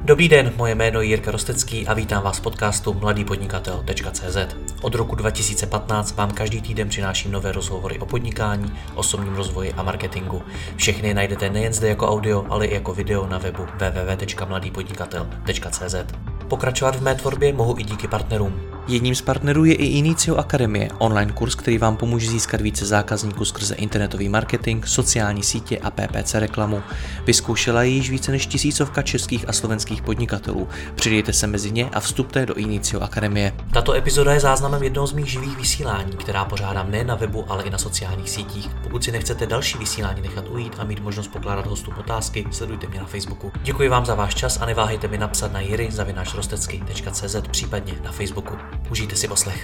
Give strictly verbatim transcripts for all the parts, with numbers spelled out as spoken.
Dobrý den, moje jméno je Jirka Rostecký a vítám vás v podcastu mladý podnikatel tečka cé zet. Od roku dva tisíce patnáct vám každý týden přináším nové rozhovory o podnikání, osobním rozvoji a marketingu. Všechny najdete nejen zde jako audio, ale i jako video na webu w w w tečka mladý podnikatel tečka cé zet. Pokračovat v mé tvorbě mohu i díky partnerům. Jedním z partnerů je i Inicio Akademie, online kurz, který vám pomůže získat více zákazníků skrze internetový marketing, sociální sítě a P P C reklamu. Vyzkoušela ji již více než tisícovka českých a slovenských podnikatelů. Přidejte se mezi ně a vstupte do Inicio Akademie. Tato epizoda je záznamem jednoho z mých živých vysílání, která pořádám nejen na webu, ale i na sociálních sítích. Pokud si nechcete další vysílání nechat ujít a mít možnost pokládat hostům otázky, sledujte mě na Facebooku. Děkuji vám za váš čas a neváhejte mi napsat na jiry zavináč rostecky tečka cé zet, případně na Facebooku. Užijte si poslech.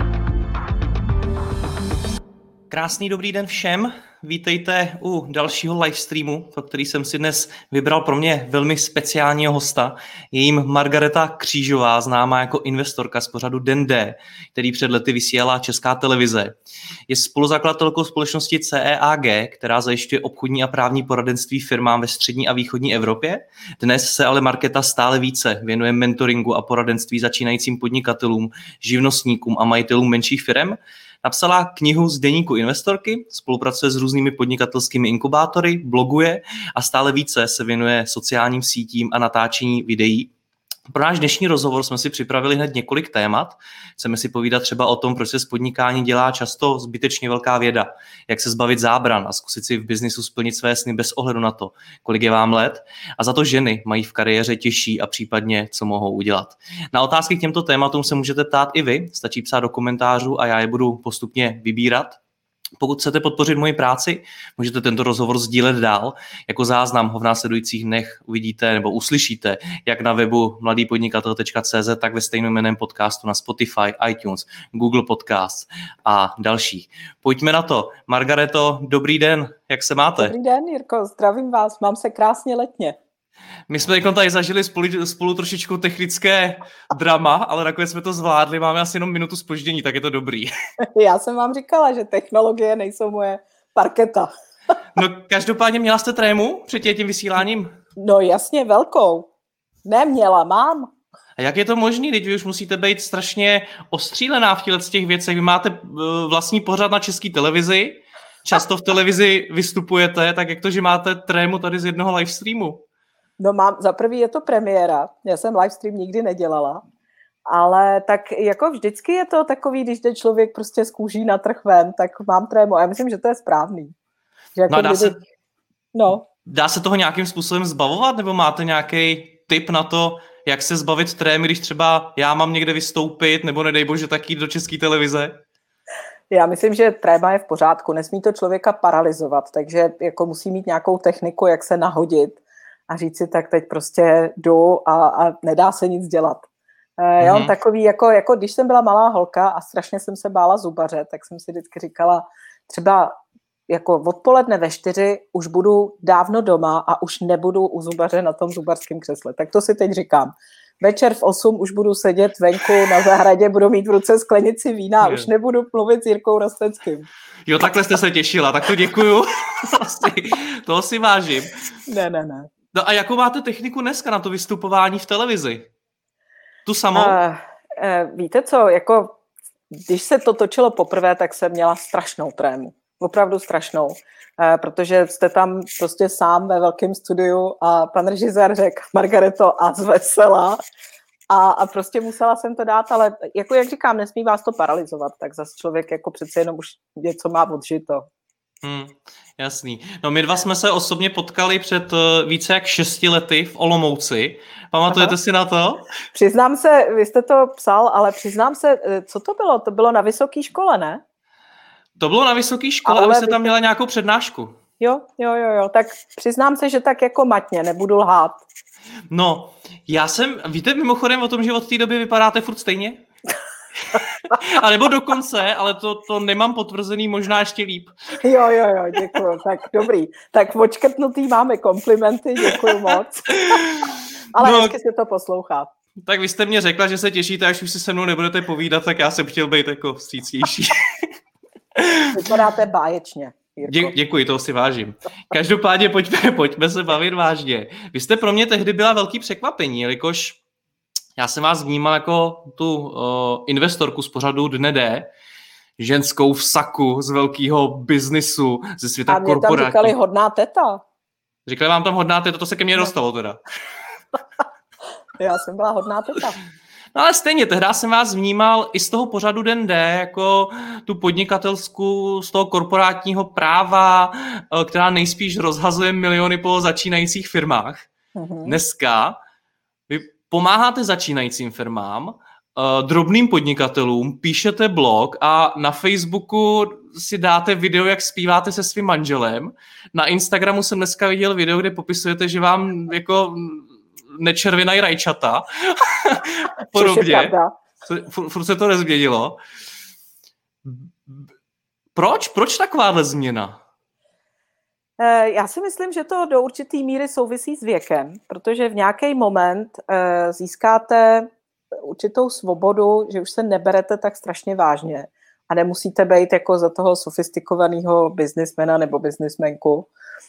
Krásný dobrý den všem. Vítejte u dalšího livestreamu, pro který jsem si dnes vybral pro mě velmi speciálního hosta. Je jím Margareta Křížová, známá jako investorka z pořadu Den D, který před lety vysílala Česká televize. Je spoluzakladatelkou společnosti C E A G, která zajišťuje obchodní a právní poradenství firmám ve střední a východní Evropě. Dnes se ale Markéta stále více věnuje mentoringu a poradenství začínajícím podnikatelům, živnostníkům a majitelům menších firem. Napsala knihu z deníku investorky, spolupracuje s různými podnikatelskými inkubátory, bloguje a stále více se věnuje sociálním sítím a natáčení videí. Pro náš dnešní rozhovor jsme si připravili hned několik témat. Chceme si povídat třeba o tom, proč se z podnikání dělá často zbytečně velká věda, jak se zbavit zábran a zkusit si v biznisu splnit své sny bez ohledu na to, kolik je vám let, a za to ženy mají v kariéře těžší a případně co mohou udělat. Na otázky k těmto tématům se můžete ptát i vy, stačí psát do komentářů a já je budu postupně vybírat. Pokud chcete podpořit moji práci, můžete tento rozhovor sdílet dál. Jako záznam ho v následujících dnech uvidíte nebo uslyšíte jak na webu mladý podnikatel tečka cé zet, tak ve stejnojmenném podcastu na Spotify, iTunes, Google Podcast a dalších. Pojďme na to. Margareto, dobrý den, jak se máte? Dobrý den, Jirko, zdravím vás, mám se krásně letně. My jsme tady zažili spolu, spolu trošičku technické drama, ale nakonec jsme to zvládli, máme asi jenom minutu zpoždění, tak je to dobrý. Já jsem vám říkala, že technologie nejsou moje parketa. No každopádně měla jste trému před tím vysíláním? No jasně, velkou. Neměla, mám. A jak je to možný? Teď vy už musíte být strašně ostřílená v těch věcech. Vy máte vlastní pořad na České televizi, často v televizi vystupujete, tak jak to, že máte trému tady z jednoho livestreamu? No mám, za prvý je to premiéra, já jsem livestream nikdy nedělala, ale tak jako vždycky je to takový, když jde člověk prostě z kůží na trh ven, tak mám trému a já myslím, že to je správný. Že jako no, dá, kdyby... se, no. dá se toho nějakým způsobem zbavovat, nebo máte nějaký tip na to, jak se zbavit trémy, když třeba já mám někde vystoupit, nebo nedej bože tak jít do České televize? Já myslím, že tréma je v pořádku, nesmí to člověka paralyzovat, takže jako musí mít nějakou techniku, jak se nahodit a říct si, tak teď prostě jdu a, a nedá se nic dělat. Mm-hmm. Já mám takový, jako, jako když jsem byla malá holka a strašně jsem se bála zubaře, tak jsem si vždycky říkala, třeba jako odpoledne ve čtyři už budu dávno doma a už nebudu u zubaře na tom zubarském křesle. Tak to si teď říkám. Večer v osm už budu sedět venku na zahradě, budu mít v ruce sklenici vína a už nebudu mluvit s Jirkou Rosteckým. Jo, takhle jste se těšila, tak to děkuju. Toho si vážím. Ne, ne, ne. No a jakou máte techniku dneska na to vystupování v televizi? Tu samou? Uh, uh, víte co, jako když se to točilo poprvé, tak jsem měla strašnou trému. Opravdu strašnou. Uh, protože jste tam prostě sám ve velkém studiu a pan režisér řekl Margareto a zvesela a, a prostě musela jsem to dát, ale jako jak říkám, nesmí vás to paralyzovat, tak zase člověk jako přece jenom už něco má odžito. Hmm, jasný. No my dva jsme se osobně potkali před uh, více jak šesti lety v Olomouci. Pamatujete Aha. si na to? Přiznám se, vy jste to psal, ale přiznám se, co to bylo? To bylo na vysoké škole, ne? To bylo na vysoké škole, ale vy jste tam měla nějakou přednášku. Jo, jo, jo, jo. Tak přiznám se, že tak jako matně, nebudu lhát. No, já jsem, víte mimochodem o tom, že od té doby vypadáte furt stejně? A nebo dokonce, ale to, to nemám potvrzený, možná ještě líp. Jo, jo, jo, děkuju. Tak dobrý. Tak odškrtnutý máme komplimenty, děkuju moc. Ale no, hezky se to poslouchá. Tak vy jste mě řekla, že se těšíte, až už si se mnou nebudete povídat, tak já jsem chtěl být jako vstřícnější. Vypadáte báječně. Jirko. Děkuji, toho si vážím. Každopádně pojďme, pojďme se bavit vážně. Vy jste pro mě tehdy byla velký překvapení, jelikož já jsem vás vnímal jako tu uh, investorku z pořadu Dne D, ženskou v saku z velkého biznisu, ze světa korporátní. A mě tam říkali hodná teta. Říkali vám tam hodná teta, to se ke mně dostalo teda. Já jsem byla hodná teta. No ale stejně, tehdy jsem vás vnímal i z toho pořadu Den D, jako tu podnikatelskou, z toho korporátního práva, která nejspíš rozhazuje miliony po začínajících firmách. Mm-hmm. Dneska vy pomáháte začínajícím firmám, drobným podnikatelům, píšete blog a na Facebooku si dáte video, jak zpíváte se svým manželem. Na Instagramu jsem dneska viděl video, kde popisujete, že vám jako nečervenají rajčata. Podobně. Furt se to nezměnilo. Proč? Proč takováhle změna? Já si myslím, že to do určité míry souvisí s věkem, protože v nějaký moment získáte určitou svobodu, že už se neberete tak strašně vážně a nemusíte být jako za toho sofistikovaného biznismena nebo biznismenku.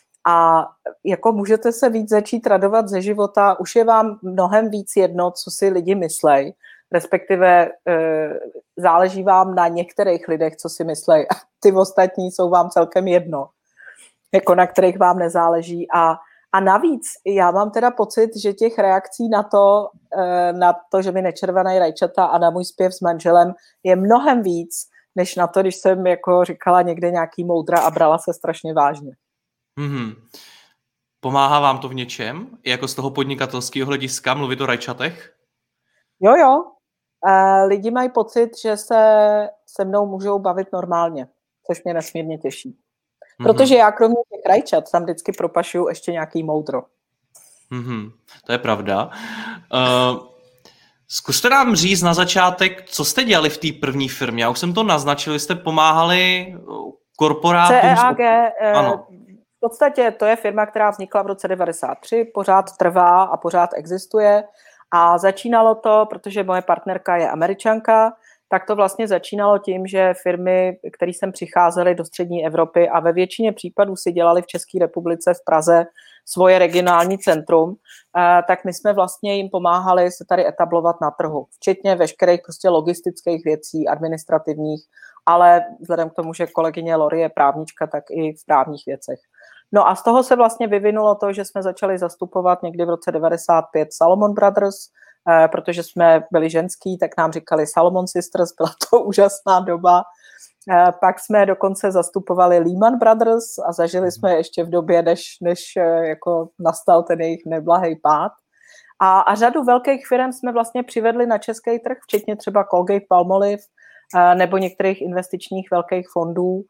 A jako můžete se víc začít radovat ze života, už je vám mnohem víc jedno, co si lidi myslej, respektive e, záleží vám na některých lidech, co si myslej, a ty ostatní jsou vám celkem jedno, jako na kterých vám nezáleží. A, a navíc já mám teda pocit, že těch reakcí na to, e, na to, že mi nečervenají rajčata a na můj zpěv s manželem je mnohem víc, než na to, když jsem jako říkala někde nějaký moudra a brala se strašně vážně. Mm-hmm. Pomáhá vám to v něčem? Jako z toho podnikatelského hlediska mluvit o rajčatech? Jo, jo. E, lidi mají pocit, že se se mnou můžou bavit normálně, což mě nesmírně těší. Mm-hmm. Protože já kromě těch rajčat tam vždycky propašuju ještě nějaký moudro. Mm-hmm. To je pravda. Uh, zkuste nám říct na začátek, co jste dělali v té první firmě. Já už jsem to naznačil, jste pomáhali korporátům. C E A G, ano. V podstatě to je firma, která vznikla v roce devadesát tři, pořád trvá a pořád existuje a začínalo to, protože moje partnerka je Američanka, tak to vlastně začínalo tím, že firmy, které sem přicházely do střední Evropy a ve většině případů si dělali v České republice v Praze svoje regionální centrum, tak my jsme vlastně jim pomáhali se tady etablovat na trhu, včetně veškerých prostě logistických věcí, administrativních, ale vzhledem k tomu, že kolegyně Lori je právnička, tak i v právních věcech. No a z toho se vlastně vyvinulo to, že jsme začali zastupovat někdy v roce devadesát pět Salomon Brothers, eh, protože jsme byli ženský, tak nám říkali Salomon Sisters, byla to úžasná doba. Eh, pak jsme dokonce zastupovali Lehman Brothers a zažili jsme ještě v době, než, než eh, jako nastal ten jejich neblahý pád. A, a řadu velkých firm jsme vlastně přivedli na český trh, včetně třeba Colgate Palmolive eh, nebo některých investičních velkých fondů.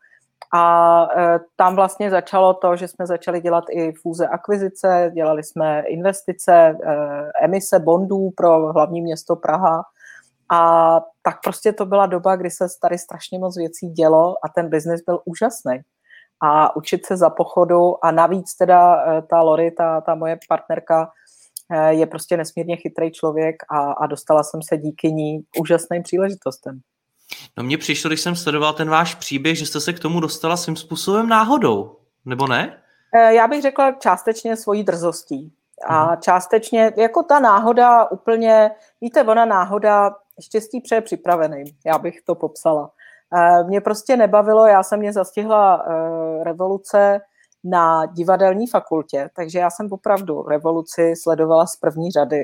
A e, tam vlastně začalo to, že jsme začali dělat i fúze akvizice, dělali jsme investice, e, emise bondů pro hlavní město Praha a tak prostě to byla doba, kdy se tady strašně moc věcí dělo a ten biznis byl úžasný. A učit se za pochodu a navíc teda e, ta Lori, ta, ta moje partnerka, e, je prostě nesmírně chytrý člověk a, a dostala jsem se díky ní úžasným příležitostem. No mně přišlo, když jsem sledoval ten váš příběh, že jste se k tomu dostala svým způsobem náhodou, nebo ne? Já bych řekla částečně svojí drzostí. A částečně, jako ta náhoda úplně, víte, ona náhoda štěstí přeje připraveným, já bych to popsala. Mě prostě nebavilo, já jsem mě zastihla revoluce na divadelní fakultě, takže já jsem opravdu revoluci sledovala z první řady.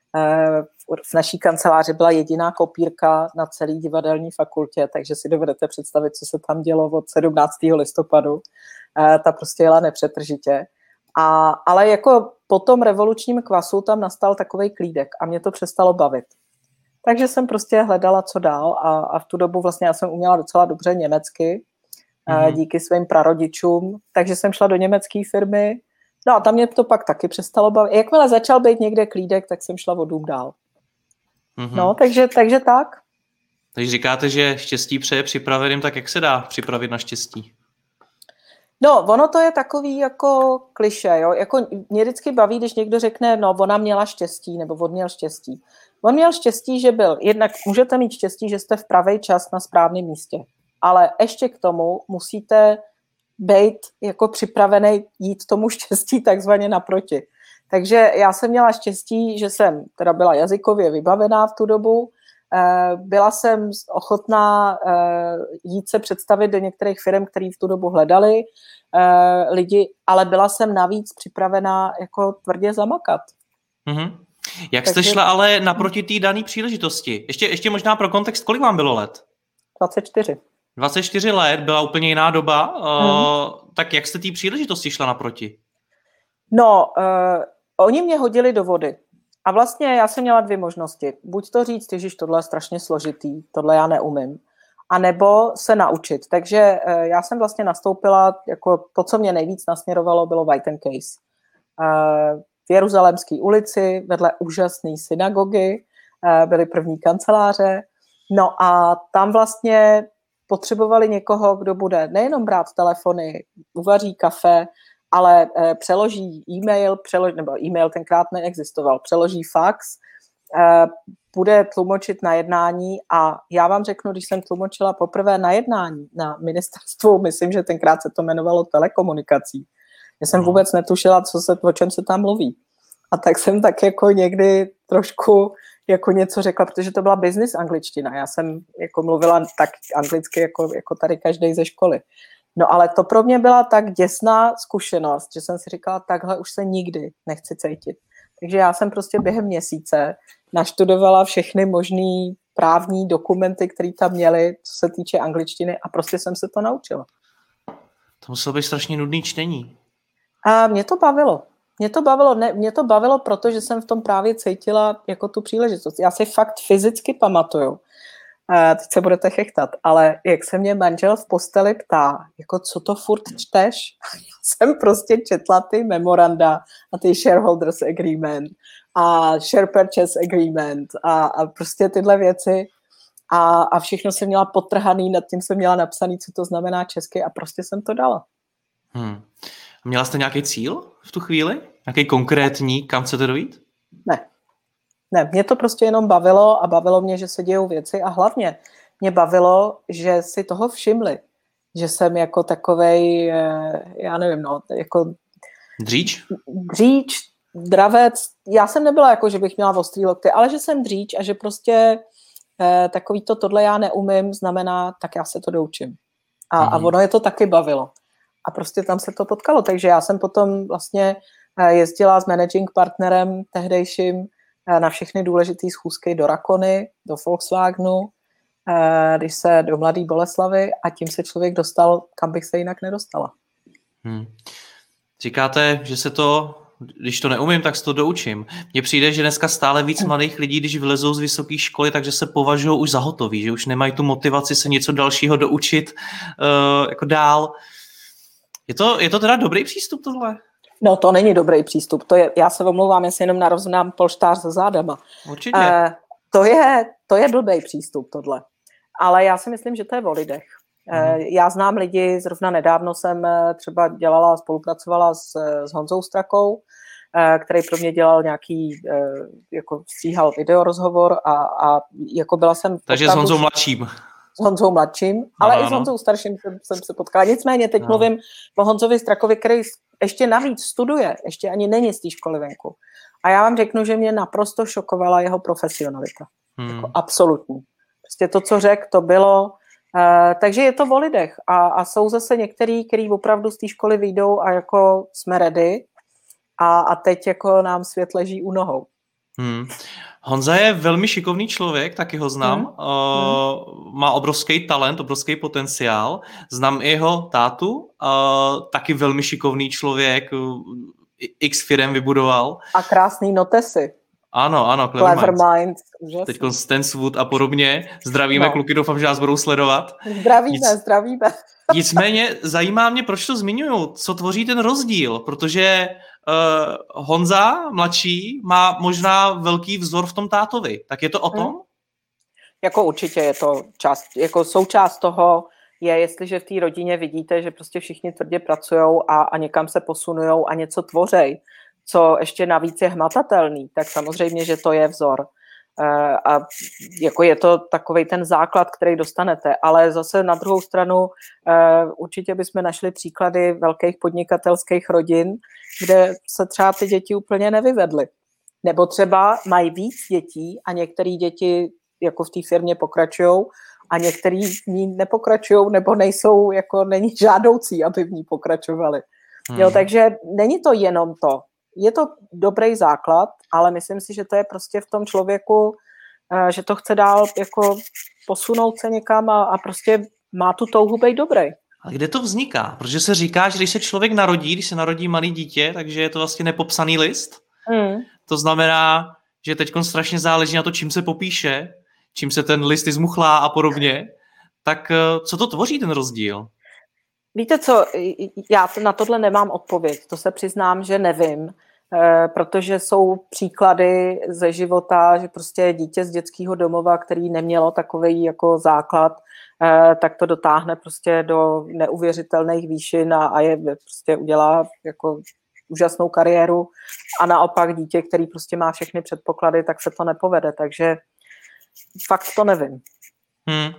V naší kanceláři byla jediná kopírka na celý divadelní fakultě, takže si dovedete představit, co se tam dělo od sedmnáctého listopadu. Ta prostě jela nepřetržitě. A, ale jako po tom revolučním kvasu tam nastal takovej klídek a mě to přestalo bavit. Takže jsem prostě hledala, co dál a, a v tu dobu vlastně já jsem uměla docela dobře německy, mm-hmm. díky svým prarodičům, takže jsem šla do německé firmy. No a tam mě to pak taky přestalo bavit. Jakmile začal být někde klídek, tak jsem šla o dům dál. Mm-hmm. No, takže, takže tak. Takže říkáte, že štěstí přeje připraveným, tak jak se dá připravit na štěstí? No, ono to je takový jako klišé, jo. Jako mě vždycky baví, když někdo řekne, no, ona měla štěstí, nebo on měl štěstí. On měl štěstí, že byl, jednak můžete mít štěstí, že jste v pravý čas na správném místě, ale ještě k tomu musíte být jako připravený jít tomu štěstí takzvaně naproti. Takže já jsem měla štěstí, že jsem teda byla jazykově vybavená v tu dobu, byla jsem ochotná jít se představit do některých firm, které v tu dobu hledali lidi, ale byla jsem navíc připravená jako tvrdě zamakat. Mm-hmm. Jak Takže... jste šla ale naproti té dané příležitosti? Ještě, ještě možná pro kontext, kolik vám bylo let? dvacet čtyři. dvacet čtyři let, byla úplně jiná doba. Mm. Uh, tak jak jste té příležitosti šla naproti? No, uh, oni mě hodili do vody. A vlastně já jsem měla dvě možnosti. Buď to říct, ježiš, tohle je strašně složitý, tohle já neumím. A nebo se naučit. Takže uh, já jsem vlastně nastoupila, jako to, co mě nejvíc nasměrovalo, bylo White and Case. Uh, v Jeruzalémské ulici, vedle úžasné synagogy, uh, byly první kanceláře. No a tam vlastně potřebovali někoho, kdo bude nejenom brát telefony, uvaří kafe, ale e, přeloží e-mail, přelož, nebo e-mail tenkrát neexistoval, přeloží fax, e, bude tlumočit na jednání a já vám řeknu, když jsem tlumočila poprvé na jednání na ministerstvu, myslím, že tenkrát se to jmenovalo telekomunikací, já jsem vůbec netušila, co se, o čem se tam mluví. A tak jsem tak jako někdy trošku jako něco řekla, protože to byla business angličtina. Já jsem jako mluvila tak anglicky, jako, jako tady každý ze školy. No ale to pro mě byla tak děsná zkušenost, že jsem si říkala, takhle už se nikdy nechci cítit. Takže já jsem prostě během měsíce naštudovala všechny možný právní dokumenty, které tam měly, co se týče angličtiny a prostě jsem se to naučila. To muselo být strašně nudný čtení. A mě to bavilo. Mě to bavilo, ne, mě to bavilo, protože jsem v tom právě cítila jako tu příležitost. Já si fakt fyzicky pamatuju, a teď se budete chechtat, ale jak se mě manžel v posteli ptá, jako co to furt čteš? Já jsem prostě četla ty memoranda a ty shareholders agreement a share purchase agreement a, a prostě tyhle věci a, a všechno jsem měla potrhaný, nad tím jsem měla napsaný, co to znamená česky a prostě jsem to dala. Hmm. Měla jste nějaký cíl v tu chvíli? Nějaký konkrétní, kam chcete dojít? Ne. Ne, mě to prostě jenom bavilo a bavilo mě, že se dějou věci a hlavně mě bavilo, že si toho všimli. Že jsem jako takovej, já nevím, no, jako... Dříč? Dříč, dravec. Já jsem nebyla jako, že bych měla ostrý lokty, ale že jsem dříč a že prostě eh, takový to tohle já neumím, znamená, tak já se to doučím. A, mm. a ono je to taky bavilo. A prostě tam se to potkalo. Takže já jsem potom vlastně jezdila s managing partnerem tehdejším na všechny důležité schůzky do Rakony, do Volkswagenu, když se do Mladé Boleslavi a tím se člověk dostal, kam bych se jinak nedostala. Hmm. Říkáte, že se to, když to neumím, tak se to doučím. Mně přijde, že dneska stále víc mladých lidí, když vylezou z vysoké školy, takže se považují už za hotový, že už nemají tu motivaci se něco dalšího doučit uh, jako dál. Je to, je to teda dobrý přístup tohle? No to není dobrý přístup. To je, já se omlouvám, jestli jenom narovnám polštář se zádama. Určitě. Uh, to, je, to je blbý přístup tohle. Ale já si myslím, že to je o lidech. Mm. Uh, já znám lidi, zrovna nedávno jsem třeba dělala, spolupracovala s, s Honzou Strakou, uh, který pro mě dělal nějaký, uh, jako stříhal videorozhovor a, a jako byla jsem... Takže s Honzou mladším. S Honzou mladším, ale ano, i s Honzou starším jsem, jsem se potkala. Nicméně teď ano. mluvím o Honzovi Strakovi, který ještě navíc studuje, ještě ani není z té školy venku. A já vám řeknu, že mě naprosto šokovala jeho profesionalita. Hmm. Jako absolutní. Prostě to, co řekl, to bylo. Uh, takže je to o lidech. A, a jsou zase některý, který opravdu z té školy vyjdou a jako jsme ready. A, a teď jako nám svět leží u nohou. Hmm. Honza je velmi šikovný člověk, taky ho znám. Hmm. Uh, má obrovský talent, obrovský potenciál. Znám i jeho tátu, uh, taky velmi šikovný člověk, uh, x firem vybudoval. A krásný notesy. Ano, ano, Clever, Clever Mind. Teď Stanswood a podobně. Zdravíme no. kluky, doufám, že nás budou sledovat. Zdravíme, Nic... zdravíme. Nicméně zajímá mě, proč to zmiňuju, co tvoří ten rozdíl, protože uh, Honza mladší má možná velký vzor v tom tátovi. Tak je to o tom? Hmm. Jako určitě je to část, jako součást toho je, jestliže v té rodině vidíte, že prostě všichni tvrdě pracujou a, a někam se posunujou a něco tvořej, co ještě navíc je hmatatelný, tak samozřejmě, že to je vzor. A jako je to takovej ten základ, který dostanete, ale zase na druhou stranu určitě bychom našli příklady velkých podnikatelských rodin, kde se třeba ty děti úplně nevyvedly. Nebo třeba mají víc dětí a některé děti jako v té firmě pokračují a některý v ní nepokračují nebo nejsou, jako není žádoucí, aby v ní pokračovali. Hmm. Jo, takže není to jenom to. Je to dobrý základ, ale myslím si, že to je prostě v tom člověku, že to chce dál jako posunout se někam a, a prostě má tu touhu být dobrý. A kde to vzniká? Protože se říká, že když se člověk narodí, když se narodí malý dítě, takže je to vlastně nepopsaný list. Hmm. To znamená, že teď strašně záleží na to, čím se popíše, čím se ten list zmuchlá a podobně. Tak co to tvoří ten rozdíl? Víte co, já na tohle nemám odpověď, to se přiznám, že nevím, protože jsou příklady ze života, že prostě dítě z dětského domova, který nemělo takový jako základ, tak to dotáhne prostě do neuvěřitelných výšin a, a je prostě udělá jako úžasnou kariéru a naopak dítě, který prostě má všechny předpoklady, tak se to nepovede, takže fakt to nevím. Hmm.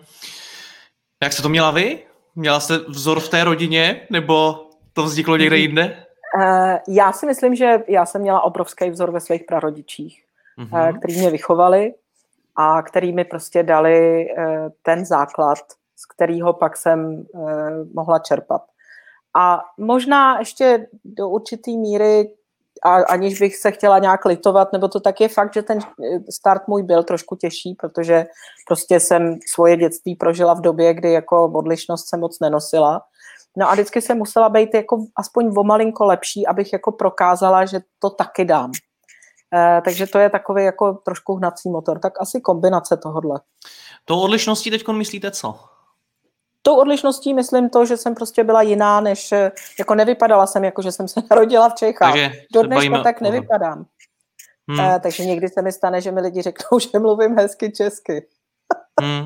Jak jste to měla vy? Měla jste vzor v té rodině, nebo to vzniklo někde jinde? Já si myslím, že já jsem měla obrovský vzor ve svých prarodičích, mm-hmm. který mě vychovali a který mi prostě dali ten základ, z kterého pak jsem mohla čerpat. A možná ještě do určitý míry, a aniž bych se chtěla nějak litovat, nebo to tak je fakt, že ten start můj byl trošku těžší, protože prostě jsem svoje dětství prožila v době, kdy jako odlišnost se moc nenosila. No a vždycky jsem musela být jako aspoň o malinko lepší, abych jako prokázala, že to taky dám. E, takže to je takový jako trošku hnací motor. Tak asi kombinace tohodle. Tou odlišností teďkon myslíte co? Tou odlišností myslím to, že jsem prostě byla jiná, než jako nevypadala jsem, jako že jsem se narodila v Čechách. Do dneška tak nevypadám. Hmm. E, takže někdy se mi stane, že mi lidi řeknou, že mluvím hezky česky. Hmm.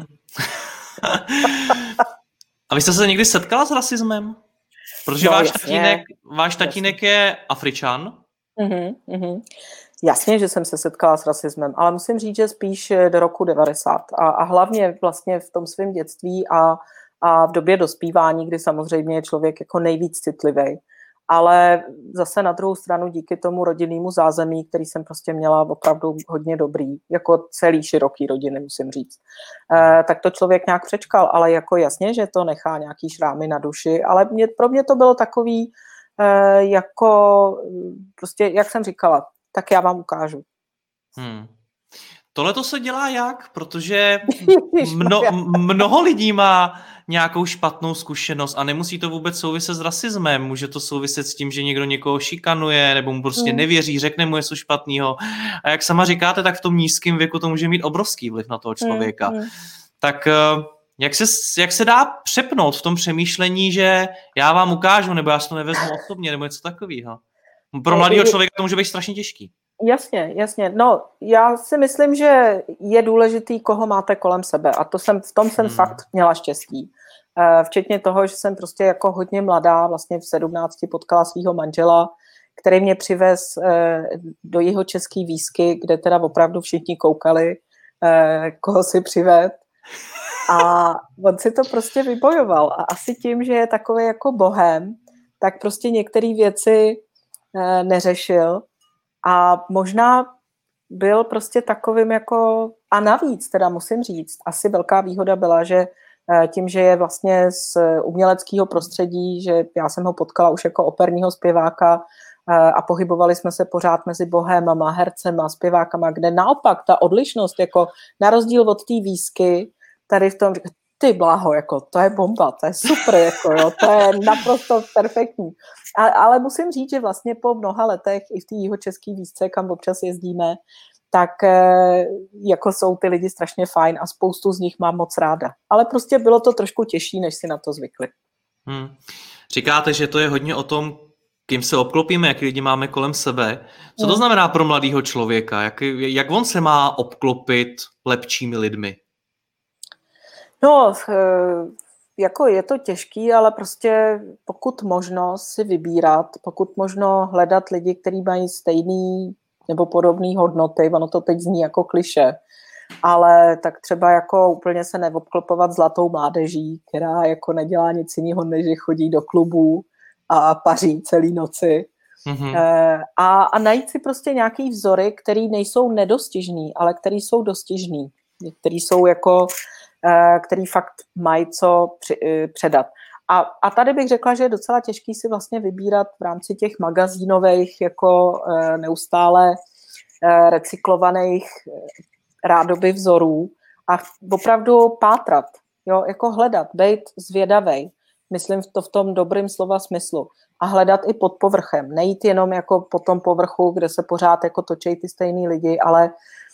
A vy jste se někdy setkala s rasismem? Protože no, váš, tatínek, váš tatínek je Afričan. Uh-huh, uh-huh. Jasně, že jsem se setkala s rasismem, ale musím říct, že spíš do roku devadesát. A, a hlavně vlastně v tom svém dětství a, a v době dospívání, kdy samozřejmě je člověk jako nejvíc citlivý. Ale zase na druhou stranu díky tomu rodinnému zázemí, který jsem prostě měla opravdu hodně dobrý, jako celý široký rodiny, musím říct, eh, tak to člověk nějak přečkal, ale jako jasně, že to nechá nějaký šrámy na duši, ale mě, pro mě to bylo takový, eh, jako prostě, jak jsem říkala, tak já vám ukážu. Hmm. Tohle to se dělá jak? Protože mno, mnoho lidí má nějakou špatnou zkušenost a nemusí to vůbec souviset s rasismem. Může to souviset s tím, že někdo někoho šikanuje nebo mu prostě mm. nevěří, řekne mu něco špatného. A jak sama říkáte, tak v tom nízkém věku to může mít obrovský vliv na toho člověka. Mm. Tak jak se, jak se dá přepnout v tom přemýšlení, že já vám ukážu, nebo já si to nevezmu osobně, nebo něco takového? Pro mladého člověka to může být strašně těžký. Jasně, jasně. No, já si myslím, že je důležitý, koho máte kolem sebe a to jsem, v tom jsem hmm. fakt měla štěstí. Včetně toho, že jsem prostě jako hodně mladá, vlastně v sedmnácti potkala svého manžela, který mě přivez do Jihočeský Výsky, kde teda opravdu všichni koukali, koho si přived. A on si to prostě vybojoval a asi tím, že je takový jako bohem, tak prostě některé věci neřešil. A možná byl prostě takovým jako, a navíc teda musím říct, asi velká výhoda byla, že tím, že je vlastně z uměleckého prostředí, že já jsem ho potkala už jako operního zpěváka a pohybovali jsme se pořád mezi bohémama, hercema, zpěvákama, kde naopak ta odlišnost, jako na rozdíl od té Výsky, tady v tom, ty bláho, jako to je bomba, to je super, jako jo, to je naprosto perfektní. A, ale musím říct, že vlastně po mnoha letech i v té Jihočeský Výsce, kam občas jezdíme, tak e, jako jsou ty lidi strašně fajn a spoustu z nich mám moc ráda. Ale prostě bylo to trošku těžší, než si na to zvykli. Hmm. Říkáte, že to je hodně o tom, kým se obklopíme, jaký lidi máme kolem sebe. Co to hmm. znamená pro mladého člověka? Jak, jak on se má obklopit lepšími lidmi? No, jako je to těžký, ale prostě pokud možno si vybírat, pokud možno hledat lidi, kteří mají stejný nebo podobné hodnoty, ono to teď zní jako klišé, ale tak třeba jako úplně se neobklopovat zlatou mládeží, která jako nedělá nic jiného, než že chodí do klubů a paří celý noci. Mm-hmm. A, a najít si prostě nějaký vzory, který nejsou nedostižný, ale který jsou dostižný, který jsou jako, který fakt mají co při, předat. A, a tady bych řekla, že je docela těžký si vlastně vybírat v rámci těch magazínových jako neustále recyklovaných rádoby vzorů a opravdu pátrat, jo, jako hledat, být zvědavej, myslím to v tom dobrým slova smyslu a hledat i pod povrchem, nejít jenom jako po tom povrchu, kde se pořád jako točí ty stejný lidi, ale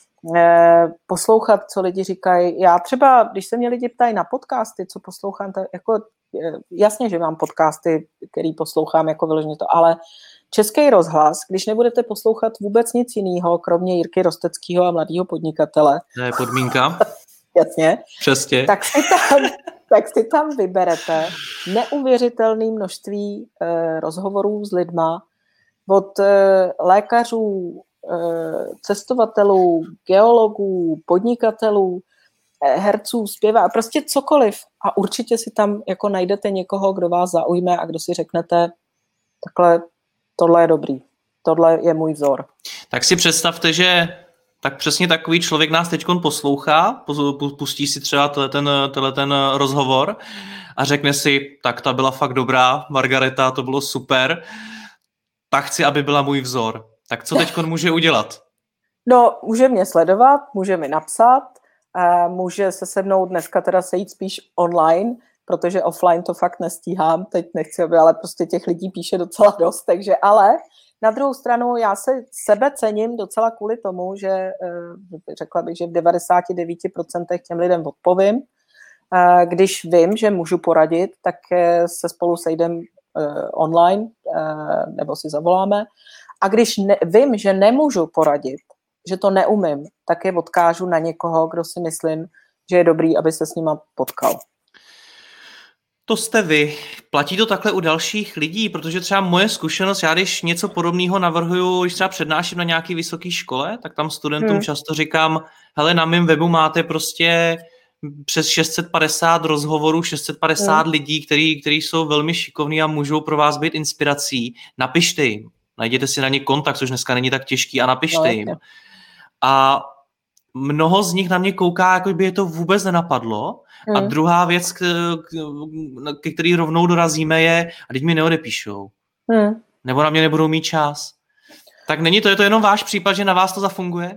eh, poslouchat, co lidi říkají. Já třeba, když se mě lidi ptají na podcasty, co poslouchám, tak jako eh, jasně, že mám podcasty, který poslouchám jako vyloženě to, ale Český rozhlas, když nebudete poslouchat vůbec nic jiného, kromě Jirky Rosteckého a mladého podnikatele. To je podmínka. Jasně. Přesně. Tak si tam, tak si tam vyberete neuvěřitelné množství eh, rozhovorů s lidma od eh, lékařů, eh, cestovatelů, geologů, podnikatelů, eh, herců, zpěvá, prostě cokoliv. A určitě si tam jako najdete někoho, kdo vás zaujme a kdo si řeknete takhle, tohle je dobrý, tohle je můj vzor. Tak si představte, že tak přesně takový člověk nás teďkon poslouchá, pustí si třeba ten, ten rozhovor a řekne si, tak ta byla fakt dobrá, Margareta, to bylo super, tak chci, aby byla můj vzor. Tak co teďkon může udělat? No, může mě sledovat, může mi napsat, může se se mnou dneska teda sejít spíš online, protože offline to fakt nestíhám, teď nechci, aby, ale prostě těch lidí píše docela dost, takže ale na druhou stranu já se sebe cením docela kvůli tomu, že řekla bych, že v devadesát devět procent těm lidem odpovím. Když vím, že můžu poradit, tak se spolu sejdem online nebo si zavoláme. A když ne, vím, že nemůžu poradit, že to neumím, tak je odkážu na někoho, kdo si myslím, že je dobrý, aby se s nima potkal. To jste vy. Platí to takhle u dalších lidí, protože třeba moje zkušenost, já když něco podobného navrhuju, když třeba přednáším na nějaké vysoké škole, tak tam studentům hmm. často říkám, hele, na mém webu máte prostě přes šest set padesát rozhovorů, šest set padesát hmm. lidí, který, který jsou velmi šikovní a můžou pro vás být inspirací. Napište jim. Najděte si na ně kontakt, což dneska není tak těžký, a napište no, jim. A mnoho z nich na mě kouká, jako by je to vůbec nenapadlo. Hmm. A druhá věc, ke který rovnou dorazíme, je, a teď mi neodepíšou. Hmm. Nebo na mě nebudou mít čas. Tak není to, je to jenom váš případ, že na vás to zafunguje?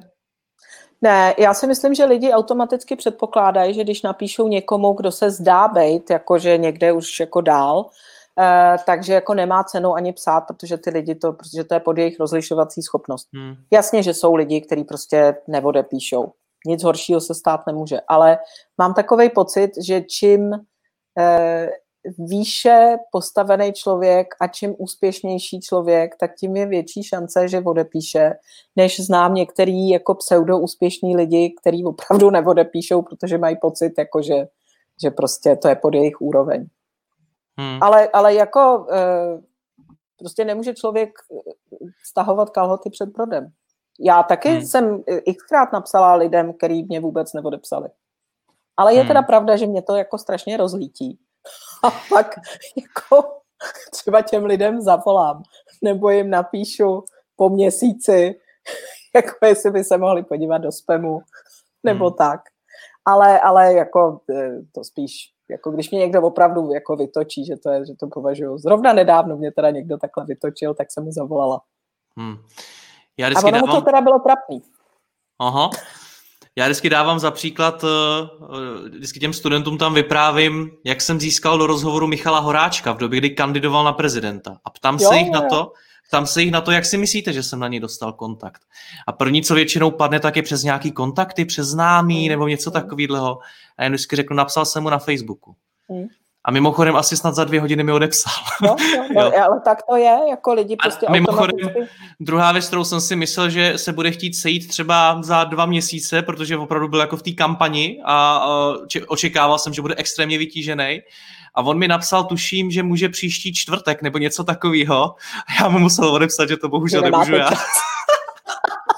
Ne, já si myslím, že lidi automaticky předpokládají, že když napíšou někomu, kdo se zdá být, jakože někde už jako dál, eh, takže jako nemá cenu ani psát, protože ty lidi to, protože to je pod jejich rozlišovací schopnost. Hmm. Jasně, že jsou lidi, kteří prostě neodepíšou. Nic horšího se stát nemůže, ale mám takovej pocit, že čím eh, výše postavený člověk a čím úspěšnější člověk, tak tím je větší šance, že odepíše, než znám některý jako pseudo úspěšní lidi, který opravdu neodepíšou, protože mají pocit, jako že, že prostě to je pod jejich úroveň. Hmm. Ale, ale jako eh, prostě nemůže člověk stahovat kalhoty před prodem. Já taky hmm. jsem xkrát napsala lidem, který mě vůbec neodepsali. Ale je hmm. teda pravda, že mě to jako strašně rozlítí. A pak jako třeba těm lidem zavolám, nebo jim napíšu po měsíci, jako jestli by se mohli podívat do spamu, nebo hmm. tak. Ale, ale jako to spíš, jako když mě někdo opravdu jako vytočí, že to je, že to považuji. Zrovna nedávno mě teda někdo takhle vytočil, tak jsem mu zavolala. Hmm. Já a ono dávám... to teda bylo trapný. Aha. Já vždycky dávám za příklad, vždycky těm studentům tam vyprávím, jak jsem získal do rozhovoru Michala Horáčka v době, kdy kandidoval na prezidenta. A ptám jo, se jich jo. na to, ptám se jich na to, jak si myslíte, že jsem na něj dostal kontakt. A první, co většinou padne, tak je přes nějaký kontakty, přes známý, mm. nebo něco mm. takového. A já vždycky řeknu, napsal jsem mu na Facebooku. Mm. A mimochodem asi snad za dvě hodiny mi odepsal. No, jo, jo. Ale tak to je, jako lidi prostě a mimochodem, automaticky... druhá věc, kterou jsem si myslel, že se bude chtít sejít třeba za dva měsíce, protože opravdu byl jako v té kampani a očekával jsem, že bude extrémně vytížený. A on mi napsal, tuším, že může příští čtvrtek nebo něco takového. A já mu musel odepsat, že to bohužel nemůžu já.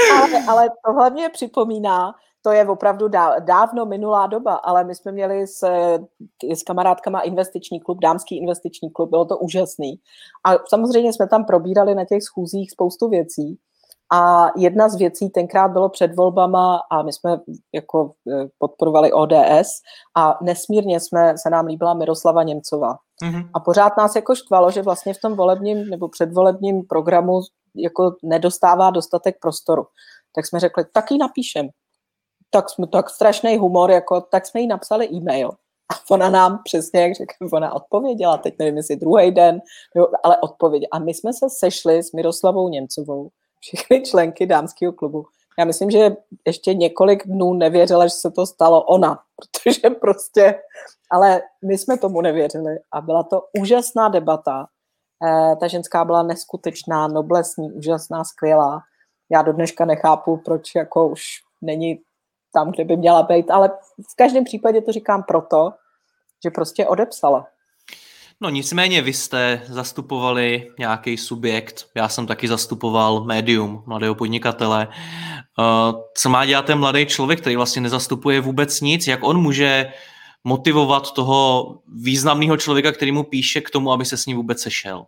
ale, ale tohle mě připomíná, to je opravdu dávno minulá doba, ale my jsme měli s, s kamarádkama investiční klub, dámský investiční klub, bylo to úžasný. A samozřejmě jsme tam probírali na těch schůzích spoustu věcí. A jedna z věcí tenkrát bylo před volbama a my jsme jako podporovali O D S a nesmírně jsme, se nám líbila Miroslava Němcová. Mm-hmm. A pořád nás jako štvalo, že vlastně v tom volebním nebo předvolebním programu jako nedostává dostatek prostoru. Tak jsme řekli, tak ji napíšem. Tak jsme tak strašný humor, jako, tak jsme jí napsali e-mail. A ona nám přesně, jak řekl, ona odpověděla, teď nevím, jestli druhý den, ale odpověděla. A my jsme se sešli s Miroslavou Němcovou, všechny členky dámského klubu. Já myslím, že ještě několik dnů nevěřila, že se to stalo ona, protože prostě, ale my jsme tomu nevěřili a byla to úžasná debata. E, ta ženská byla neskutečná, noblesní, úžasná, skvělá. Já do dneška nechápu, proč jako už není tam, kde by měla být, ale v každém případě to říkám proto, že prostě odepsala. No nicméně vy jste zastupovali nějaký subjekt, já jsem taky zastupoval médium, mladého podnikatele. Co má dělat ten mladý člověk, který vlastně nezastupuje vůbec nic, jak on může motivovat toho významného člověka, který mu píše, k tomu, aby se s ním vůbec sešel?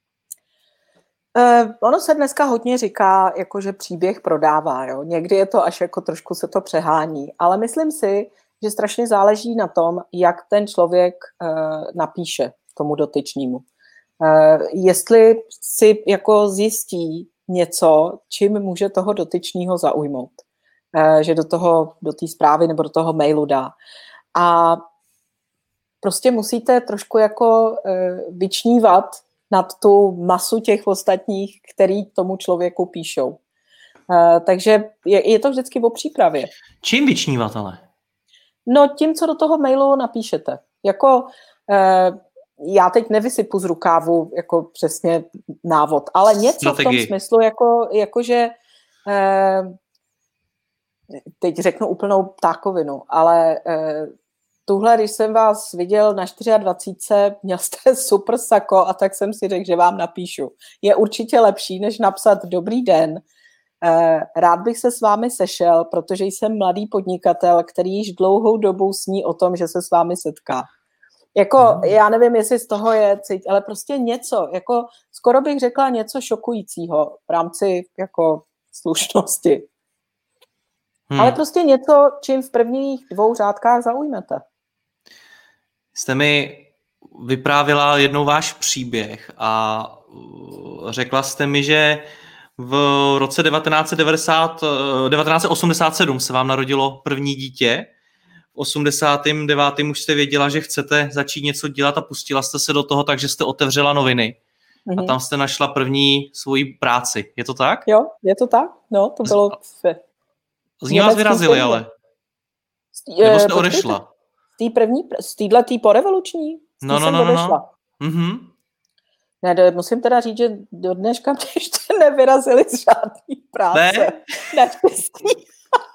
Uh, ono se dneska hodně říká, jako že příběh prodává. Jo? Někdy je to až jako trošku se to přehání, ale myslím si, že strašně záleží na tom, jak ten člověk uh, napíše tomu dotyčnému. Uh, jestli si jako zjistí něco, čím může toho dotyčného zaujmout. Uh, že do toho, do té zprávy nebo do toho mailu dá. A prostě musíte trošku jako uh, vyčnívat nad tu masu těch ostatních, který tomu člověku píšou. Uh, takže je, je to vždycky o přípravě. Čím vyčnívat ale? No tím, co do toho mailu napíšete. Jako uh, já teď nevysypu z rukávu jako přesně návod, ale něco Strategii. V tom smyslu, jako, jako že uh, teď řeknu úplnou ptákovinu, ale uh, tuhle, když jsem vás viděl na dvacet čtyři, měl jste super sako a tak jsem si řekl, že vám napíšu. Je určitě lepší, než napsat dobrý den. Rád bych se s vámi sešel, protože jsem mladý podnikatel, který již dlouhou dobu sní o tom, že se s vámi setká. Jako, hmm. já nevím, jestli z toho je cít, ale prostě něco, jako skoro bych řekla něco šokujícího v rámci jako slušnosti. Hmm. Ale prostě něco, čím v prvních dvou řádkách zaujmete. Jste mi vyprávěla jednou váš příběh a řekla jste mi, že v roce devatenáct osmdesát sedm se vám narodilo první dítě. V osmdesátém devátém už jste věděla, že chcete začít něco dělat a pustila jste se do toho, takže jste otevřela noviny. Mm-hmm. A tam jste našla první svoji práci. Je to tak? Jo, je to tak. No, to bylo... Z ní vás vyrazili, ale. Nebo jste odešla? Z té první, z téhletý porevoluční? No, no, no, no, no. Mm-hmm. Ne, do, musím teda říct, že do dneška mě ještě nevyrazili z žádný práce. Ne? Naštěstí.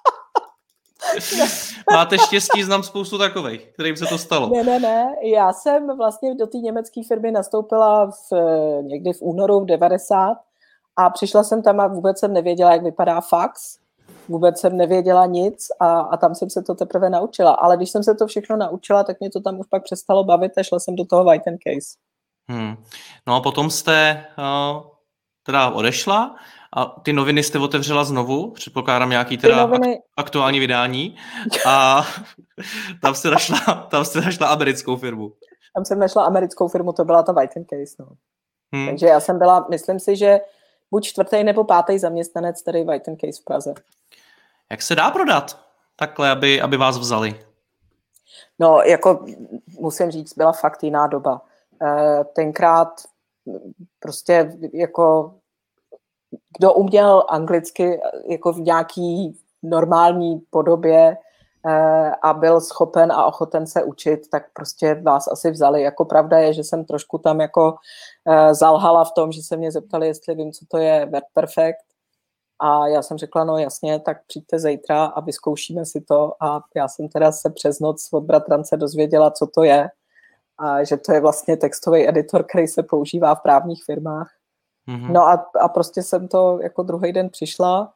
Máte štěstí, znám spoustu takových, kterým se to stalo. Ne, ne, ne. Já jsem vlastně do té německé firmy nastoupila v, někdy v únoru v devadesát a přišla jsem tam a vůbec jsem nevěděla, jak vypadá fax. Vůbec jsem nevěděla nic a, a tam jsem se to teprve naučila. Ale když jsem se to všechno naučila, tak mě to tam už pak přestalo bavit a šla jsem do toho White and Case. Hmm. No a potom jste uh, teda odešla a ty noviny jste otevřela znovu, předpokládám nějaký teda noviny... aktuální vydání a tam jste, našla, tam jste našla americkou firmu. Tam jsem našla americkou firmu, to byla ta White and Case. No. Hmm. Takže já jsem byla, myslím si, že buď čtvrtý nebo pátý zaměstnanec tady White and Case v Praze. Jak se dá prodat takhle, aby, aby vás vzali? No, jako musím říct, byla fakt jiná doba. E, tenkrát prostě jako kdo uměl anglicky jako v nějaký normální podobě e, a byl schopen a ochoten se učit, tak prostě vás asi vzali. Jako pravda je, že jsem trošku tam jako e, zalhala v tom, že se mě zeptali, jestli vím, co to je WordPerfect. A já jsem řekla, no jasně, tak přijďte zítra a vyzkoušíme si to. A já jsem teda se přes noc od bratrance dozvěděla, co to je. A že to je vlastně textový editor, který se používá v právních firmách. Mm-hmm. No a, a prostě jsem to jako druhý den přišla.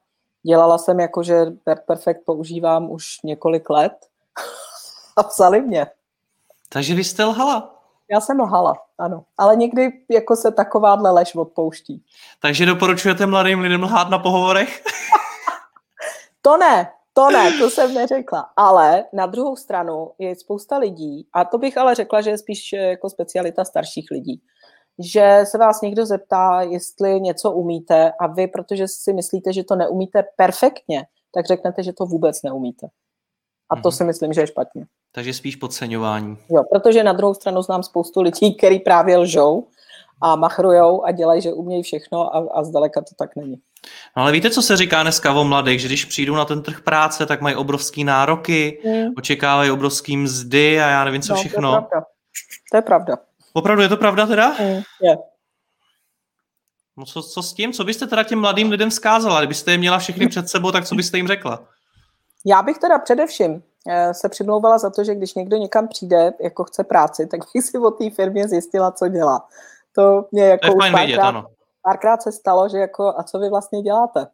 Dělala jsem jako, že Perfect používám už několik let a psali mě. Takže vy jste lhala? Já jsem lhala, ano. Ale někdy jako se takováhle lež odpouští. Takže doporučujete mladým lidem lhát na pohovorech? To ne, to ne, to jsem neřekla. Ale na druhou stranu je spousta lidí, a to bych ale řekla, že je spíš jako specialita starších lidí, že se vás někdo zeptá, jestli něco umíte a vy, protože si myslíte, že to neumíte perfektně, tak řeknete, že to vůbec neumíte. A to mm-hmm. si myslím, že je špatně. Takže spíš podceňování. Jo, protože na druhou stranu znám spoustu lidí, kteří právě lžou a machrujou a dělají, že umějí všechno a, a zdaleka to tak není. No ale víte, co se říká dneska o mladých, že když přijdou na ten trh práce, tak mají obrovský nároky, mm. očekávají obrovský mzdy a já nevím, co no, všechno. To je pravda. To je pravda. Opravdu je to pravda teda? Mm, je. No co, co s tím? Co byste teda těm mladým lidem vzkázala? Kdybyste je měla všechny před sebou, tak co byste jim řekla? Já bych teda především se přimlouvala za to, že když někdo někam přijde, jako chce práci, tak bych si o té firmě zjistila, co dělá. To mě jako to už párkrát, vědět, ano. párkrát se stalo, že jako, a co vy vlastně děláte?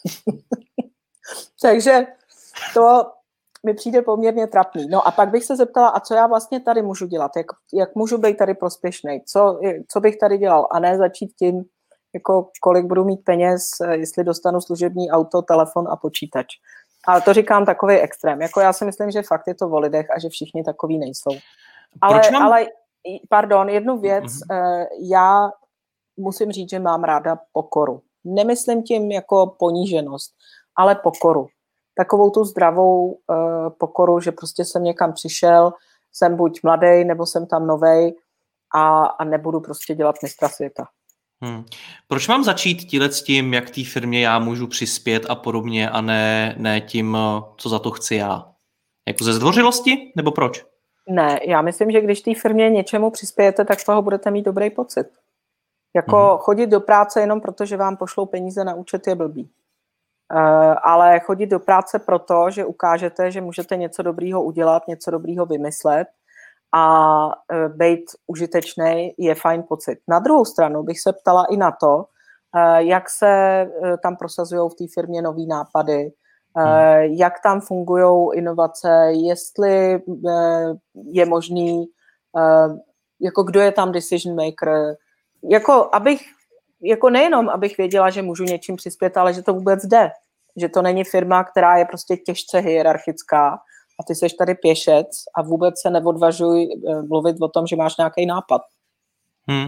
Takže to mi přijde poměrně trapný. No a pak bych se zeptala, a co já vlastně tady můžu dělat? Jak, jak můžu být tady prospěšnej? Co, co bych tady dělal? A ne začít tím, jako kolik budu mít peněz, jestli dostanu služební auto, telefon a počítač. Ale to říkám takový extrém. Jako já si myslím, že fakt je to o lidech a že všichni takový nejsou. Ale, mám... ale pardon, jednu věc. Mm-hmm. Já musím říct, že mám ráda pokoru. Nemyslím tím jako poníženost, ale pokoru. Takovou tu zdravou uh, pokoru, že prostě jsem někam přišel, jsem buď mladý, nebo jsem tam novej a, a nebudu prostě dělat mistra světa. Hmm. Proč mám začít tílet s tím, jak té firmě já můžu přispět a podobně, a ne, ne tím, co za to chci já? Jako ze zdvořilosti, nebo proč? Ne, já myslím, že když té firmě něčemu přispějete, tak z toho budete mít dobrý pocit. Jako hmm. chodit do práce jenom proto, že vám pošlou peníze na účet, je blbý. Uh, ale chodit do práce proto, že ukážete, že můžete něco dobrýho udělat, něco dobrýho vymyslet a uh, být užitečnej, je fajn pocit. Na druhou stranu bych se ptala i na to, uh, jak se uh, tam prosazují v té firmě nový nápady, uh, hmm. jak tam fungují inovace, jestli uh, je možný, uh, jako kdo je tam decision maker, jako abych jako nejenom, abych věděla, že můžu něčím přispět, ale že to vůbec jde. Že to není firma, která je prostě těžce hierarchická a ty seš tady pěšec a vůbec se neodvažuj mluvit o tom, že máš nějaký nápad. Hmm.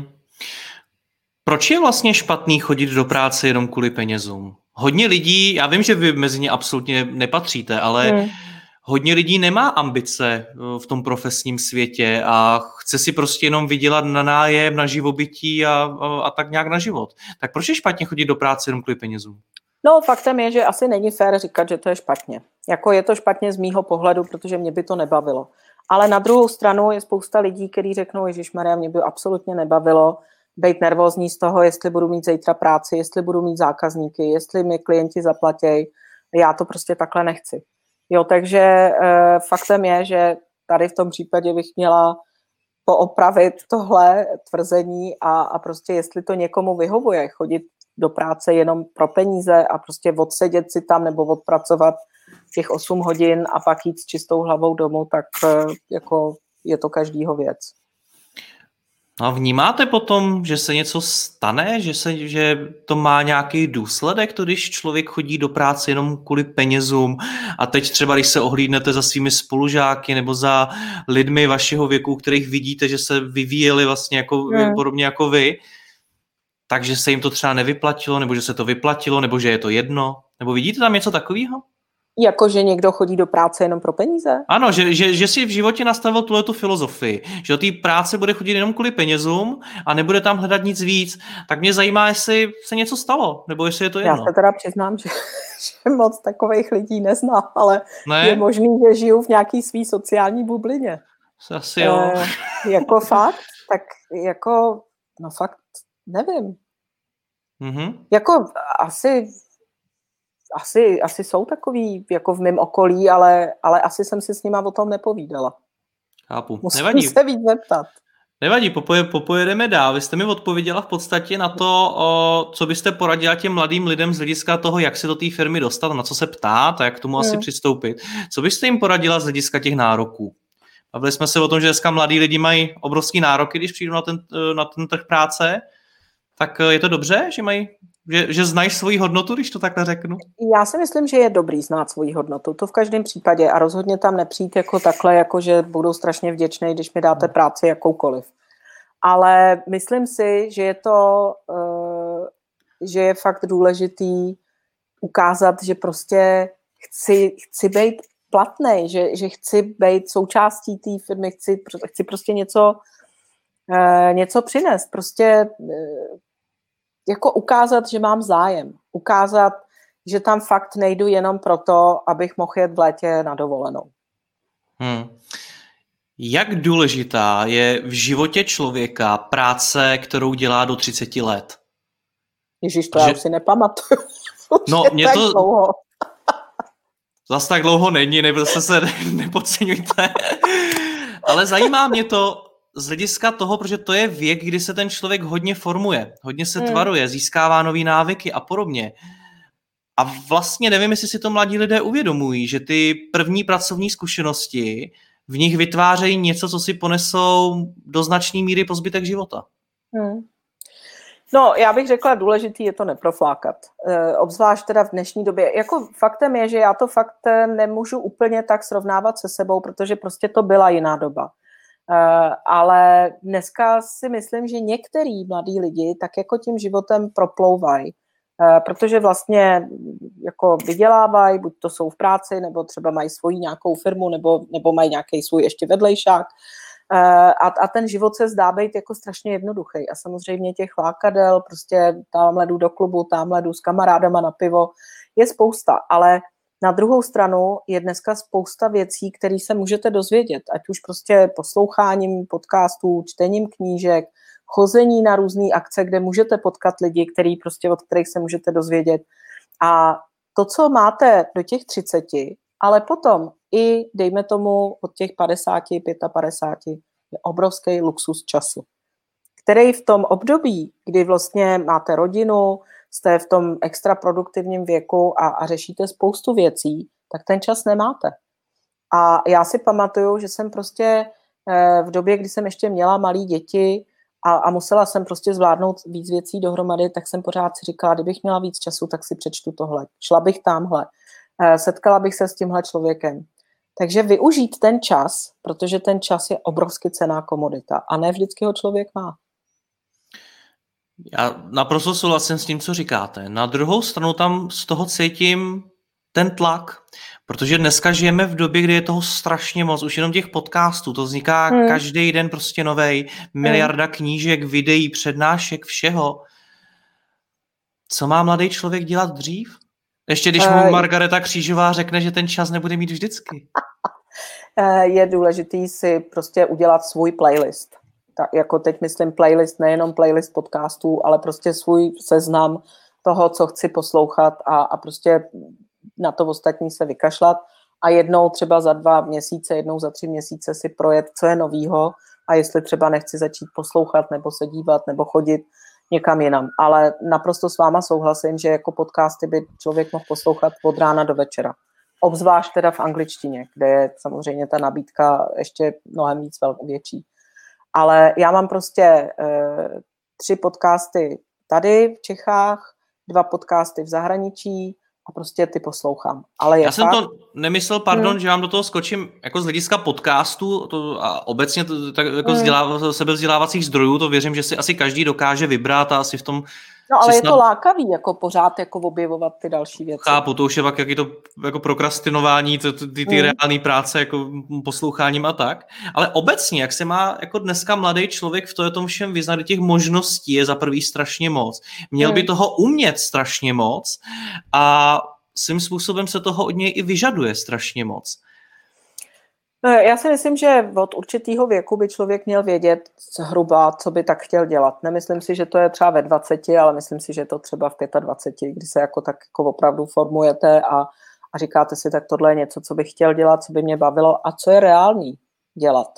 Proč je vlastně špatný chodit do práce jenom kvůli penězům? Hodně lidí, já vím, že vy mezi ně absolutně nepatříte, ale hmm. hodně lidí nemá ambice v tom profesním světě a chce si prostě jenom vydělat na nájem, na živobytí a, a, a tak nějak na život. Tak proč je špatně chodit do práce jenom kvůli penězům? No, faktem je, že asi není fér říkat, že to je špatně. Jako je to špatně z mýho pohledu, protože mě by to nebavilo. Ale na druhou stranu je spousta lidí, kteří řeknou, ježišmarja, mě by absolutně nebavilo být nervózní z toho, jestli budu mít zítra práci, jestli budu mít zákazníky, jestli mi klienti zaplatí. Já to prostě takhle nechci. Jo, takže e, faktem je, že tady v tom případě bych měla poopravit tohle tvrzení a, a prostě jestli to někomu vyhovuje, chodit do práce jenom pro peníze a prostě odsedět si tam nebo odpracovat těch osm hodin a pak jít s čistou hlavou domů, tak e, jako je to každýho věc. A vnímáte potom, že se něco stane, že, se, že to má nějaký důsledek, to když člověk chodí do práce jenom kvůli penězům a teď třeba, když se ohlídnete za svými spolužáky nebo za lidmi vašeho věku, kterých vidíte, že se vyvíjeli vlastně jako, hmm. podobně jako vy, takže se jim to třeba nevyplatilo, nebo že se to vyplatilo, nebo že je to jedno, nebo vidíte tam něco takového? Jako, že někdo chodí do práce jenom pro peníze? Ano, že, že, že si v životě nastavil tuhletu filozofii, že do té práce bude chodit jenom kvůli penězům a nebude tam hledat nic víc. Tak mě zajímá, jestli se něco stalo, nebo jestli je to jedno. Já se teda přiznám, že, že moc takových lidí neznám, ale ne? Je možný, že žiju v nějaký svý sociální bublině. Asi jo. E, jako fakt, tak jako, no fakt, nevím. Mm-hmm. Jako asi... Asi, asi jsou takový jako v mém okolí, ale, ale asi jsem si s nima o tom nepovídala. Chápu. Musím Nevadí. se víc zeptat. Nevadí, popoje, popojedeme dál. Vy jste mi odpověděla v podstatě na to, o, co byste poradila těm mladým lidem z hlediska toho, jak se do té firmy dostat, na co se ptát a jak k tomu hmm. asi přistoupit. Co byste jim poradila z hlediska těch nároků? Bavili jsme se o tom, že dneska mladí lidi mají obrovský nároky, když přijdou na ten, na ten trh práce. Tak je to dobře, že mají, že, že znají svoji hodnotu, když to takhle řeknu? Já si myslím, že je dobrý znát svoji hodnotu. To v každém případě a rozhodně tam nepřijít jako takhle, jako že budou strašně vděční, když mi dáte práci jakoukoliv. Ale myslím si, že je to, že je fakt důležitý ukázat, že prostě chci, chci být platnej, že, že chci být součástí té firmy, chci, chci prostě něco, něco přinést. Prostě jako ukázat, že mám zájem. Ukázat, že tam fakt nejdu jenom proto, abych mohl jet v létě na dovolenou. Hmm. Jak důležitá je v životě člověka práce, kterou dělá do třiceti let? Ježíš, to že... já už si nepamatuju. No, mě to... Dlouho. Zas tak dlouho není, nebo se nepodceňujte. Ale zajímá mě to z hlediska toho, protože to je věk, kdy se ten člověk hodně formuje, hodně se hmm. tvaruje, získává nový návyky a podobně. A vlastně nevím, jestli si to mladí lidé uvědomují, že ty první pracovní zkušenosti v nich vytvářejí něco, co si ponesou do značné míry po zbytek života. Hmm. No, já bych řekla, důležitý je to neproflákat. E, obzvlášť teda v dnešní době. Jako faktem je, že já to fakt nemůžu úplně tak srovnávat se sebou, protože prostě to byla jiná doba. Uh, ale dneska si myslím, že některý mladí lidi tak jako tím životem proplouvají, uh, protože vlastně jako vydělávají, buď to jsou v práci, nebo třeba mají svoji nějakou firmu, nebo, nebo mají nějaký svůj ještě vedlejšák uh, a, a ten život se zdá být jako strašně jednoduchý a samozřejmě těch lákadel, prostě tamhle jdu do klubu, tamhle jdu s kamarádama na pivo, je spousta, ale na druhou stranu je dneska spousta věcí, které se můžete dozvědět, ať už prostě posloucháním podcastů, čtením knížek, chození na různé akce, kde můžete potkat lidi, který prostě, od kterých se můžete dozvědět. A to, co máte do těch třiceti, ale potom i, dejme tomu, od těch padesáti, padesát pět, je obrovský luxus času, který v tom období, kdy vlastně máte rodinu, jste v tom extra produktivním věku a, a řešíte spoustu věcí, tak ten čas nemáte. A já si pamatuju, že jsem prostě eh, v době, kdy jsem ještě měla malé děti a, a musela jsem prostě zvládnout víc věcí dohromady, tak jsem pořád si říkala, kdybych měla víc času, tak si přečtu tohle. Šla bych tamhle, eh, setkala bych se s tímhle člověkem. Takže využít ten čas, protože ten čas je obrovsky cenná komodita a ne vždycky ho člověk má. Já naprosto souhlasím s tím, co říkáte. Na druhou stranu tam z toho cítím ten tlak, protože dneska žijeme v době, kdy je toho strašně moc, už jenom těch podcastů, to vzniká hmm. každý den prostě novej, miliarda hmm. knížek, videí, přednášek, všeho. Co má mladý člověk dělat dřív? Ještě když mu Margareta Křížová řekne, že ten čas nebude mít vždycky. Je důležitý si prostě udělat svůj playlist. Tak jako teď myslím playlist, nejenom playlist podcastů, ale prostě svůj seznam toho, co chci poslouchat a, a prostě na to ostatní se vykašlat a jednou třeba za dva měsíce, jednou za tři měsíce si projet, co je novýho a jestli třeba nechci začít poslouchat nebo se dívat nebo chodit někam jinam. Ale naprosto s váma souhlasím, že jako podcasty by člověk mohl poslouchat od rána do večera. Obzvlášť teda v angličtině, kde je samozřejmě ta nabídka ještě mnohem víc větší. Ale já mám prostě e, tři podcasty tady v Čechách, dva podcasty v zahraničí a prostě ty poslouchám. Ale já jsem fakt... to nemyslel, pardon, hmm. že vám do toho skočím jako z hlediska podcastu to, a obecně to, tak jako hmm. vzdělá, sebevzdělávacích zdrojů, to věřím, že si asi každý dokáže vybrat a asi v tom... No ale je snad... to lákavý, jako pořád jako objevovat ty další věci. Chápu, to už je jak je to jako prokrastinování, ty, ty, ty hmm. reální práce, jako posloucháním a tak. Ale obecně, jak se má jako dneska mladý člověk v to je tom všem vyznat, těch možností je za prvý strašně moc. Měl hmm. by toho umět strašně moc a svým způsobem se toho od něj i vyžaduje strašně moc. Já si myslím, že od určitého věku by člověk měl vědět zhruba, co by tak chtěl dělat. Nemyslím si, že to je třeba ve dvaceti, ale myslím si, že je to třeba v dvaceti pěti, kdy se jako tak jako opravdu formujete a, a říkáte si, tak tohle je něco, co bych chtěl dělat, co by mě bavilo a co je reálný dělat.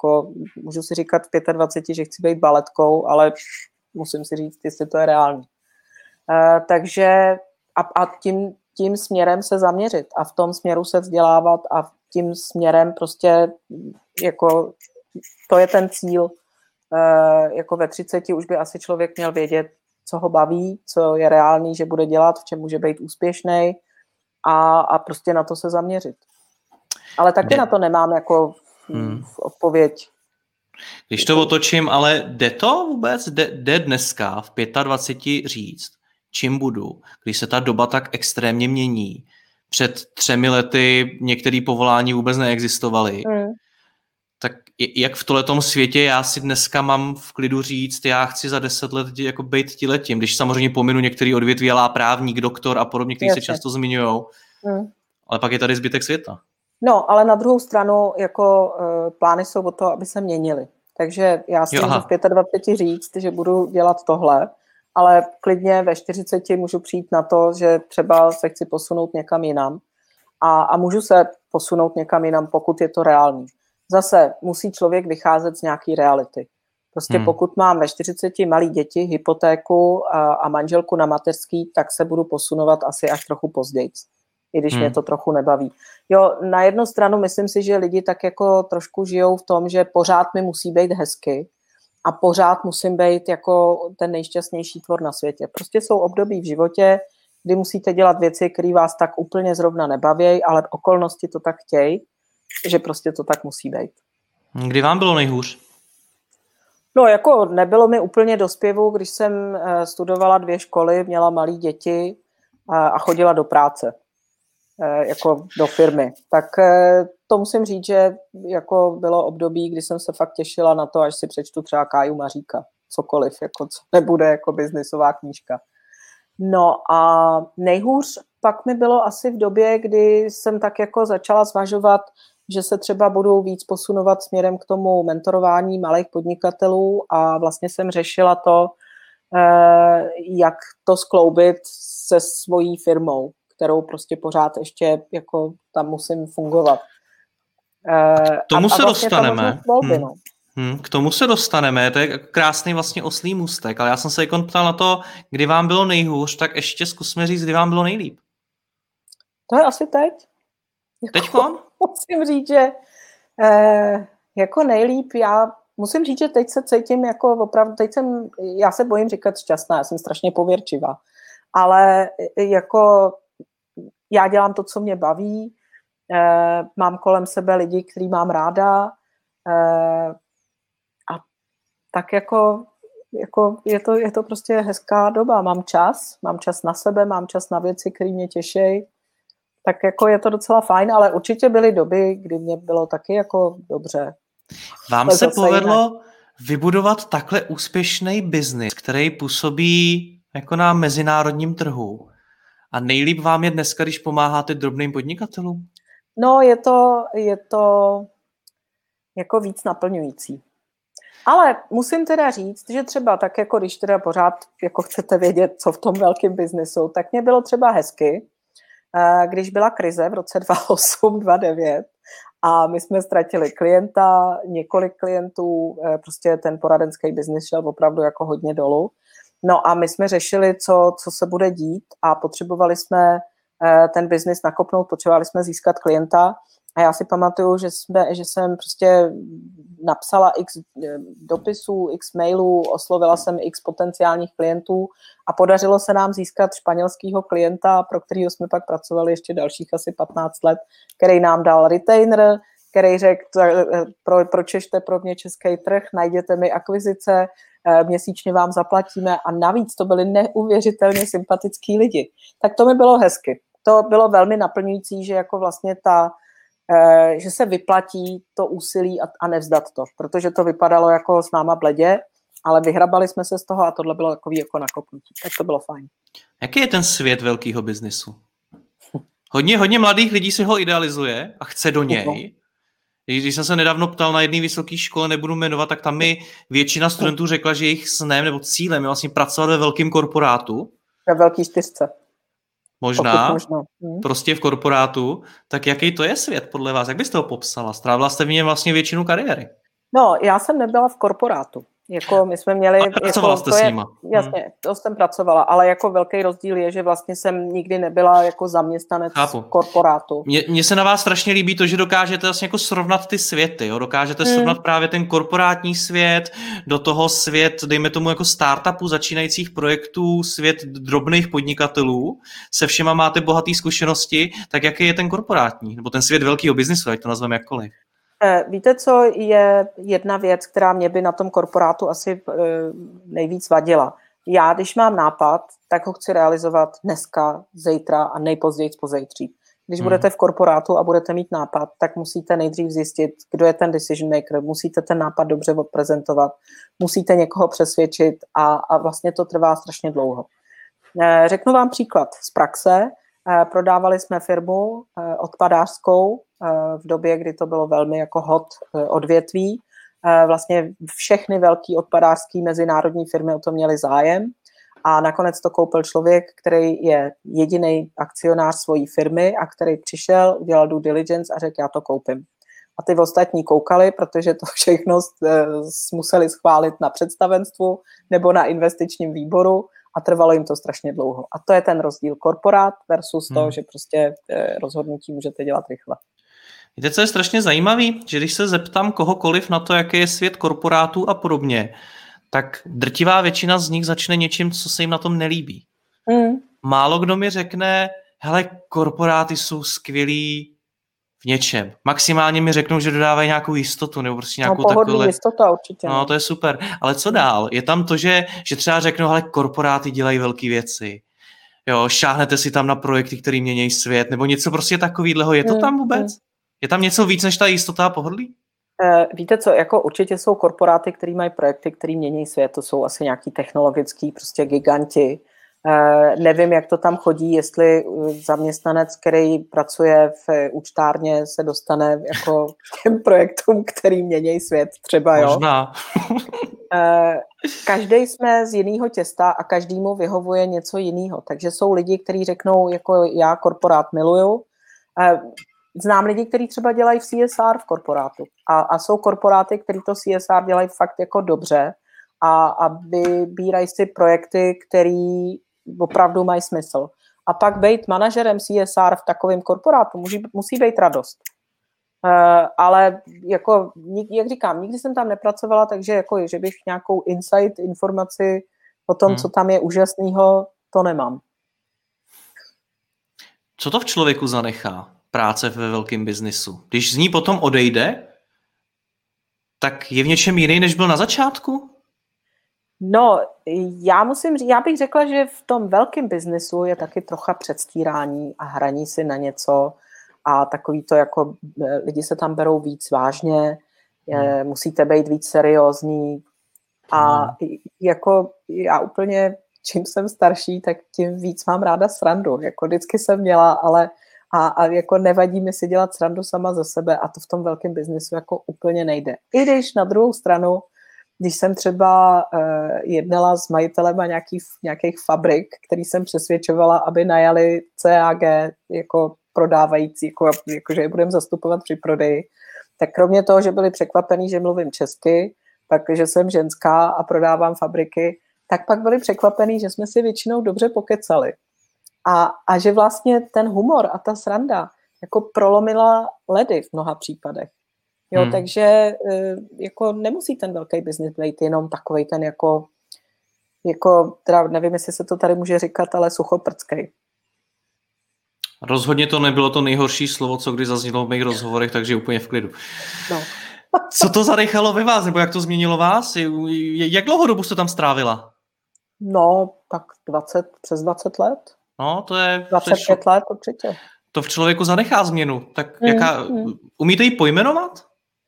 Jako, můžu si říkat v dvaceti pěti, že chci být baletkou, ale musím si říct, jestli to je reálný. Uh, takže a, a tím, tím směrem se zaměřit a v tom směru se vzdělávat a tím směrem prostě jako to je ten cíl. Uh, jako ve třiceti už by asi člověk měl vědět, co ho baví, co je reálný, že bude dělat, v čem může být úspěšnej a, a prostě na to se zaměřit. Ale taky jde. Na to nemám jako hmm. odpověď. Když to otočím, ale jde to vůbec? Jde, jde dneska v dvaceti pěti říct, čím budu, když se ta doba tak extrémně mění. Před třemi lety některé povolání vůbec neexistovaly. Hmm. Tak jak v tohletom světě já si dneska mám v klidu říct, já chci za deset let jako být tiletím, když samozřejmě pominu některý odvětví, ale právník, doktor a podobně, kteří se často zmiňujou. Hmm. Ale pak je tady zbytek světa. No, ale na druhou stranu jako uh, plány jsou o to, aby se měnily. Takže já si jo, můžu v dvaceti pěti říct, že budu dělat tohle, ale klidně ve čtyřiceti můžu přijít na to, že třeba se chci posunout někam jinam a, a můžu se posunout někam jinam, pokud je to reálný. Zase musí člověk vycházet z nějaký reality. Prostě hmm. pokud mám ve čtyřiceti malý děti, hypotéku a, a manželku na mateřský, tak se budu posunovat asi až trochu později, i když hmm. mě to trochu nebaví. Jo, na jednu stranu myslím si, že lidi tak jako trošku žijou v tom, že pořád mi musí být hezky a pořád musím být jako ten nejšťastnější tvor na světě. Prostě jsou období v životě, kdy musíte dělat věci, které vás tak úplně zrovna nebaví, ale okolnosti to tak chtějí, že prostě to tak musí být. Kdy vám bylo nejhůř? No jako nebylo mi úplně do zpěvu, když jsem studovala dvě školy, měla malé děti a chodila do práce, jako do firmy. Tak to musím říct, že jako bylo období, kdy jsem se fakt těšila na to, až si přečtu třeba Káju Maříka, cokoliv, jako co nebude jako biznisová knížka. No a nejhůř pak mi bylo asi v době, kdy jsem tak jako začala zvažovat, že se třeba budu víc posunovat směrem k tomu mentorování malých podnikatelů a vlastně jsem řešila to, jak to skloubit se svojí firmou, kterou prostě pořád ještě jako tam musím fungovat. K tomu a, se a vlastně dostaneme. Volby, no. Hmm, k tomu se dostaneme, to je krásný vlastně oslý můstek, ale já jsem se jako ptal na to, kdy vám bylo nejhůř, tak ještě zkusme říct, kdy vám bylo nejlíp. To je asi teď. Teďkon? Musím říct, že eh, jako nejlíp, já musím říct, že teď se cítím jako opravdu, teď jsem, já se bojím říkat šťastná, já jsem strašně pověrčivá, ale jako já dělám to, co mě baví, eh, mám kolem sebe lidi, který mám ráda, eh, tak jako, jako je, to, je to prostě hezká doba. Mám čas, mám čas na sebe, mám čas na věci, které mě těší. Tak jako je to docela fajn, ale určitě byly doby, kdy mě bylo taky jako dobře. Vám se povedlo jinak vybudovat takhle úspěšný biznis, který působí jako na mezinárodním trhu. A nejlíp vám je dneska, když pomáháte drobným podnikatelům? No, je to, je to jako víc naplňující. Ale musím teda říct, že třeba tak jako když teda pořád jako chcete vědět, co v tom velkém biznesu, tak mě bylo třeba hezky, když byla krize v roce dva tisíce osm dva tisíce devět a my jsme ztratili klienta, několik klientů, prostě ten poradenský biznis šel opravdu jako hodně dolů. No a my jsme řešili, co, co se bude dít a potřebovali jsme ten biznis nakopnout, potřebovali jsme získat klienta. A já si pamatuju, že, jsme, že jsem prostě napsala x dopisů, x mailů, oslovila jsem x potenciálních klientů a podařilo se nám získat španělského klienta, pro kterého jsme pak pracovali ještě dalších asi patnáct let, který nám dal retainer, který řekl, pro, pročešte pro mě český trh, najděte mi akvizice, měsíčně vám zaplatíme a navíc to byli neuvěřitelně sympatický lidi. Tak to mi bylo hezky. To bylo velmi naplňující, že jako vlastně ta že se vyplatí to úsilí a, a nevzdat to, protože to vypadalo jako s náma bledě, ale vyhrabali jsme se z toho a tohle bylo takový jako nakopnutí. Tak to bylo fajn. Jaký je ten svět velkého biznisu? Hodně, hodně mladých lidí si ho idealizuje a chce do něj. Když jsem se nedávno ptal na jedné vysoké škole, nebudu jmenovat, tak tam mi většina studentů řekla, že jejich snem nebo cílem je vlastně pracovat ve velkém korporátu. Ve velký čtyřce. Možná, hmm. prostě v korporátu. Tak jaký to je svět podle vás? Jak byste ho popsala? Strávila jste v něm vlastně většinu kariéry. No, já jsem nebyla v korporátu. Jako my jsme měli... Ale pracovala jako, jste to s je, nima. jasně, hmm. to jsem pracovala, ale jako velký rozdíl je, že vlastně jsem nikdy nebyla jako zaměstnanec Chápu. korporátu. Mně, mně se na vás strašně líbí to, že dokážete vlastně jako srovnat ty světy, jo? Dokážete hmm. srovnat právě ten korporátní svět, do toho svět, dejme tomu jako startupů, začínajících projektů, svět drobných podnikatelů, se všema máte bohatý zkušenosti, tak jaký je ten korporátní, nebo ten svět velkého biznisu, ať to nazveme jakkoliv? Víte, co je jedna věc, která mě by na tom korporátu asi nejvíc vadila? Já, když mám nápad, tak ho chci realizovat dneska, zítra a nejpozději pozítří. Když hmm. budete v korporátu a budete mít nápad, tak musíte nejdřív zjistit, kdo je ten decision maker, musíte ten nápad dobře odprezentovat, musíte někoho přesvědčit a, a vlastně to trvá strašně dlouho. Řeknu vám příklad z praxe. Prodávali jsme firmu odpadářskou v době, kdy to bylo velmi jako hot odvětví. Vlastně všechny velké odpadářské mezinárodní firmy o to měly zájem a nakonec to koupil člověk, který je jediný akcionář svojí firmy a který přišel, udělal due diligence a řekl, já to koupím. A ty ostatní koukali, protože to všechno museli schválit na představenstvu nebo na investičním výboru a trvalo jim to strašně dlouho. A to je ten rozdíl korporát versus to, hmm. že prostě rozhodnutí můžete dělat rychle. Víte, co je strašně zajímavý, že když se zeptám kohokoliv na to, jaký je svět korporátů a podobně, tak drtivá většina z nich začne něčím, co se jim na tom nelíbí. Hmm. Málo kdo mi řekne, hele, korporáty jsou skvělí v něčem. Maximálně mi řeknou, že dodávají nějakou jistotu nebo prostě nějakou no, pohodlí takové... jistota určitě. No, to je super. Ale co dál? Je tam to, že, že třeba řeknou, hele, korporáty dělají velké věci. Jo, šáhnete si tam na projekty, které mění svět, nebo něco prostě takového. Je to tam vůbec? Je tam něco víc než ta jistota a pohodlí? Víte co, jako určitě jsou korporáty, které mají projekty, které mění svět. To jsou asi nějaký technologický prostě giganti. Nevím, jak to tam chodí, jestli zaměstnanec, který pracuje v účtárně, se dostane jako k těm projektům, který mění svět třeba, jo. Možná. Každý jsme z jiného těsta a každému vyhovuje něco jiného. Takže jsou lidi, kteří řeknou, jako já korporát miluju. Znám lidi, kteří třeba dělají v C S R v korporátu a, a jsou korporáty, kteří to C S R dělají fakt jako dobře a, a vybírají si projekty, které opravdu mají smysl. A pak být manažerem C S R v takovém korporátu musí, musí být radost. Uh, ale jako, jak říkám, nikdy jsem tam nepracovala, takže jako, že bych nějakou insight, informaci o tom, hmm. co tam je úžasného, to nemám. Co to v člověku zanechá? Práce ve velkém biznisu. Když z ní potom odejde, tak je v něčem jiný, než byl na začátku? No, já musím říct, já bych řekla, že v tom velkém biznisu je taky trocha předstírání a hraní si na něco a takový to jako lidi se tam berou víc vážně, je, hmm. musíte být víc seriózní a hmm. jako já úplně, čím jsem starší, tak tím víc mám ráda srandu. Jako vždycky jsem měla, ale A, a jako nevadí mi si dělat srandu sama ze sebe a to v tom velkém biznesu jako úplně nejde. I když na druhou stranu, když jsem třeba uh, jednala s majitelema nějakých, nějakých fabrik, který jsem přesvědčovala, aby najali C A G jako prodávající, jako, jako že je budeme zastupovat při prodeji, tak kromě toho, že byli překvapení, že mluvím česky, pak, že jsem ženská a prodávám fabriky, tak pak byli překvapení, že jsme si většinou dobře pokecali. A, a že vlastně ten humor a ta sranda jako prolomila ledy v mnoha případech. Jo, hmm. takže jako nemusí ten velký biznis být jenom takovej ten jako, jako, teda nevím, jestli se to tady může říkat, ale suchoprckej. Rozhodně to nebylo to nejhorší slovo, co kdy zaznělo v mých rozhovorech, takže úplně v klidu. No. Co to zanechalo ve vás, nebo jak to změnilo vás? Jak dlouho dobu jste tam strávila? No, tak dvacet, přes dvacet let. No, to je... dvacet pět let určitě. To v člověku zanechá změnu. Tak mm, jaká... Mm. Umíte ji pojmenovat?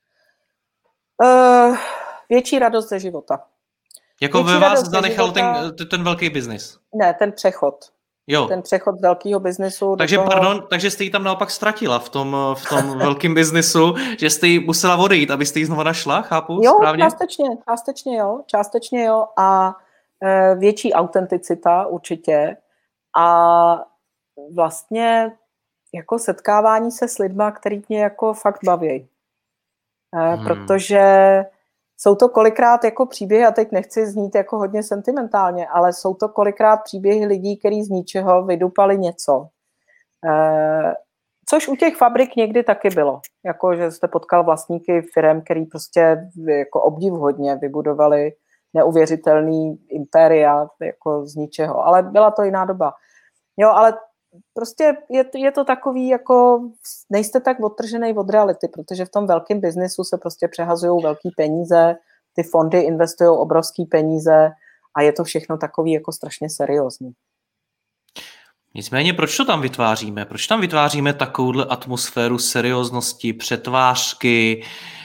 Uh, větší radost ze života. Jako větší ve vás zanechal ten, ten velký biznis? Ne, ten přechod. Jo. Ten přechod z velkého biznisu. Takže toho... pardon, takže jste ji tam naopak ztratila v tom, v tom velkém biznisu, že jste ji musela odejít, abyste ji znova našla, chápu? Jo, správně? částečně, částečně jo, částečně jo a e, větší autenticita určitě a vlastně jako setkávání se s lidma, který mě jako fakt baví. E, hmm. Protože jsou to kolikrát jako příběhy, a teď nechci znít jako hodně sentimentálně, ale jsou to kolikrát příběhy lidí, kteří z ničeho vydupali něco. E, což u těch fabrik někdy taky bylo. Jako, že jste potkal vlastníky firem, který prostě jako obdivuhodně vybudovali neuvěřitelný impéria jako z ničeho. Ale byla to jiná doba. Jo, ale prostě je, je to takový, jako nejste tak odtržený od reality, protože v tom velkém biznesu se prostě přehazují velký peníze, ty fondy investují obrovský peníze a je to všechno takový jako strašně seriózní. Nicméně, proč to tam vytváříme? Proč tam vytváříme takovouhle atmosféru serióznosti, přetvářky,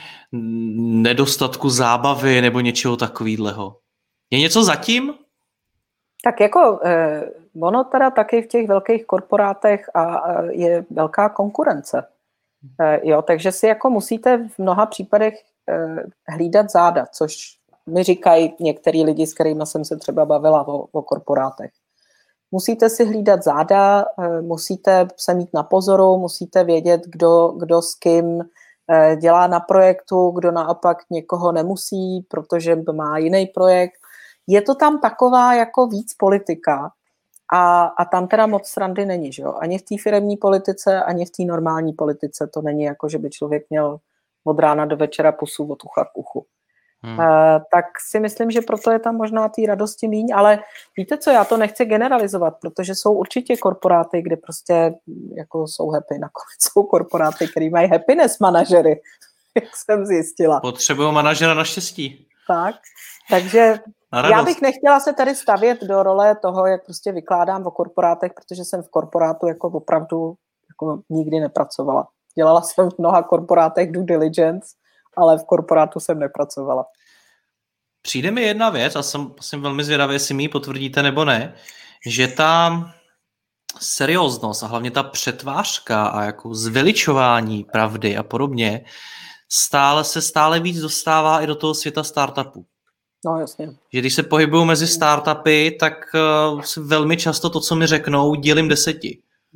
nedostatku zábavy nebo něčeho takového? Je něco zatím? Tak jako eh, ono teda taky v těch velkých korporátech a, a je velká konkurence. Eh, jo, takže si jako musíte v mnoha případech eh, hlídat záda, což mi říkají některý lidi, s kterými jsem se třeba bavila o, o korporátech. Musíte si hlídat záda, eh, musíte se mít na pozoru, musíte vědět, kdo, kdo s kým eh, dělá na projektu, kdo naopak někoho nemusí, protože má jiný projekt. Je to tam taková jako víc politika a, a tam teda moc srandy není, že jo? Ani v té firemní politice, ani v té normální politice to není jako, že by člověk měl od rána do večera pusu od ucha k uchu. Hmm. Uh, tak si myslím, že proto je tam možná té radosti míň, ale víte co, já to nechci generalizovat, protože jsou určitě korporáty, kde prostě jako jsou happy, nakonec jsou korporáty, který mají happiness manažery, jak jsem zjistila. Potřebují manažera na štěstí. Tak, takže já bych nechtěla se tady stavět do role toho, jak prostě vykládám o korporátech, protože jsem v korporátu jako opravdu jako nikdy nepracovala. Dělala jsem v mnoha korporátech due diligence, ale v korporátu jsem nepracovala. Přijde mi jedna věc, a jsem, jsem velmi zvědavý, jestli mi ji potvrdíte nebo ne, že ta serióznost a hlavně ta přetvářka a jako zveličování pravdy a podobně stále se stále víc dostává i do toho světa startupů. No jasně. Že když se pohybuju mezi startupy, tak uh, velmi často to, co mi řeknou, dělím deseti.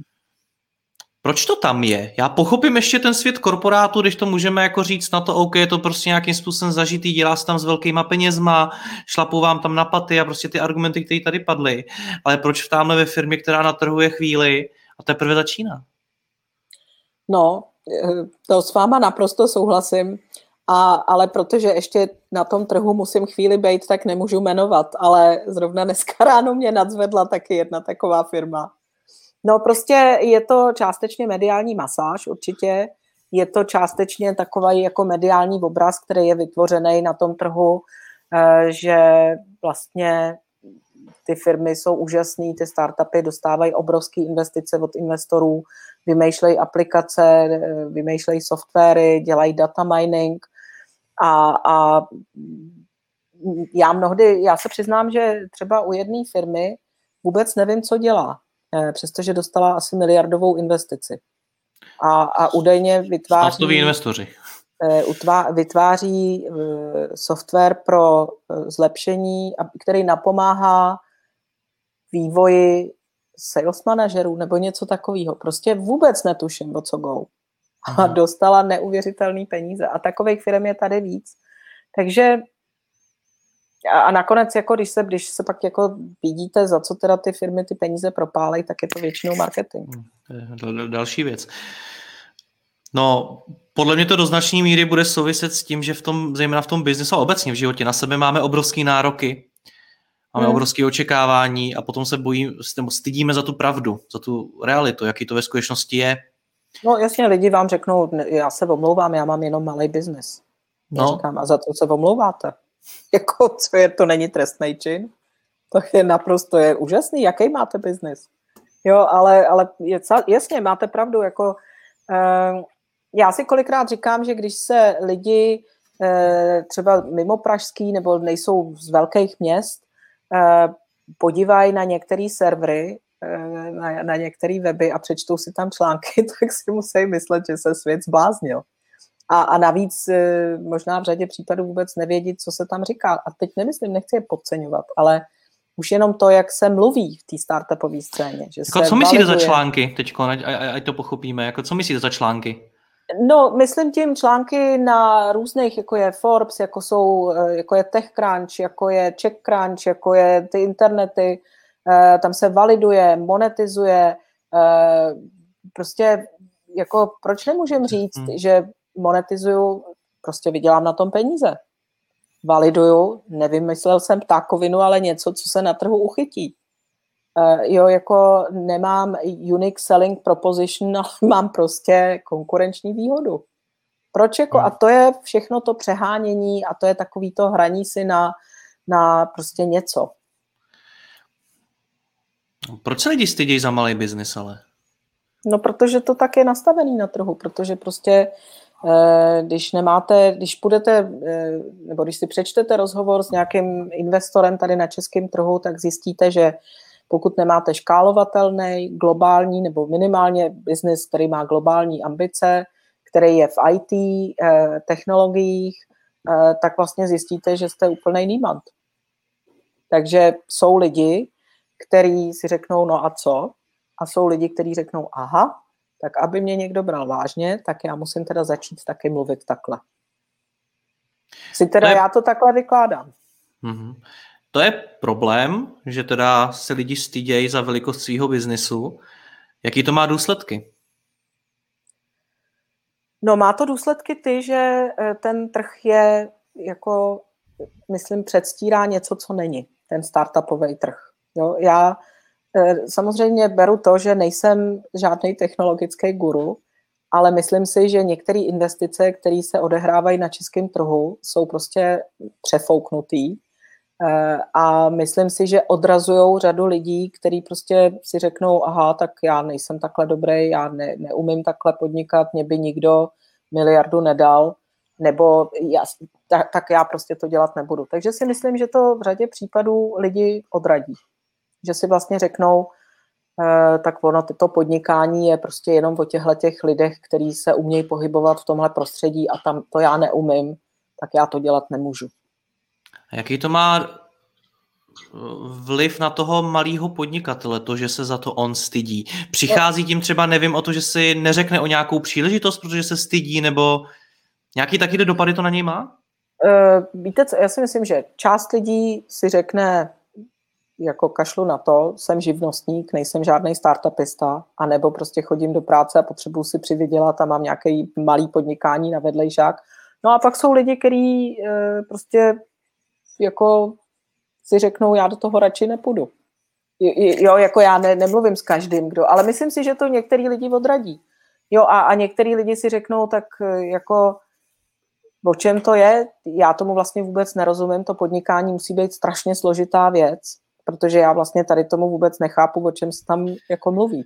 Proč to tam je? Já pochopím ještě ten svět korporátu, když to můžeme jako říct na to, OK, je to prostě nějakým způsobem zažitý, dělá se tam s velkýma penězma, šlapou vám tam na paty a prostě ty argumenty, které tady padly. Ale proč v tamhle ve firmě, která na trhu je chvíli a teprve začíná? No, to s váma naprosto souhlasím. A, ale protože ještě na tom trhu musím chvíli bejt, tak nemůžu jmenovat, ale zrovna dneska ráno mě nadzvedla taky jedna taková firma. No prostě je to částečně mediální masáž určitě, je to částečně takový jako mediální obraz, který je vytvořený na tom trhu, že vlastně ty firmy jsou úžasné, ty startupy dostávají obrovské investice od investorů, vymýšlejí aplikace, vymýšlejí softwary, dělají data mining a, a já mnohdy, já se přiznám, že třeba u jedné firmy vůbec nevím, co dělá, přestože dostala asi miliardovou investici. A, a údajně vytváří... Naftoví investoři. Utvá, vytváří software pro zlepšení, který napomáhá vývoji sales manažerů nebo něco takového. Prostě vůbec netuším, o co go. A dostala neuvěřitelné peníze. A takových firm je tady víc. Takže a nakonec, jako když se, když se pak jako vidíte, za co teda ty firmy ty peníze propálejí, tak je to většinou marketing. Další věc. No, podle mě to do značné míry bude souviset s tím, že v tom, zejména v tom biznesu a obecně v životě na sebe máme obrovské nároky, máme hmm. obrovské očekávání a potom se bojím, nebo stydíme za tu pravdu, za tu realitu, jaký to ve skutečnosti je. No jasně, lidi vám řeknou, já se omlouvám, já mám jenom malý biznes. No. Říkám, a za to se omlouváte? Jako, co je, to není trestný čin? To je naprosto je úžasný, jaký máte biznis? Jo, ale, ale je, jasně, máte pravdu, jako eh, já si kolikrát říkám, že když se lidi eh, třeba mimo pražský nebo nejsou z velkých měst, eh, podívají na některé servery, eh, na, na některé weby a přečtou si tam články, tak si musí myslet, že se svět zbláznil. A, a navíc e, možná v řadě případů vůbec nevědět, co se tam říká. A teď nemyslím, nechci je podceňovat, ale už jenom to, jak se mluví v té startupové scéně. Že jako se co myslíte validuje... za články teď, ať, ať to pochopíme? Jako co myslíte za články? No, myslím tím články na různých, jako je Forbes, jako, jsou, jako je TechCrunch, jako je CheckCrunch, jako je ty internety, tam se validuje, monetizuje, prostě jako proč nemůžem říct, hmm. že monetizuju, prostě vydělám na tom peníze. Validuju, nevymyslel jsem ptákovinu, ale něco, co se na trhu uchytí. Uh, jo, jako nemám unique selling proposition, ale mám prostě konkurenční výhodu. Proč jako, hmm. a to je všechno to přehánění a to je takový to hraní si na, na prostě něco. Proč se lidi stydějí za malý biznis, ale? No, protože to tak je nastavený na trhu, protože prostě eh, když nemáte, když půjdete, eh, nebo když si přečtete rozhovor s nějakým investorem tady na českém trhu, tak zjistíte, že pokud nemáte škálovatelný, globální nebo minimálně biznis, který má globální ambice, který je v í té, eh, technologiích, eh, tak vlastně zjistíte, že jste úplnej nímant. Takže jsou lidi, kteří si řeknou, no a co? A jsou lidi, kteří řeknou, aha, tak aby mě někdo bral vážně, tak já musím teda začít taky mluvit takhle. Si teda to je... já to takhle vykládám. Mm-hmm. To je problém, že teda se lidi stydějí za velikost svého biznesu. Jaký to má důsledky? No, má to důsledky ty, že ten trh je jako, myslím, předstírá něco, co není. Ten startupový trh. Jo, já samozřejmě beru to, že nejsem žádný technologický guru, ale myslím si, že některé investice, které se odehrávají na českém trhu, jsou prostě přefouknutý a myslím si, že odrazují řadu lidí, kteří prostě si řeknou, aha, tak já nejsem takhle dobrý, já ne, neumím takhle podnikat, mě by nikdo miliardu nedal, nebo já, tak, tak já prostě to dělat nebudu. Takže si myslím, že to v řadě případů lidi odradí. Že si vlastně řeknou, eh, tak ono, to podnikání je prostě jenom o těchto těch lidech, kteří se umějí pohybovat v tomhle prostředí a tam to já neumím, tak já to dělat nemůžu. A jaký to má vliv na toho malého podnikatele, to, že se za to on stydí? Přichází tím třeba, nevím, o to, že si neřekne o nějakou příležitost, protože se stydí, nebo nějaký taky dopady to na něj má? Uh, víte co, já si myslím, že část lidí si řekne, jako kašlu na to, jsem živnostník, nejsem žádný startupista, anebo prostě chodím do práce a potřebuji si přivydělat a mám nějaký malý podnikání na vedlejšák. No a pak jsou lidi, kteří e, prostě jako si řeknou, já do toho radši nepůjdu. Jo, jako já ne, nemluvím s každým, kdo, ale myslím si, že to některý lidi odradí. Jo, a, a některý lidi si řeknou, tak jako o čem to je? Já tomu vlastně vůbec nerozumím, to podnikání musí být strašně složitá věc, protože já vlastně tady tomu vůbec nechápu, o čem se tam jako mluví.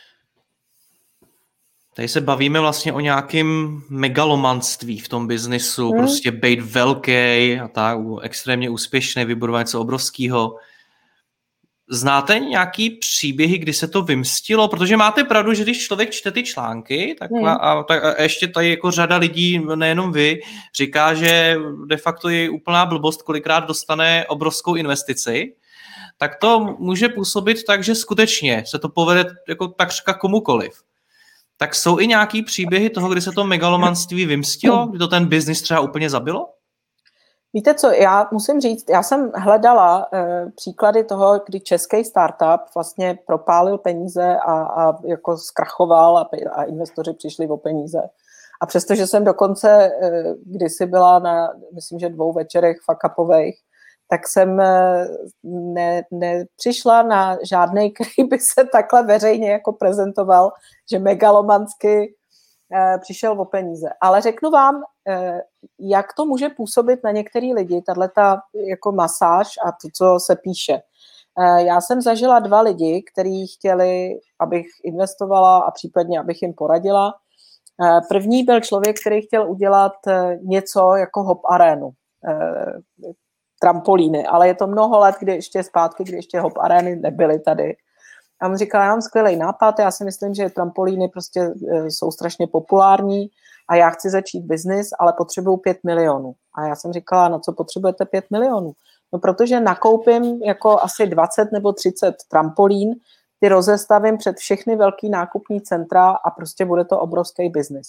Tady se bavíme vlastně o nějakém megalomanství v tom biznisu, hmm. prostě být velký a tak, extrémně úspěšný, vybudovat něco obrovského. Znáte nějaký příběhy, kdy se to vymstilo? Protože máte pravdu, že když člověk čte ty články, tak hmm. a, a, a ještě tady jako řada lidí, nejenom vy, říká, že de facto je úplná blbost, kolikrát dostane obrovskou investici, tak to může působit tak, že skutečně se to povede jako takřka komukoliv. Tak jsou i nějaký příběhy toho, kdy se to megalomanství vymstilo, kdy to ten biznis třeba úplně zabilo? Víte co, já musím říct, já jsem hledala e, příklady toho, kdy český startup vlastně propálil peníze a, a jako zkrachoval a, a investoři přišli o peníze. A přestože jsem dokonce e, kdysi byla na, myslím, že dvou večerech fuck-upových, tak jsem ne, nepřišla na žádnej, který by se takhle veřejně jako prezentoval, že megalomansky eh, přišel o peníze. Ale řeknu vám, eh, jak to může působit na některý lidi, tato jako masáž a to, co se píše. Eh, já jsem zažila dva lidi, kteří chtěli, abych investovala a případně, abych jim poradila. Eh, první byl člověk, který chtěl udělat eh, něco jako hop arénu. Eh, trampolíny, ale je to mnoho let, kdy ještě zpátky, kdy ještě hop arény nebyly tady. A on říkal, já mám skvělý nápad, já si myslím, že trampolíny prostě e, jsou strašně populární a já chci začít biznis, ale potřebuju pět milionů. A já jsem říkala, na co potřebujete pět milionů? No protože nakoupím jako asi dvacet nebo třicet trampolín, ty rozestavím před všechny velký nákupní centra a prostě bude to obrovský biznis.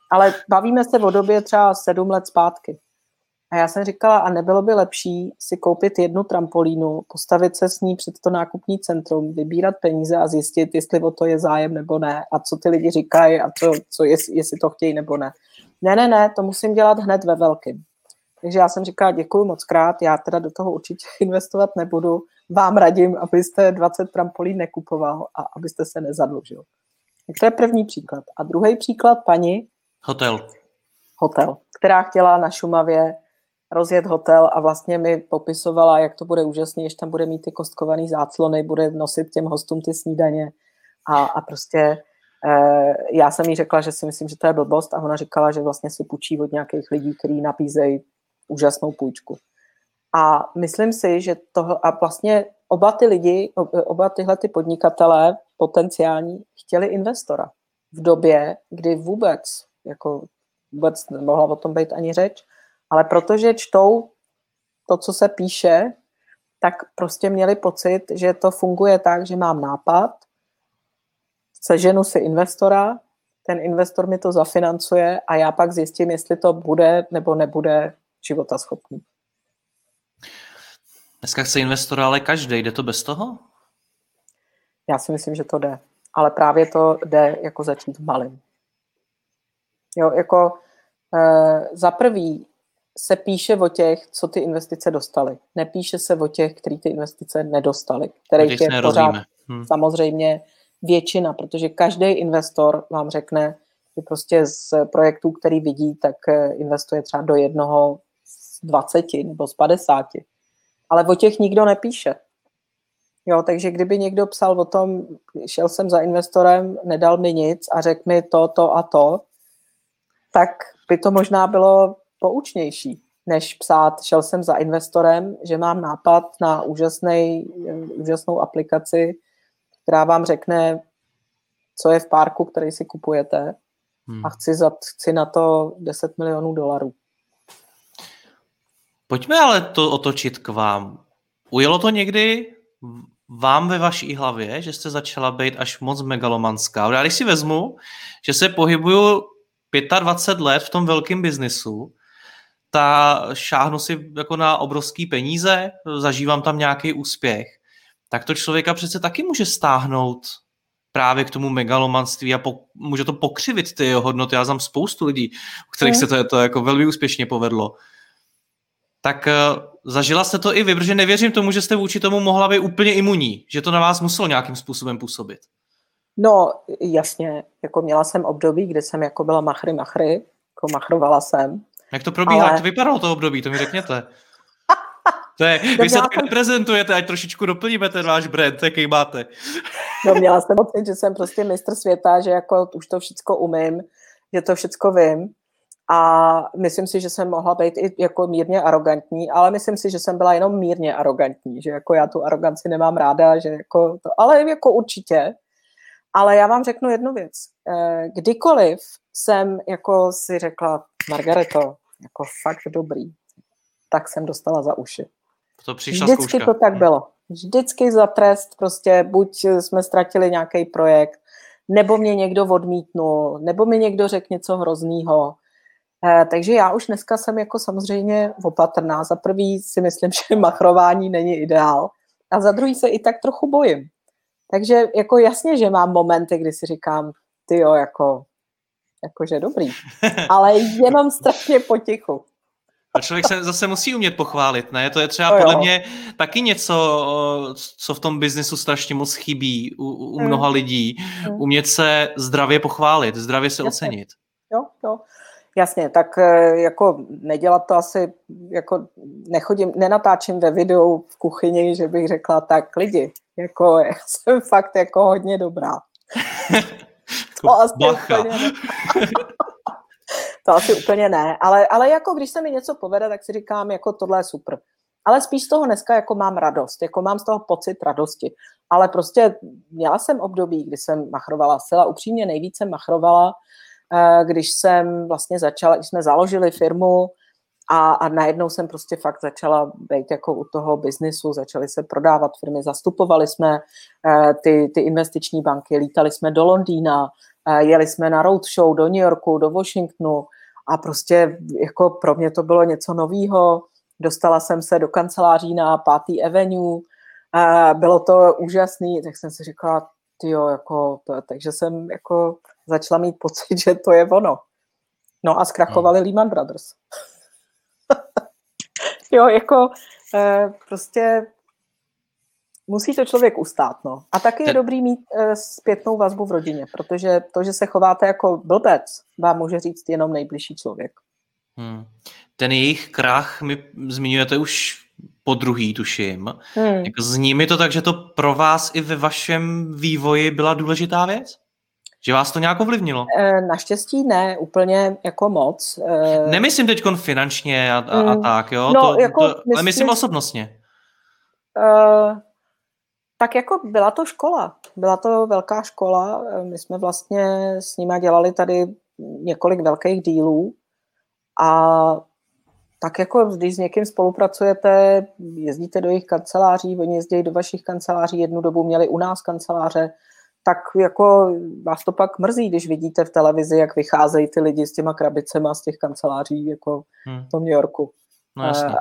Ale bavíme se o době třeba sedm let zpátky. A já jsem říkala, a nebylo by lepší si koupit jednu trampolínu, postavit se s ní před to nákupní centrum, vybírat peníze a zjistit, jestli o to je zájem nebo ne a co ty lidi říkají a co, co jestli, jestli to chtějí nebo ne. Ne, ne, ne, to musím dělat hned ve velkým. Takže já jsem říkala, děkuju moc krát, já teda do toho určitě investovat nebudu, vám radím, abyste dvacet trampolín nekupoval a abyste se nezadlužil. Tak to je první příklad. A druhý příklad, paní. Hotel. Hotel, která chtěla na Šumavě rozjet hotel a vlastně mi popisovala, jak to bude úžasný, že tam bude mít ty kostkovaný záclony, bude nosit těm hostům ty snídaně a, a prostě eh, já jsem jí řekla, že si myslím, že to je blbost a ona říkala, že vlastně si půjčí od nějakých lidí, kteří nabízejí úžasnou půjčku. A myslím si, že toho, a vlastně oba ty lidi, oba tyhle ty podnikatelé potenciální chtěli investora v době, kdy vůbec, jako vůbec nemohla o tom být ani řeč, ale protože čtou to, co se píše, tak prostě měli pocit, že to funguje tak, že mám nápad, seženu si investora, ten investor mi to zafinancuje a já pak zjistím, jestli to bude nebo nebude životaschopný. Dneska chce investora, ale každý. Jde to bez toho? Já si myslím, že to jde. Ale právě to jde jako začít malým. Jo, jako e, za prvý se píše o těch, co ty investice dostali. Nepíše se o těch, který ty investice nedostali. Kterých je pořád hmm. samozřejmě většina, protože každý investor vám řekne, že prostě z projektů, který vidí, tak investuje třeba do jednoho z dvaceti nebo z padesáti. Ale o těch nikdo nepíše. Jo, takže kdyby někdo psal o tom, šel jsem za investorem, nedal mi nic a řekl mi to, to a to, tak by to možná bylo poučnější, než psát, šel jsem za investorem, že mám nápad na úžasnej, úžasnou aplikaci, která vám řekne, co je v parku, který si kupujete hmm. a chci, za, chci na to deset milionů dolarů. Pojďme ale to otočit k vám. Ujelo to někdy vám ve vaší hlavě, že jste začala být až moc megalomanská? Já když si vezmu, že se pohybuju dvacet pět let v tom velkém biznisu, ta šáhnu si jako na obrovský peníze, zažívám tam nějaký úspěch, tak to člověka přece taky může stáhnout právě k tomu megalomanství a po, může to pokřivit ty hodnoty. Já znám spoustu lidí, u kterých mm. se to, to jako velmi úspěšně povedlo. Tak uh, zažila jste to i vy, protože nevěřím tomu, že jste vůči tomu mohla být úplně imunní, že to na vás muselo nějakým způsobem působit. No jasně, jako měla jsem období, kdy jsem jako byla machry machry, jako machrovala jsem. Jak to probíhá, ale... jak to vypadalo to období, to mi řekněte. To je, vy se tak jsem... reprezentujete, ať trošičku doplníme ten váš brand, jaký máte. No měla jsem pocit, že jsem prostě mistr světa, že jako už to všecko umím, že to všecko vím. A myslím si, že jsem mohla být i jako mírně arrogantní, ale myslím si, že jsem byla jenom mírně arrogantní, že jako já tu aroganci nemám ráda, že jako to, ale jako určitě. Ale já vám řeknu jednu věc. Kdykoliv jsem jako si řekla, Margareto, jako fakt dobrý, tak jsem dostala za uši. To přišla Vždycky zkouška. To tak bylo. Vždycky za trest prostě buď jsme ztratili nějaký projekt, nebo mě někdo odmítnul, nebo mi někdo řekl něco hroznýho. Eh, takže já už dneska jsem jako samozřejmě opatrná. Za prvý si myslím, že machrování není ideál. A za druhý se i tak trochu bojím. Takže jako jasně, že mám momenty, kdy si říkám, tyjo, jako, jakože dobrý. Ale jenom strašně potichu. A člověk se zase musí umět pochválit, ne? To je třeba podle mě taky něco, co v tom biznesu strašně moc chybí u, u mnoha hmm. lidí. Hmm. Umět se zdravě pochválit, zdravě se Jasně. ocenit. Jo, jo. Jasně, tak jako nedělat to asi, jako nechodím, nenatáčím ve videu v kuchyni, že bych řekla, tak lidi, jako já jsem fakt jako hodně dobrá. To asi úplně ne. To asi úplně ne, ale, ale jako když se mi něco povede, tak si říkám, jako tohle je super. Ale spíš z toho dneska jako mám radost, jako mám z toho pocit radosti. Ale prostě měla jsem období, kdy jsem machrovala, zcela upřímně nejvíc jsem machrovala, když jsem vlastně začala, když jsme založili firmu a, a najednou jsem prostě fakt začala být jako u toho biznisu, začaly se prodávat firmy, zastupovali jsme ty, ty investiční banky, lítali jsme do Londýna, Jeli jsme na roadshow do New Yorku, do Washingtonu a prostě jako pro mě to bylo něco novýho. Dostala jsem se do kanceláří na pátý Avenue, bylo to úžasný, tak jsem si říkala, tyjo, jako to, takže jsem jako začala mít pocit, že to je ono. No a zkrachovali hmm. Lehman Brothers. Jo, jako eh, prostě musí to člověk ustát, no. A taky je dobrý mít eh, zpětnou vazbu v rodině, protože to, že se chováte jako blbec, vám může říct jenom nejbližší člověk. Hmm. Ten jejich krach mi zmiňujete už po druhý, tuším. Hmm. Jako zní mi to tak, že to pro vás i ve vašem vývoji byla důležitá věc? Že vás to nějak ovlivnilo? E, naštěstí ne, úplně jako moc. E... Nemyslím teďkon finančně a, a, a tak, jo? No, to, jako, to, myslím, ale myslím osobnostně. E, tak jako byla to škola. Byla to velká škola. My jsme vlastně s nima dělali tady několik velkých dílů a tak jako když s někým spolupracujete, jezdíte do jejich kanceláří, oni jezdí do vašich kanceláří, jednu dobu měli u nás kanceláře, tak jako vás to pak mrzí, když vidíte v televizi, jak vycházejí ty lidi s těma krabicema z těch kanceláří jako hmm. v tom New Yorku. No jasně.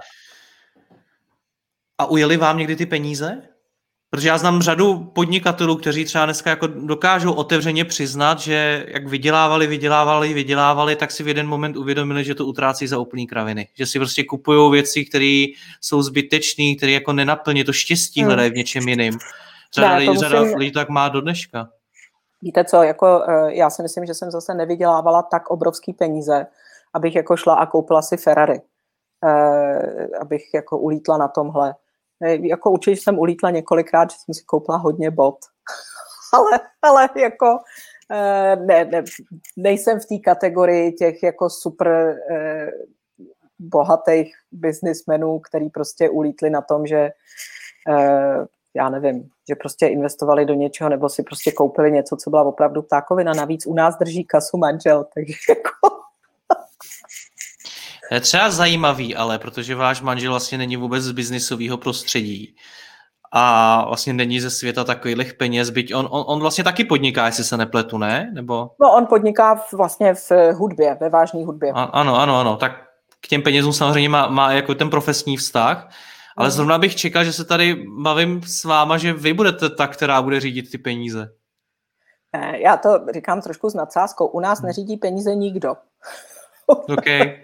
A ujeli vám někdy ty peníze? Protože já znám řadu podnikatelů, kteří třeba dneska jako dokážou otevřeně přiznat, že jak vydělávali, vydělávali, vydělávali, tak si v jeden moment uvědomili, že to utrácí za úplný kraviny. Že si prostě kupují věci, které jsou zbytečné, které jako nenaplní to štěstí, hmm. hledají v něčem jiným. Řada, ne, lidí, řada musím... lidí tak má do dneška. Víte co, jako já si myslím, že jsem zase nevydělávala tak obrovský peníze, abych jako šla a koupila si Ferrari. Abych jako ulítla na tomhle. Jako určitě jsem ulítla několikrát, že jsem si koupila hodně bot. ale, ale jako ne, ne, nejsem v té kategorii těch jako super eh, bohatých businessmenů, který prostě ulítli na tom, že eh, já nevím, že prostě investovali do něčeho nebo si prostě koupili něco, co byla opravdu ptákovina. Navíc u nás drží kasu manžel, takže jako... Je třeba zajímavý, ale protože váš manžel vlastně není vůbec z biznisového prostředí a vlastně není ze světa takových peněz, byť on, on, on vlastně taky podniká, jestli se nepletu, ne? Nebo... No on podniká v, vlastně v hudbě, ve vážné hudbě. A, ano, ano, ano, tak k těm penězům samozřejmě má, má jako ten profesní vztah, ale zrovna bych čekal, že se tady bavím s váma, že vy budete ta, která bude řídit ty peníze. Já to říkám trošku s nadsázkou. U nás neřídí peníze nikdo. OK.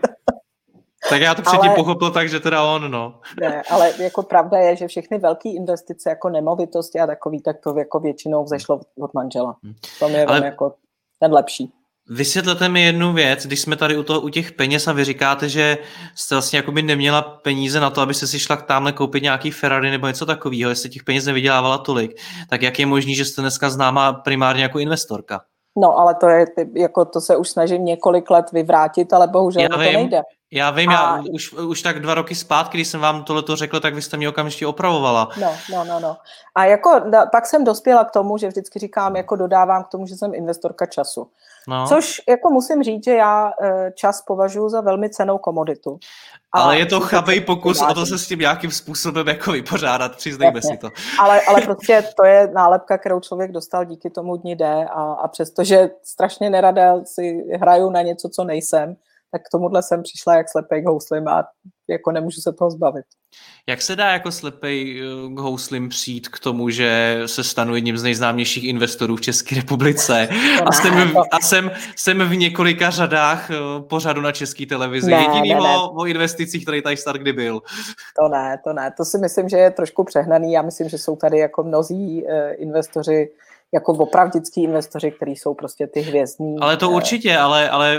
Tak já to předtím ale, pochopil tak, že teda on, no. Ne, ale jako pravda je, že všechny velké investice jako nemovitosti a takový, tak to jako většinou vzešlo od manžela. To je ale... jako ten lepší. Vysvětlete mi jednu věc, když jsme tady u, toho, u těch peněz a vy říkáte, že jste vlastně jakoby neměla peníze na to, abyste si šla tamhle koupit nějaký Ferrari nebo něco takového, jestli těch peněz nevydělávala tolik, tak jak je možný, že jste dneska známá primárně jako investorka? No, ale to je, jako to se už snažím několik let vyvrátit, ale bohužel já to vím, nejde. Já vím, a... já už, už tak dva roky zpátky, když jsem vám tohleto řekl, tak vy jste mě okamžitě opravovala. No, no, no, no. A jako pak jsem dospěla k tomu, že vždycky říkám, jako dodávám k tomu, že jsem investorka času. No. Což jako musím říct, že já čas považuji za velmi cennou komoditu. Ale je to chabej pokus o to se s tím nějakým způsobem jako vypořádat, přiznejme si to. Ale, ale prostě to je nálepka, kterou člověk dostal díky tomu dni D a, a přestože strašně nerada si hraju na něco, co nejsem, tak k tomuhle jsem přišla jak slepej k houslim a jako nemůžu se toho zbavit. Jak se dá jako slepej k houslim přijít k tomu, že se stanu jedním z nejznámějších investorů v České republice a, jsem, a jsem, jsem v několika řadách pořadu na České televizi. Ne, Jediný ne, ne. O, o investicích, který tady start kdy byl. To ne, to ne. To si myslím, že je trošku přehnaný. Já myslím, že jsou tady jako mnozí uh, investoři, jako opravdický investoři, kteří jsou prostě ty hvězdní. Ale to určitě, ale, ale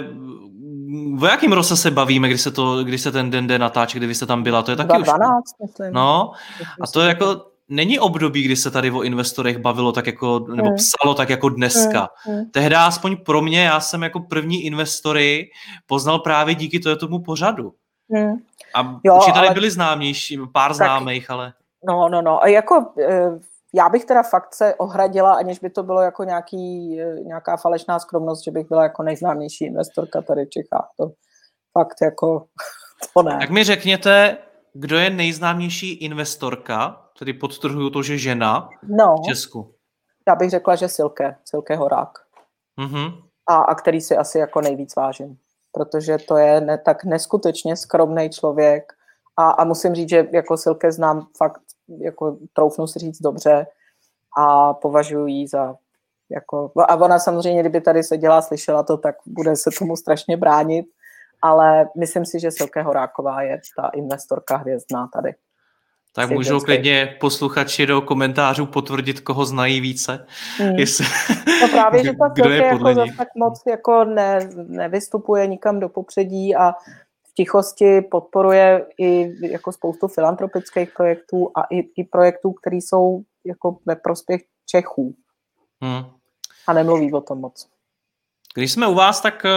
o jakým roce se bavíme, když se, to, když se ten den jde natáčet, kdy vy jste tam byla? To je taky dvanáct, už... myslím. No, a to jako není období, kdy se tady o investorech bavilo tak jako, nebo hmm. psalo tak jako dneska. Hmm. Hmm. Tehdy aspoň pro mě, já jsem jako první investory poznal právě díky tomu pořadu. Hmm. A jo, určitě tady ale... byli známější, pár tak... známých, ale... No, no, no, a jako... Uh... Já bych teda fakt se ohradila, aniž by to bylo jako nějaký, nějaká falešná skromnost, že bych byla jako nejznámější investorka tady v Čechách. To fakt jako, to ne. Tak mi řekněte, kdo je nejznámější investorka, tedy podtrhuju to, že žena no, v Česku. Já bych řekla, že Silke, Silke Horák. Mm-hmm. A, a který si asi jako nejvíc vážím. Protože to je ne, tak neskutečně skromný člověk. A, a musím říct, že jako Silke znám fakt, jako troufnu si říct dobře a považuji ji za jako, a ona samozřejmě, kdyby tady seděla a slyšela to, tak bude se tomu strašně bránit, ale myslím si, že Silke Horáková je ta investorka hvězdná tady. Tak můžou klidně posluchači do komentářů potvrdit, koho znají více. Hmm. Jestli... No právě, že ta Silke jako zase tak moc jako ne, nevystupuje nikam do popředí a v tichosti podporuje i jako spoustu filantropických projektů a i, i projektů, které jsou jako ve prospěch Čechů. Hmm. A nemluví o tom moc. Když jsme u vás, tak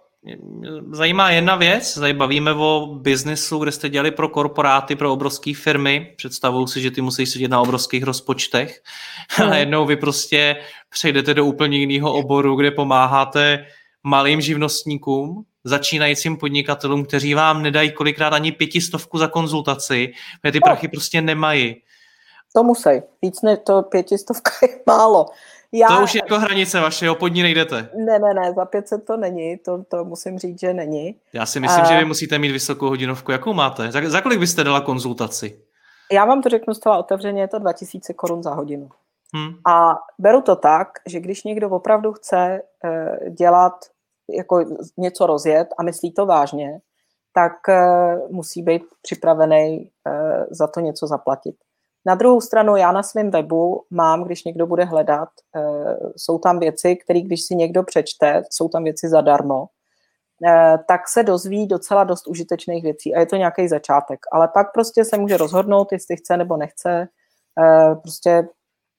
zajímá jedna věc, bavíme o biznesu, kde jste dělali pro korporáty, pro obrovské firmy, představuju si, že ty musí sedět na obrovských rozpočtech, hmm. a jednou vy prostě přejdete do úplně jiného oboru, kde pomáháte malým živnostníkům, začínajícím podnikatelům, kteří vám nedají kolikrát ani pětistovku za konzultaci, protože ty prachy prostě nemají. To musí, víc než to pětistovka je málo. Já... To už je jako hranice vašeho, pod ní nejdete. Ne, ne, ne, za pět set to není, to, to musím říct, že není. Já si myslím, a... že vy musíte mít vysokou hodinovku. Jakou máte? Za, za kolik byste dala konzultaci? Já vám to řeknu zcela otevřeně, je to dva tisíce korun za hodinu. Hmm. A beru to tak, že když někdo opravdu chce uh, dělat, jako něco rozjet a myslí to vážně, tak uh, musí být připravený uh, za to něco zaplatit. Na druhou stranu já na svém webu mám, když někdo bude hledat, uh, jsou tam věci, které když si někdo přečte, jsou tam věci zadarmo, uh, tak se dozví docela dost užitečných věcí a je to nějaký začátek. Ale pak prostě se může rozhodnout, jestli chce nebo nechce, uh, prostě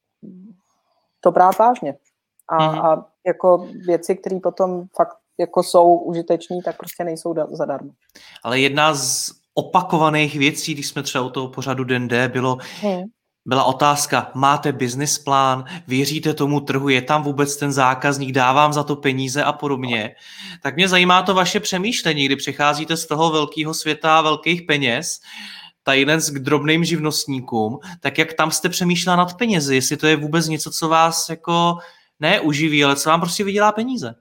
to brát vážně. A, mm. a jako věci, které potom fakt jako jsou užitečný, tak prostě nejsou da- zadarmo. Ale jedna z opakovaných věcí, když jsme třeba u toho pořadu Den D, bylo, hmm. byla otázka, máte business plán, věříte tomu trhu, je tam vůbec ten zákazník, dávám za to peníze a podobně. Tak mě zajímá to vaše přemýšlení, kdy přecházíte z toho velkého světa velkých peněz, tadyhle k drobným živnostníkům, tak jak tam jste přemýšlela nad penězi, jestli to je vůbec něco, co vás jako ne uživí, ale co vám prostě vydělá peníze?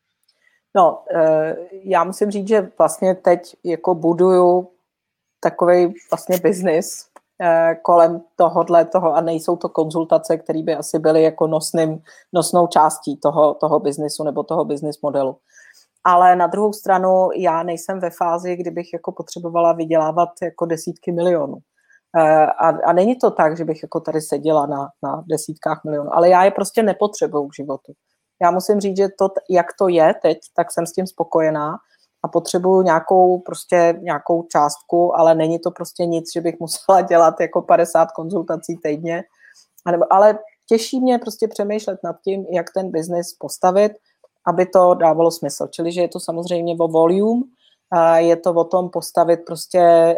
No, já musím říct, že vlastně teď jako buduju takovej vlastně biznis kolem tohohle toho a nejsou to konzultace, které by asi byly jako nosným, nosnou částí toho, toho biznisu nebo toho business modelu. Ale na druhou stranu já nejsem ve fázi, kdybych jako potřebovala vydělávat jako desítky milionů. A, a není to tak, že bych jako tady seděla na, na desítkách milionů, ale já je prostě nepotřebuju k životu. Já musím říct, že to, jak to je teď, tak jsem s tím spokojená a potřebuju nějakou prostě nějakou částku, ale není to prostě nic, že bych musela dělat jako padesát konzultací týdně. Ale těší mě prostě přemýšlet nad tím, jak ten biznis postavit, aby to dávalo smysl. Čili, že je to samozřejmě o volume, je to o tom postavit prostě,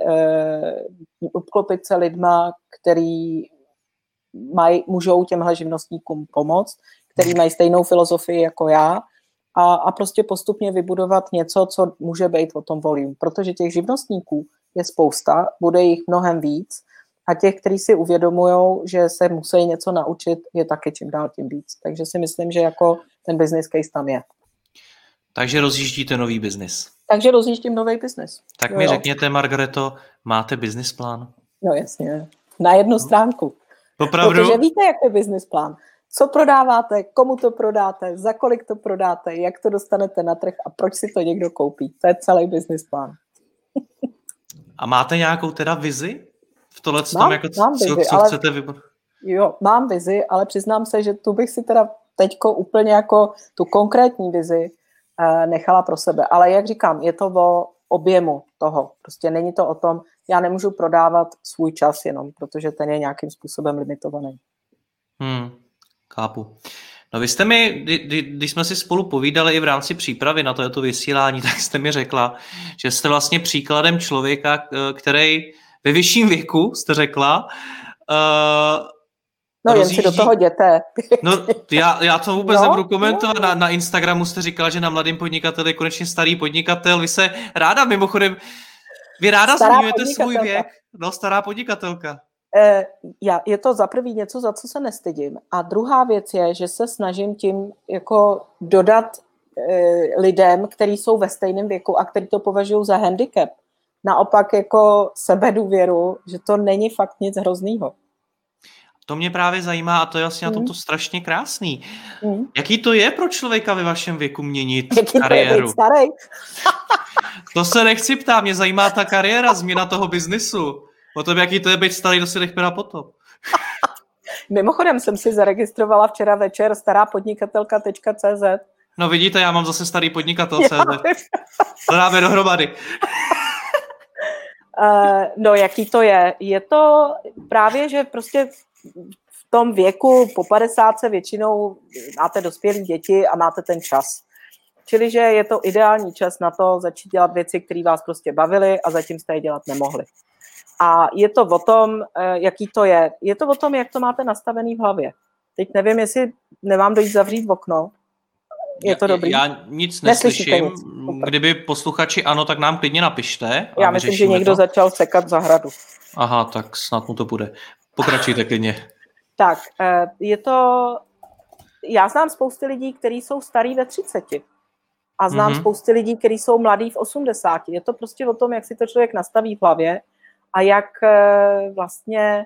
uh, obklopit se lidma, který maj, můžou těmhle živnostníkům pomoct, který mají stejnou filozofii jako já a, a prostě postupně vybudovat něco, co může být o tom volume. Protože těch živnostníků je spousta, bude jich mnohem víc a těch, kteří si uvědomují, že se musí něco naučit, je taky čím dál tím víc. Takže si myslím, že jako ten business case tam je. Takže rozjíždíte nový biznis. Takže rozjíždím nový biznis. Tak jo, mi jo. řekněte, Margareto, máte business plán? No jasně, na jednu stránku. Opravdu? Protože víte, jak je business plán. Co prodáváte, komu to prodáte, za kolik to prodáte, jak to dostanete na trh a proč si to někdo koupí. To je celý business plán. A máte nějakou teda vizi? V tohle tom, jako mám co, vizi, co ale, chcete vybrat? Jo, mám vizi, ale přiznám se, že tu bych si teda teďko úplně jako tu konkrétní vizi eh, nechala pro sebe. Ale jak říkám, je to o objemu toho. Prostě není to o tom, já nemůžu prodávat svůj čas jenom, protože ten je nějakým způsobem limitovaný. Hmm. Chápu. No vy jste mi, kdy, když jsme si spolu povídali i v rámci přípravy na tohleto vysílání, tak jste mi řekla, že jste vlastně příkladem člověka, který ve vyšším věku, jste řekla, uh, no rozjíždí... jen si do toho jděte. No já, já to vůbec no, nebudu komentovat. No. Na, na Instagramu jste říkala, že na mladým podnikateli je konečně starý podnikatel. Vy se ráda, mimochodem, vy ráda zmiňujete svůj věk. No, stará podnikatelka. Je to za prvý něco, za co se nestydím. A druhá věc je, že se snažím tím jako dodat lidem, kteří jsou ve stejném věku a kteří to považují za handicap, naopak jako sebedůvěru, že to není fakt nic hroznýho. To mě právě zajímá a to je vlastně mm. na tomto strašně krásný. Mm. Jaký to je pro člověka ve vašem věku měnit Jaký kariéru? To je být starý? To se nechci ptát, mě zajímá ta kariéra, změna toho biznisu. O tom, jaký to je být starý, to si nechme na potom. Mimochodem jsem si zaregistrovala včera večer stará podnikatelka tečka cé zet. No vidíte, já mám zase starý podnikatel tečka cé zet. To dáme dohromady. Uh, no, jaký to je? Je to právě, že prostě v tom věku po padesátce většinou máte dospělé děti a máte ten čas. Čili, že je to ideální čas na to začít dělat věci, které vás prostě bavily a zatím jste je dělat nemohli. A je to o tom, jaký to je. Je to o tom, jak to máte nastavený v hlavě. Teď nevím, jestli nemám dojít zavřít v okno. Je to dobrý? Já nic neslyším. Nic. Kdyby posluchači ano, tak nám klidně napište. Já myslím, že někdo to. začal sekat zahradu. Aha, tak snad mu to bude. Pokračujte klidně. Tak, je to... Já znám spousty lidí, kteří jsou starí ve třiceti. A znám mm-hmm. spousty lidí, kteří jsou mladí v osmdesáti. Je to prostě o tom, jak si to člověk nastaví v hlavě a jak vlastně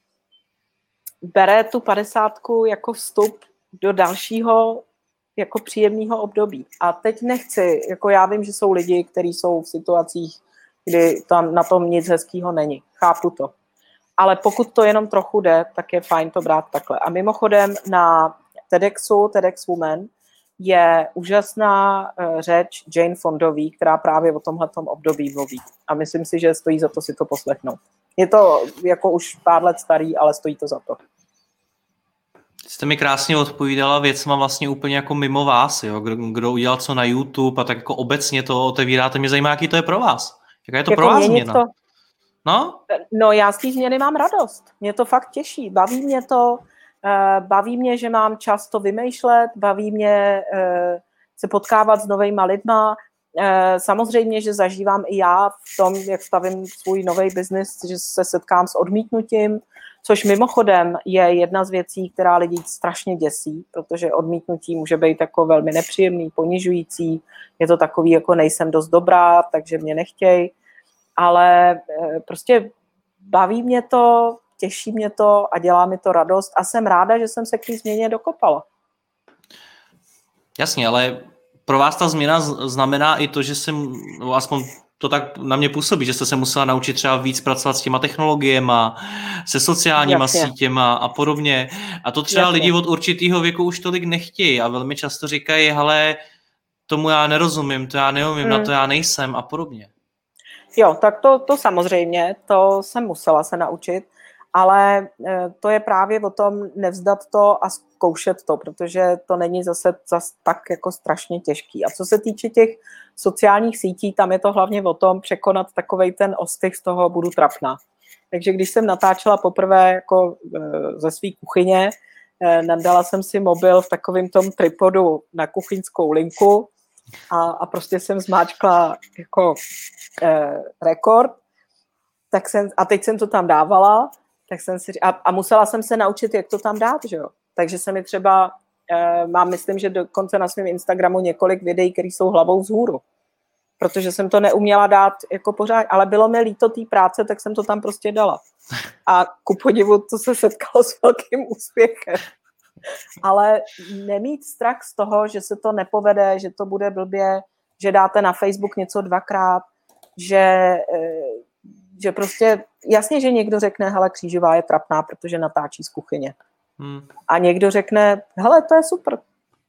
bere tu padesátku jako vstup do dalšího jako příjemného období. A teď nechci, jako já vím, že jsou lidi, kteří jsou v situacích, kdy tam na tom nic hezkýho není. Chápu to. Ale pokud to jenom trochu jde, tak je fajn to brát takhle. A mimochodem na TEDxu, TEDx Women, je úžasná řeč Jane Fondový, která právě o tomhletom období mluví. A myslím si, že stojí za to si to poslechnout. Je to jako už pár let starý, ale stojí to za to. Jste mi krásně odpovídala věcma vlastně úplně jako mimo vás, jo? Kdo, kdo udělal co na YouTube a tak jako obecně to otevíráte. Mě zajímá, jaký to je pro vás. Jaká je to jako pro vás změna? To... No? no já z té změny mám radost. Mě to fakt těší. Baví mě to, uh, baví mě, že mám čas to vymýšlet, baví mě uh, se potkávat s novejma lidma. Uh, samozřejmě, že zažívám i já v tom, jak stavím svůj nový biznis, že se setkám s odmítnutím, což mimochodem je jedna z věcí, která lidi strašně děsí, protože odmítnutí může být jako velmi nepříjemný, ponižující, je to takový, jako nejsem dost dobrá, takže mě nechtěj, ale prostě baví mě to, těší mě to a dělá mi to radost a jsem ráda, že jsem se k té změně dokopala. Jasně, ale pro vás ta změna znamená i to, že jsem, no aspoň to tak na mě působí, že jste se musela naučit třeba víc pracovat s těma technologiema, se sociálníma Jasně. sítěma a podobně. A to třeba Jasně. lidi od určitého věku už tolik nechtějí a velmi často říkají, hele, tomu já nerozumím, to já neumím, hmm. na to já nejsem a podobně. Jo, tak to, to samozřejmě, to jsem musela se naučit, ale to je právě o tom nevzdat to a zkoušet to, protože to není zase, zase tak jako strašně těžký. A co se týče těch sociálních sítí, tam je to hlavně o tom překonat takovej ten ostych z toho budu trapná. Takže když jsem natáčela poprvé jako ze své kuchyně, nadala jsem si mobil v takovém tom tripodu na kuchyňskou linku a, a prostě jsem zmáčkla jako eh, rekord, tak jsem, a teď jsem to tam dávala, tak jsem si, a, a musela jsem se naučit, jak to tam dát, že jo. Takže se mi třeba, eh, mám myslím, že dokonce na svém Instagramu několik videí, které jsou hlavou vzhůru. Protože jsem to neuměla dát jako pořád, ale bylo mi líto té práce, tak jsem to tam prostě dala. A ku podivu to se setkalo s velkým úspěchem. Ale nemít strach z toho, že se to nepovede, že to bude blbě, že dáte na Facebook něco dvakrát, že, že prostě, jasně, že někdo řekne, hele, Křížová je trapná, protože natáčí z kuchyně. Hmm. A někdo řekne, hele, to je super.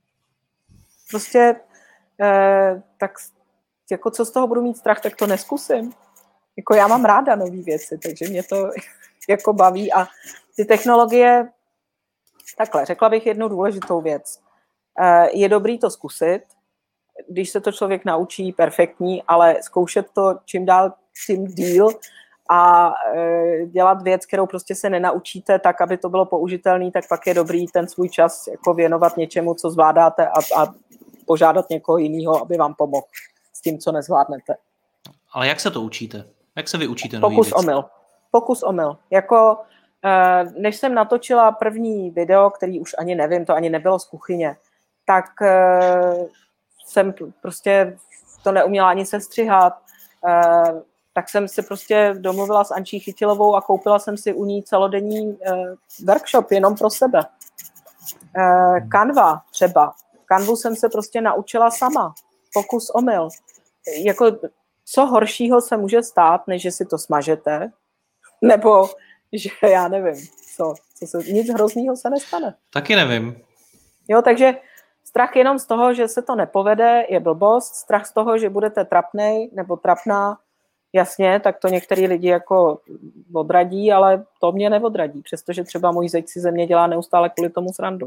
Prostě eh, tak jako co z toho budu mít strach, tak to neskusím. Jako já mám ráda nový věci, takže mě to jako baví a ty technologie, takhle, řekla bych jednu důležitou věc. Je dobrý to zkusit, když se to člověk naučí, perfektní, ale zkoušet to čím dál, tím díl a dělat věc, kterou prostě se nenaučíte tak, aby to bylo použitelné, tak pak je dobrý ten svůj čas jako věnovat něčemu, co zvládáte a, a požádat někoho jiného, aby vám pomohl s tím, co nezvládnete. Ale jak se to učíte? Jak se vy učíte nový Pokus věc? omyl. Pokus omyl. Jako než jsem natočila první video, který už ani nevím, to ani nebylo z kuchyně, tak jsem prostě to neuměla ani sestřihat, tak jsem si prostě domluvila s Ančí Chytilovou a koupila jsem si u ní celodenní workshop jenom pro sebe. Canva třeba. Canvu jsem se prostě naučila sama. Pokus omyl. Jako, co horšího se může stát, než že si to smažete, nebo že já nevím, co, co se, nic hroznýho se nestane. Taky nevím. Jo, takže strach jenom z toho, že se to nepovede, je blbost. Strach z toho, že budete trapnej nebo trapná, jasně, tak to některý lidi jako odradí, ale to mě neodradí, přestože třeba můj zeď si ze mě dělá neustále kvůli tomu srandu.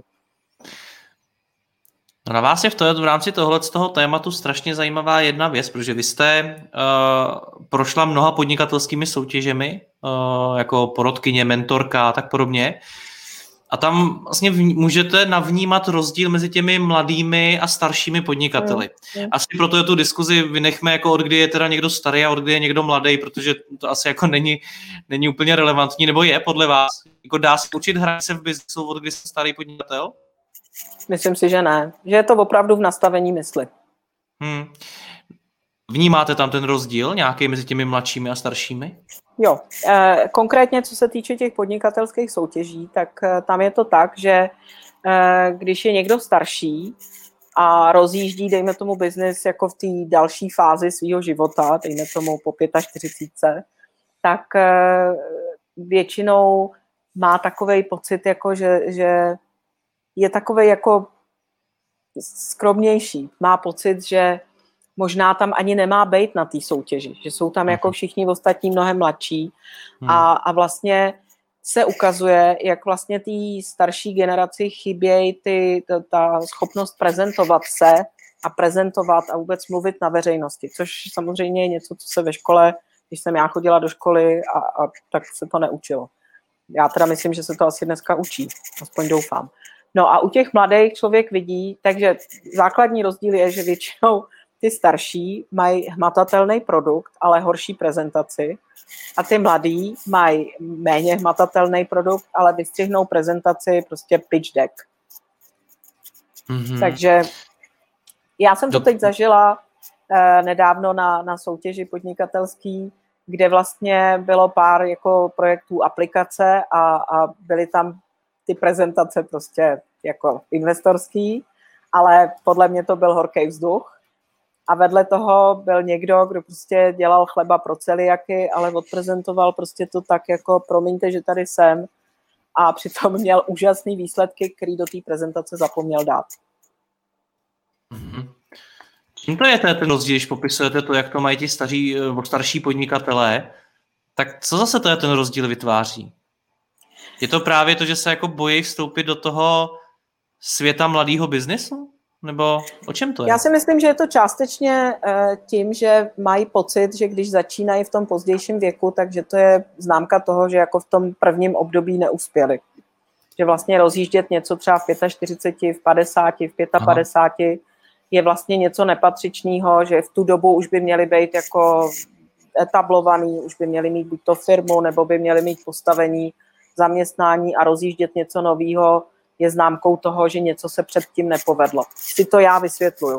No na vás je v, to, v rámci tohle z toho tématu strašně zajímavá jedna věc, protože vy jste uh, prošla mnoha podnikatelskými soutěžemi, uh, jako porodkyně, mentorka a tak podobně. A tam vlastně v, můžete navnímat rozdíl mezi těmi mladými a staršími podnikateli. Mm, mm. Asi proto je tu diskuzi vynechme, jako od kdy je teda někdo starý a od kdy je někdo mladý, protože to asi jako není, není úplně relevantní, nebo je podle vás? Jako dá se učit hranice v biznesu, od kdy jste starý podnikatel? Myslím si, že ne. Že je to opravdu v nastavení mysli. Hmm. Vnímáte tam ten rozdíl nějaký mezi těmi mladšími a staršími? Jo. E, konkrétně, co se týče těch podnikatelských soutěží, tak e, tam je to tak, že e, když je někdo starší a rozjíždí, dejme tomu biznis jako v té další fázi svého života, dejme tomu po čtyřiceti pěti, tak e, většinou má takovej pocit, jako že, že je takovej jako skromnější. Má pocit, že možná tam ani nemá bejt na té soutěži, že jsou tam jako všichni ostatní mnohem mladší a, a vlastně se ukazuje, jak vlastně té starší generaci chybějí ty, ta, ta schopnost prezentovat se a prezentovat a vůbec mluvit na veřejnosti, což samozřejmě je něco, co se ve škole, když jsem já chodila do školy, a, a tak se to neučilo. Já teda myslím, že se to asi dneska učí, aspoň doufám. No a u těch mladých člověk vidí, takže základní rozdíl je, že většinou ty starší mají hmatatelný produkt, ale horší prezentaci a ty mladí mají méně hmatatelný produkt, ale vystřihnou prezentaci, prostě pitch deck. Mm-hmm. Takže já jsem to teď zažila eh, nedávno na, na soutěži podnikatelský, kde vlastně bylo pár jako projektů aplikace a, a byly tam ty prezentace prostě jako investorský, ale podle mě to byl horký vzduch. A vedle toho byl někdo, kdo prostě dělal chleba pro celiaky, ale odprezentoval prostě to tak jako promiňte, že tady jsem a přitom měl úžasný výsledky, který do té prezentace zapomněl dát. Mm-hmm. Čím to je ten rozdíl, když popisujete to, jak to mají ti staří, starší podnikatelé, tak co zase to je ten rozdíl vytváří? Je to právě to, že se jako bojí vstoupit do toho světa mladého biznesu? Nebo o čem to je? Já si myslím, že je to částečně tím, že mají pocit, že když začínají v tom pozdějším věku, takže to je známka toho, že jako v tom prvním období neuspěli. Že vlastně rozjíždět něco třeba v čtyřiceti pěti, v padesáti, v padesátě pěti je vlastně něco nepatřičného, že v tu dobu už by měli být jako etablovaný, už by měli mít buď to firmu, nebo by měli mít postavení, zaměstnání a rozjíždět něco nového je známkou toho, že něco se předtím nepovedlo. Si to já vysvětluju.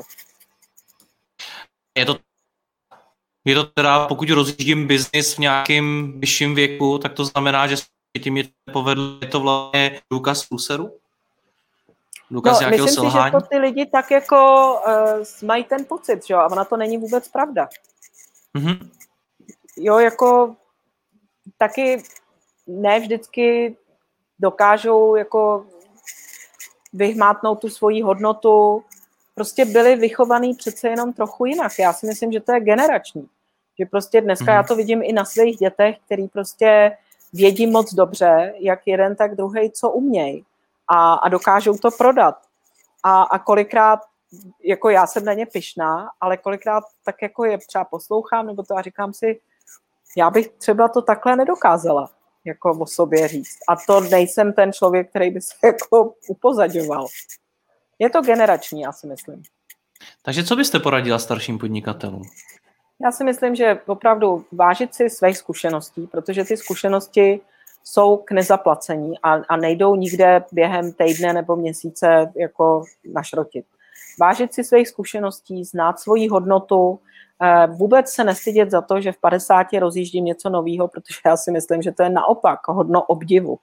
Je to, je to teda, pokud rozjíždím biznis v nějakém vyšším věku, tak to znamená, že se tím je povedlo, je to vlastně důkaz pluseru? Důkaz no, nějakého myslím selhání? si, že to ty lidi tak jako uh, mají ten pocit, že jo, a ona to není vůbec pravda. Mm-hmm. Jo, jako taky ne vždycky dokážou jako vyhmátnout tu svoji hodnotu. Prostě byli vychovaný přece jenom trochu jinak. Já si myslím, že to je generační. Že prostě dneska mm. já to vidím i na svých dětech, který prostě vědí moc dobře, jak jeden, tak druhej, co umějí. A, a dokážou to prodat. A, a kolikrát, jako já jsem na ně pyšná, ale kolikrát tak jako je třeba poslouchám, nebo to a říkám si, já bych třeba to takhle nedokázala jako o sobě říct. A to nejsem ten člověk, který by se jako upozaďoval. Je to generační, já si myslím. Takže co byste poradila starším podnikatelům? Já si myslím, že opravdu vážit si svých zkušeností, protože ty zkušenosti jsou k nezaplacení a, a nejdou nikde během týdne nebo měsíce jako našrotit. Vážit si svých zkušeností, znát svoji hodnotu, vůbec se nestydět za to, že v padesáti rozjíždím něco nového, protože já si myslím, že to je naopak hodno obdivu.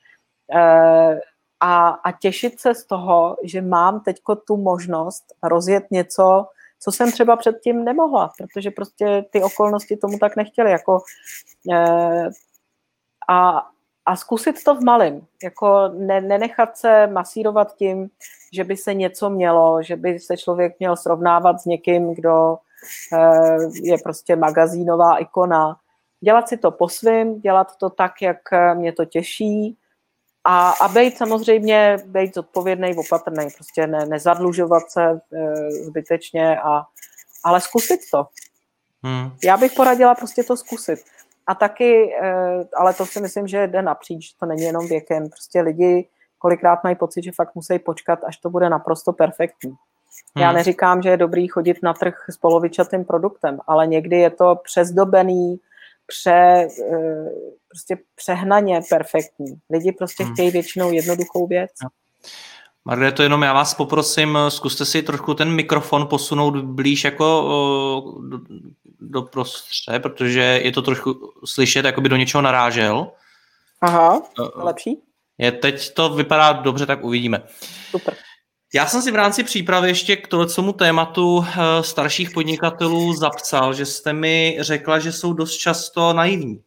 A, a těšit se z toho, že mám teďko tu možnost rozjet něco, co jsem třeba předtím nemohla, protože prostě ty okolnosti tomu tak nechtěly. Jako, a, a zkusit to v malém. Jako ne, nenechat se masírovat tím, že by se něco mělo, že by se člověk měl srovnávat s někým, kdo je prostě magazínová ikona. Dělat si to po svým, dělat to tak, jak mě to těší a, a být samozřejmě, být zodpovědnej, opatrnej, prostě ne, nezadlužovat se e, zbytečně, a, ale zkusit to. Hmm. Já bych poradila prostě to zkusit. A taky, e, ale to si myslím, že jde napříč, to není jenom věkem, prostě lidi kolikrát mají pocit, že fakt musí počkat, až to bude naprosto perfektní. Hmm. Já neříkám, že je dobrý chodit na trh s polovičatým produktem, ale někdy je to přezdobený, pře, prostě přehnaně perfektní. Lidi prostě hmm. chtějí většinou jednoduchou věc. Margareto, jenom já vás poprosím, zkuste si trošku ten mikrofon posunout blíž jako do, do prostřed, protože je to trošku slyšet, jako by do něčeho narážel. Aha, lepší? Je, teď to vypadá dobře, tak uvidíme. Super. Já jsem si v rámci přípravy ještě k tomu tématu starších podnikatelů zapsal, že jste mi řekla, že jsou dost často naivní.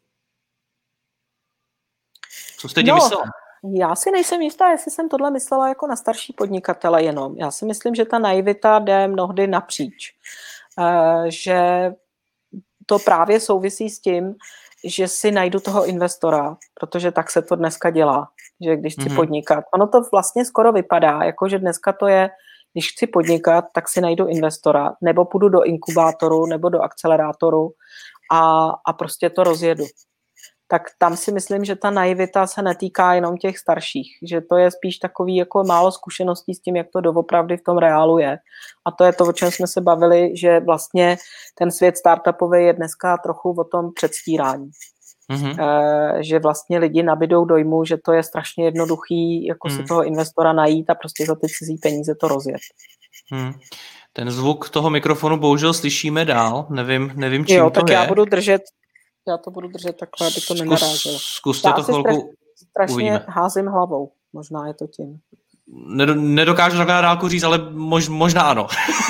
Co jste tím no, myslela? Já si nejsem jistá, jestli jsem tohle myslela jako na starší podnikatele jenom. Já si myslím, že ta naivita jde mnohdy napříč. Že to právě souvisí s tím, že si najdu toho investora, protože tak se to dneska dělá, že když chci mm-hmm. podnikat. Ono to vlastně skoro vypadá, jako že dneska to je, když chci podnikat, tak si najdu investora, nebo půjdu do inkubátoru, nebo do akcelerátoru a, a prostě to rozjedu. Tak tam si myslím, že ta naivita se netýká jenom těch starších, že to je spíš takový jako málo zkušeností s tím, jak to doopravdy v tom reálu je. A to je to, o čem jsme se bavili, že vlastně ten svět startupový je dneska trochu o tom předstírání. Mm-hmm. E, že vlastně lidi nabydou dojmu, že to je strašně jednoduchý, jako mm. si toho investora najít a prostě za ty cizí peníze to rozjet. Mm. Ten zvuk toho mikrofonu bohužel slyšíme dál, nevím, nevím čím jo, to tak je. já budu držet Já to budu držet takhle, aby to nenaráželo. Zkuste já to chvilku, strašně uvidíme. házím hlavou, možná je to tím. Nedokážu takhle na dálku říct, ale mož, možná ano.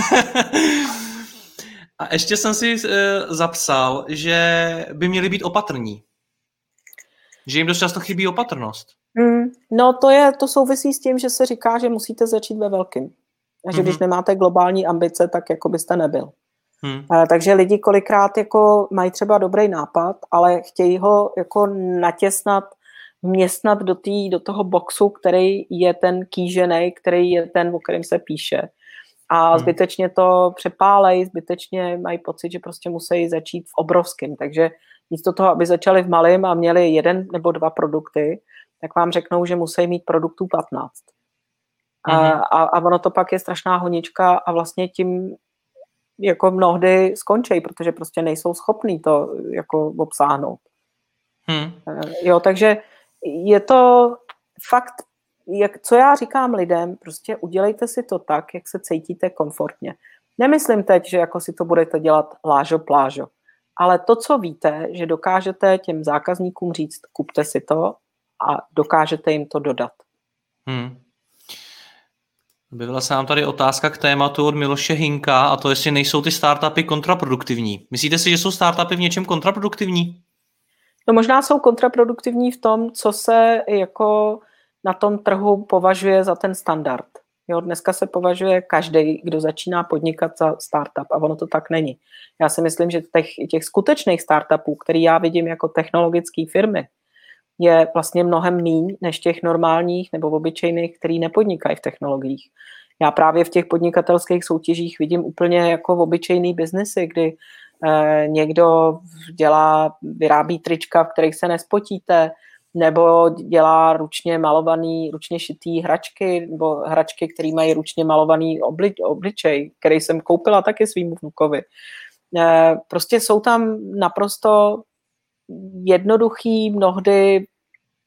A ještě jsem si uh, zapsal, že by měli být opatrní. Že jim dost často chybí opatrnost. Mm, no to, je, to souvisí s tím, že se říká, že musíte začít ve velkým. A že mm-hmm. když nemáte globální ambice, tak jako byste nebyl. Hmm. Takže lidi kolikrát jako mají třeba dobrý nápad, ale chtějí ho jako natěsnat, vměstnat do, tý, do toho boxu, který je ten kýženej, který je ten, o kterém se píše. A hmm. zbytečně to přepálej, zbytečně mají pocit, že prostě musí začít v obrovském. Takže místo toho, aby začali v malém a měli jeden nebo dva produkty, tak vám řeknou, že musí mít produktů patnáct. Hmm. A, a, a ono to pak je strašná honička a vlastně tím jako mnohdy skončí, protože prostě nejsou schopní to jako obsáhnout. Hmm. Jo, takže je to fakt, jak, co já říkám lidem, prostě udělejte si to tak, jak se cítíte komfortně. Nemyslím teď, že jako si to budete dělat lážo plážo, ale to, co víte, že dokážete těm zákazníkům říct, kupte si to a dokážete jim to dodat. Hmm. Objevila se nám tady otázka k tématu od Miloše Hinka a to, jestli nejsou ty startupy kontraproduktivní. Myslíte si, že jsou startupy v něčem kontraproduktivní? No možná jsou kontraproduktivní v tom, co se jako na tom trhu považuje za ten standard. Jo, dneska se považuje každý, kdo začíná podnikat, za startup a ono to tak není. Já si myslím, že těch, těch skutečných startupů, který já vidím jako technologické firmy, je vlastně mnohem míň než těch normálních nebo obyčejných, který nepodnikají v technologiích. Já právě v těch podnikatelských soutěžích vidím úplně jako obyčejný biznesy, kdy eh, někdo dělá, vyrábí trička, v kterých se nespotíte, nebo dělá ručně malovaný, ručně šitý hračky, nebo hračky, které mají ručně malovaný obli, obličej, který jsem koupila taky svýmu vnukovi. Eh, prostě jsou tam naprosto jednoduchý, mnohdy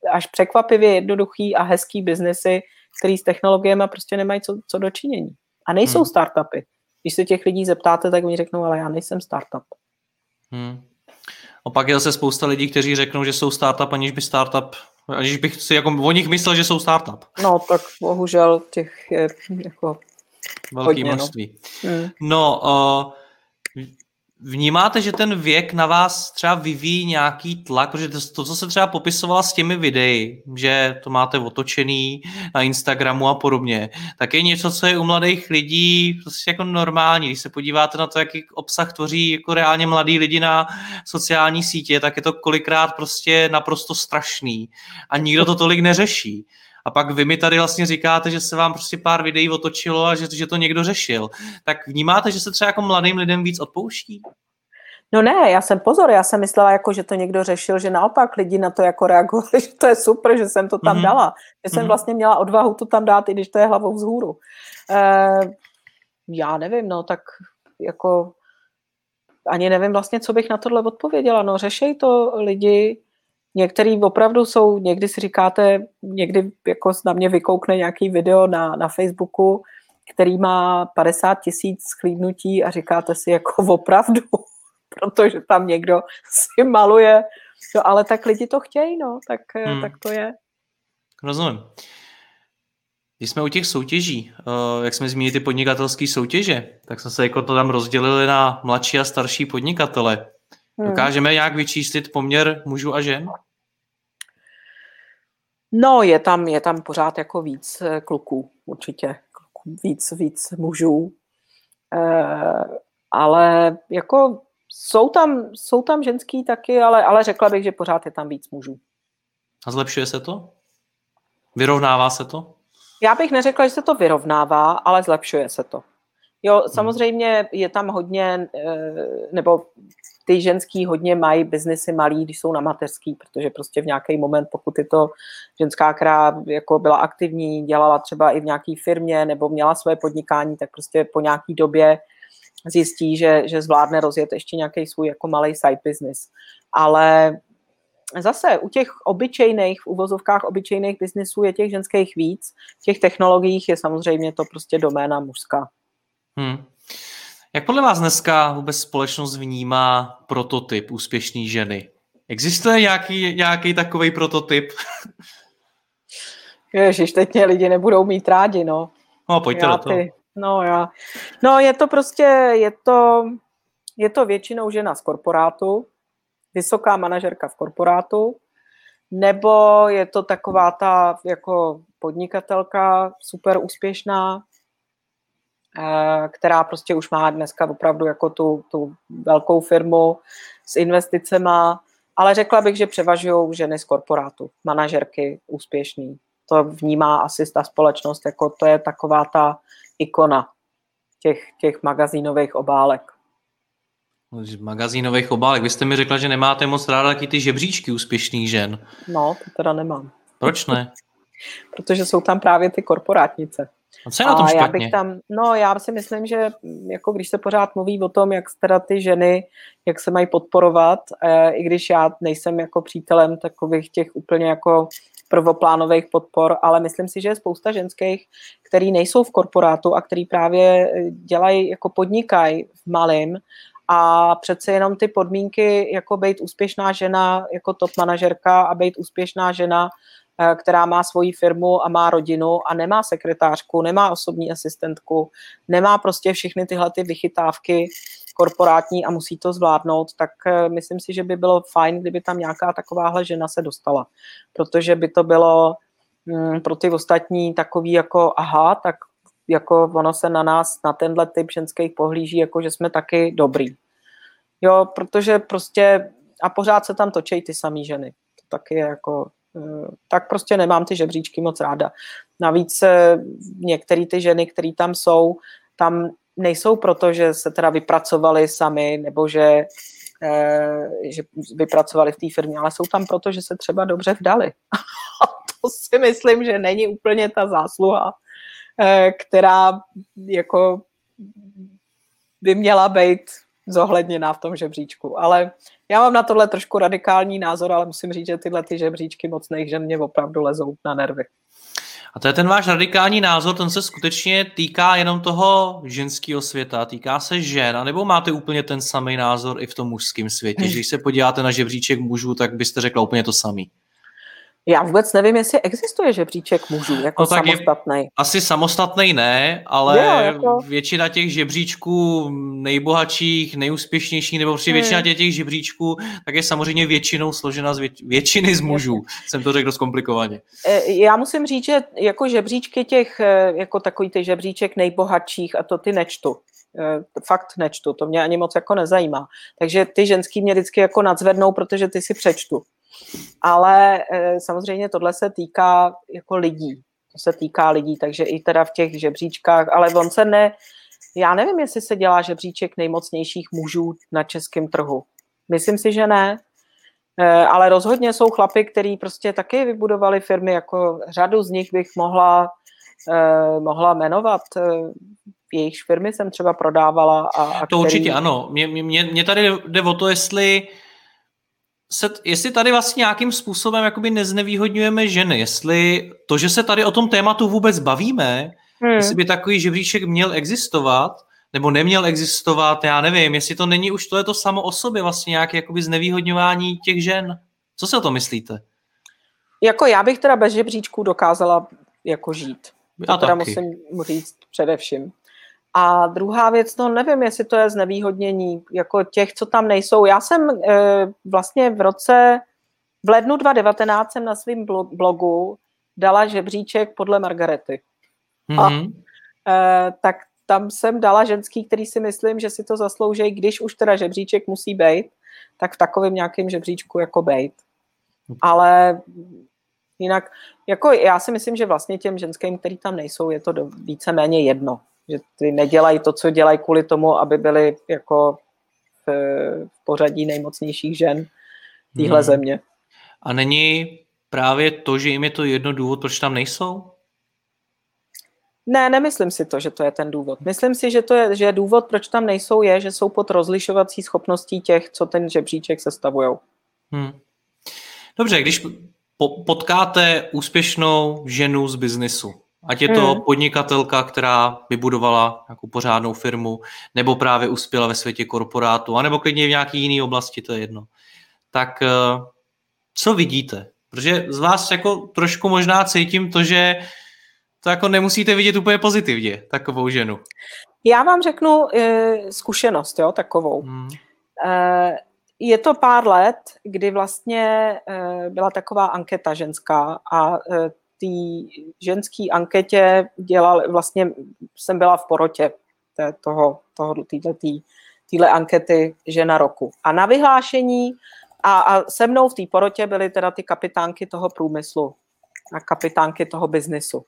až překvapivě jednoduchý a hezký biznesy, který s technologiemi prostě nemají co, co dočinění. A nejsou hmm. startupy. Když se těch lidí zeptáte, tak oni řeknou, ale já nejsem startup. Hmm. Opak je zase spousta lidí, kteří řeknou, že jsou startup, aniž by startup, aniž bych si jako o nich myslel, že jsou startup. No, tak bohužel těch je jako velký hodně, množství. No, hmm. no uh, vnímáte, že ten věk na vás třeba vyvíjí nějaký tlak, protože to, to, co se třeba popisovala s těmi videi, že to máte otočený na Instagramu a podobně, tak je něco, co je u mladých lidí prostě jako normální. Když se podíváte na to, jaký obsah tvoří jako reálně mladí lidi na sociální sítě, tak je to kolikrát prostě naprosto strašný a nikdo to tolik neřeší. A pak vy mi tady vlastně říkáte, že se vám prostě pár videí otočilo a že, že to někdo řešil. Tak vnímáte, že se třeba jako mladým lidem víc odpouští? No ne, já jsem pozor, já jsem myslela, jako, že to někdo řešil, že naopak lidi na to jako reagovali, že to je super, že jsem to tam mm-hmm. dala. Že jsem mm-hmm. vlastně měla odvahu to tam dát, i když to je hlavou vzhůru. E, já nevím, no tak jako ani nevím vlastně, co bych na tohle odpověděla. No řešej to lidi. Některý opravdu jsou, někdy si říkáte, někdy jako na mě vykoukne nějaký video na, na Facebooku, který má padesát tisíc shlídnutí a říkáte si jako opravdu, protože tam někdo si maluje, no, ale tak lidi to chtějí, no, tak, hmm. tak to je. Rozumím. Když jsme u těch soutěží, jak jsme zmínili ty podnikatelské soutěže, tak jsme se jako to tam rozdělili na mladší a starší podnikatele. Hmm. Dokážeme nějak vyčíslit poměr mužů a žen? No, je tam, je tam pořád jako víc kluků, určitě. Víc, víc mužů. E, ale jako jsou tam, jsou tam ženský taky, ale, ale řekla bych, že pořád je tam víc mužů. A zlepšuje se to? Vyrovnává se to? Já bych neřekla, že se to vyrovnává, ale zlepšuje se to. Jo, samozřejmě je tam hodně, nebo ty ženský hodně mají biznesy malý, když jsou na mateřský, protože prostě v nějaký moment, pokud je to ženská, která jako byla aktivní, dělala třeba i v nějaké firmě nebo měla své podnikání, tak prostě po nějaký době zjistí, že, že zvládne rozjet ještě nějaký svůj jako malý side business. Ale zase u těch obyčejných, v uvozovkách obyčejných biznisů je těch ženských víc, v těch technologiích je samozřejmě to prostě doména mužská. Hmm. Jak podle vás dneska vůbec společnost vnímá prototyp úspěšné ženy? Existuje nějaký, nějaký takovej prototyp? Ježiš, teď mě lidi nebudou mít rádi, no. No, pojďte do toho. No, já. No, je to prostě, je to, je to většinou žena z korporátu, vysoká manažerka v korporátu, nebo je to taková ta jako podnikatelka super úspěšná, která prostě už má dneska opravdu jako tu, tu velkou firmu s investicema, ale řekla bych, že převažují ženy z korporátu, manažerky úspěšný. To vnímá asi ta společnost, jako to je taková ta ikona těch, těch magazínových obálek. Magazínových obálek. Vy jste mi řekla, že nemáte moc ráda taky ty žebříčky úspěšných žen. No, to teda nemám. Proč ne? Protože jsou tam právě ty korporátnice. A co je na tom špatně? Já bych tam, no já si myslím, že jako když se pořád mluví o tom, jak teda ty ženy, jak se mají podporovat, eh, i když já nejsem jako přítelem takových těch úplně jako prvoplánových podpor, ale myslím si, že je spousta ženských, který nejsou v korporátu a který právě dělají, jako podnikají v malým a přece jenom ty podmínky, jako být úspěšná žena, jako top manažerka a být úspěšná žena, která má svoji firmu a má rodinu a nemá sekretářku, nemá osobní asistentku, nemá prostě všechny tyhle ty vychytávky korporátní a musí to zvládnout, tak myslím si, že by bylo fajn, kdyby tam nějaká takováhle žena se dostala. Protože by to bylo mm, pro ty ostatní takový jako aha, tak jako ono se na nás, na tenhle typ ženských pohlíží, jako že jsme taky dobrý. Jo, protože prostě a pořád se tam točí ty samý ženy. To taky je jako tak prostě nemám ty žebříčky moc ráda. Navíc některé ty ženy, které tam jsou, tam nejsou proto, že se teda vypracovali sami, nebo že, eh, že vypracovali v té firmě, ale jsou tam proto, že se třeba dobře vdali. A to si myslím, že není úplně ta zásluha, eh, která jako by měla být zohledněná v tom žebříčku. Ale já mám na tohle trošku radikální názor, ale musím říct, že tyhle ty žebříčky mocných žen mě opravdu lezou na nervy. A to je ten váš radikální názor, ten se skutečně týká jenom toho ženského světa, týká se žen, anebo máte úplně ten samý názor i v tom mužském světě? Hmm. Když se podíváte na žebříček mužů, tak byste řekla úplně to samý. Já vůbec nevím, jestli existuje žebříček mužů jako no samostatný. Asi samostatný ne, ale jo, jako... většina těch žebříčků nejbohatších, nejúspěšnějších, nebo při většina těch, těch žebříčků, tak je samozřejmě většinou složena z vět... většiny z mužů. Jsem to řekl dost komplikovaně. Já musím říct, že jako žebříčky těch, jako takový ty žebříček nejbohatších, a to ty nečtu. Fakt nečtu, to mě ani moc jako nezajímá. Takže ty ženský mě vždycky jako nadzvednou, protože ty si přečtu. Ale e, samozřejmě tohle se týká jako lidí. To se týká lidí, takže i teda v těch žebříčkách, ale on se ne, já nevím, jestli se dělá žebříček nejmocnějších mužů na českém trhu. Myslím si, že ne, e, ale rozhodně jsou chlapi, který prostě taky vybudovali firmy, jako řadu z nich bych mohla, e, mohla jmenovat. E, jejich firmy jsem třeba prodávala. A, a to který... určitě ano. Mě, mě, mě tady jde o to, jestli Se, jestli tady vlastně nějakým způsobem jakoby neznevýhodňujeme ženy, jestli to, že se tady o tom tématu vůbec bavíme, hmm. jestli by takový žebříček měl existovat, nebo neměl existovat, já nevím, jestli to není už to je to samo o sobě vlastně nějaké jakoby znevýhodňování těch žen. Co si o to myslíte? Jako já bych teda bez žebříčků dokázala jako žít. To já teda taky. Musím říct především. A druhá věc, no nevím, jestli to je znevýhodnění jako těch, co tam nejsou. Já jsem e, vlastně v roce, v lednu dva tisíce devatenáct jsem na svém blogu dala žebříček podle Margarety. Mm-hmm. A e, tak tam jsem dala ženský, který si myslím, že si to zaslouží, když už teda žebříček musí být, tak v takovém nějakém žebříčku jako bejt. Ale jinak, jako já si myslím, že vlastně těm ženským, který tam nejsou, je to do, víceméně jedno. Že ty nedělají to, co dělají kvůli tomu, aby byly jako v, v pořadí nejmocnějších žen téhle hmm. země. A není právě to, že jim je to jedno důvod, proč tam nejsou? Ne, nemyslím si to, že to je ten důvod. Myslím si, že to je, že důvod, proč tam nejsou, je, že jsou pod rozlišovací schopností těch, co ten žebříček sestavujou. Hmm. Dobře, když po- potkáte úspěšnou ženu z biznisu, ať je to hmm. podnikatelka, která vybudovala nějakou pořádnou firmu, nebo právě uspěla ve světě korporátu, anebo klidně v nějaké jiné oblasti, to je jedno. Tak co vidíte? Protože z vás jako trošku možná cítím to, že to jako nemusíte vidět úplně pozitivně, takovou ženu. Já vám řeknu e, zkušenost, jo, takovou. Hmm. E, je to pár let, kdy vlastně e, byla taková anketa ženská a e, té ženské anketě dělal, vlastně jsem byla v porotě té, toho, toho, téhle ankety žena roku. A na vyhlášení a, a se mnou v té porotě byly teda ty kapitánky toho průmyslu a kapitánky toho biznisu.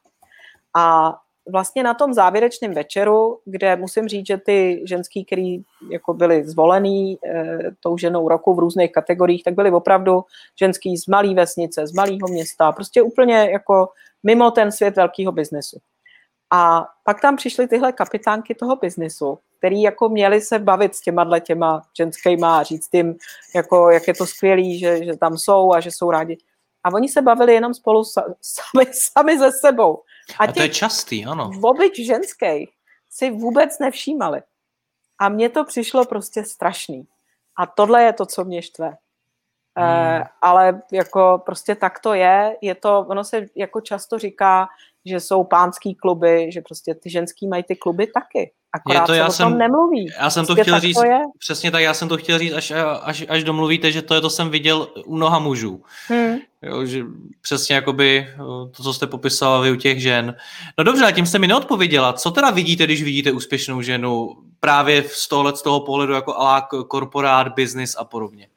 A vlastně na tom závěrečném večeru, kde musím říct, že ty ženský, který jako byly zvolený e, tou ženou roku v různých kategoriích, tak byly opravdu ženský z malé vesnice, z malého města, prostě úplně jako mimo ten svět velkého biznesu. A pak tam přišly tyhle kapitánky toho biznesu, který jako měli se bavit s těma těma ženskýma a říct jim, jako, jak je to skvělý, že, že tam jsou a že jsou rádi. A oni se bavili jenom spolu sami, sami ze sebou. A, a to je častý, ano. Obyč ženských si vůbec nevšímali. A mně to přišlo prostě strašný. A tohle je to, co mě štve. Hmm. E, ale jako prostě tak to je. Je to, ono se jako často říká, že jsou pánský kluby, že prostě ty ženský mají ty kluby taky. Akorát to, se o jsem, tom nemluví. Já jsem prostě to chtěl říct, to přesně tak, já jsem to chtěl říct, až, až, až domluvíte, že to je, to jsem viděl u mnoha mužů. Hmm. Jo, že přesně jakoby to, co jste popisala vy u těch žen. No dobře, a tím jste mi neodpověděla. Co teda vidíte, když vidíte úspěšnou ženu právě z tohohle z toho pohledu jako alá korporát, business a podobně?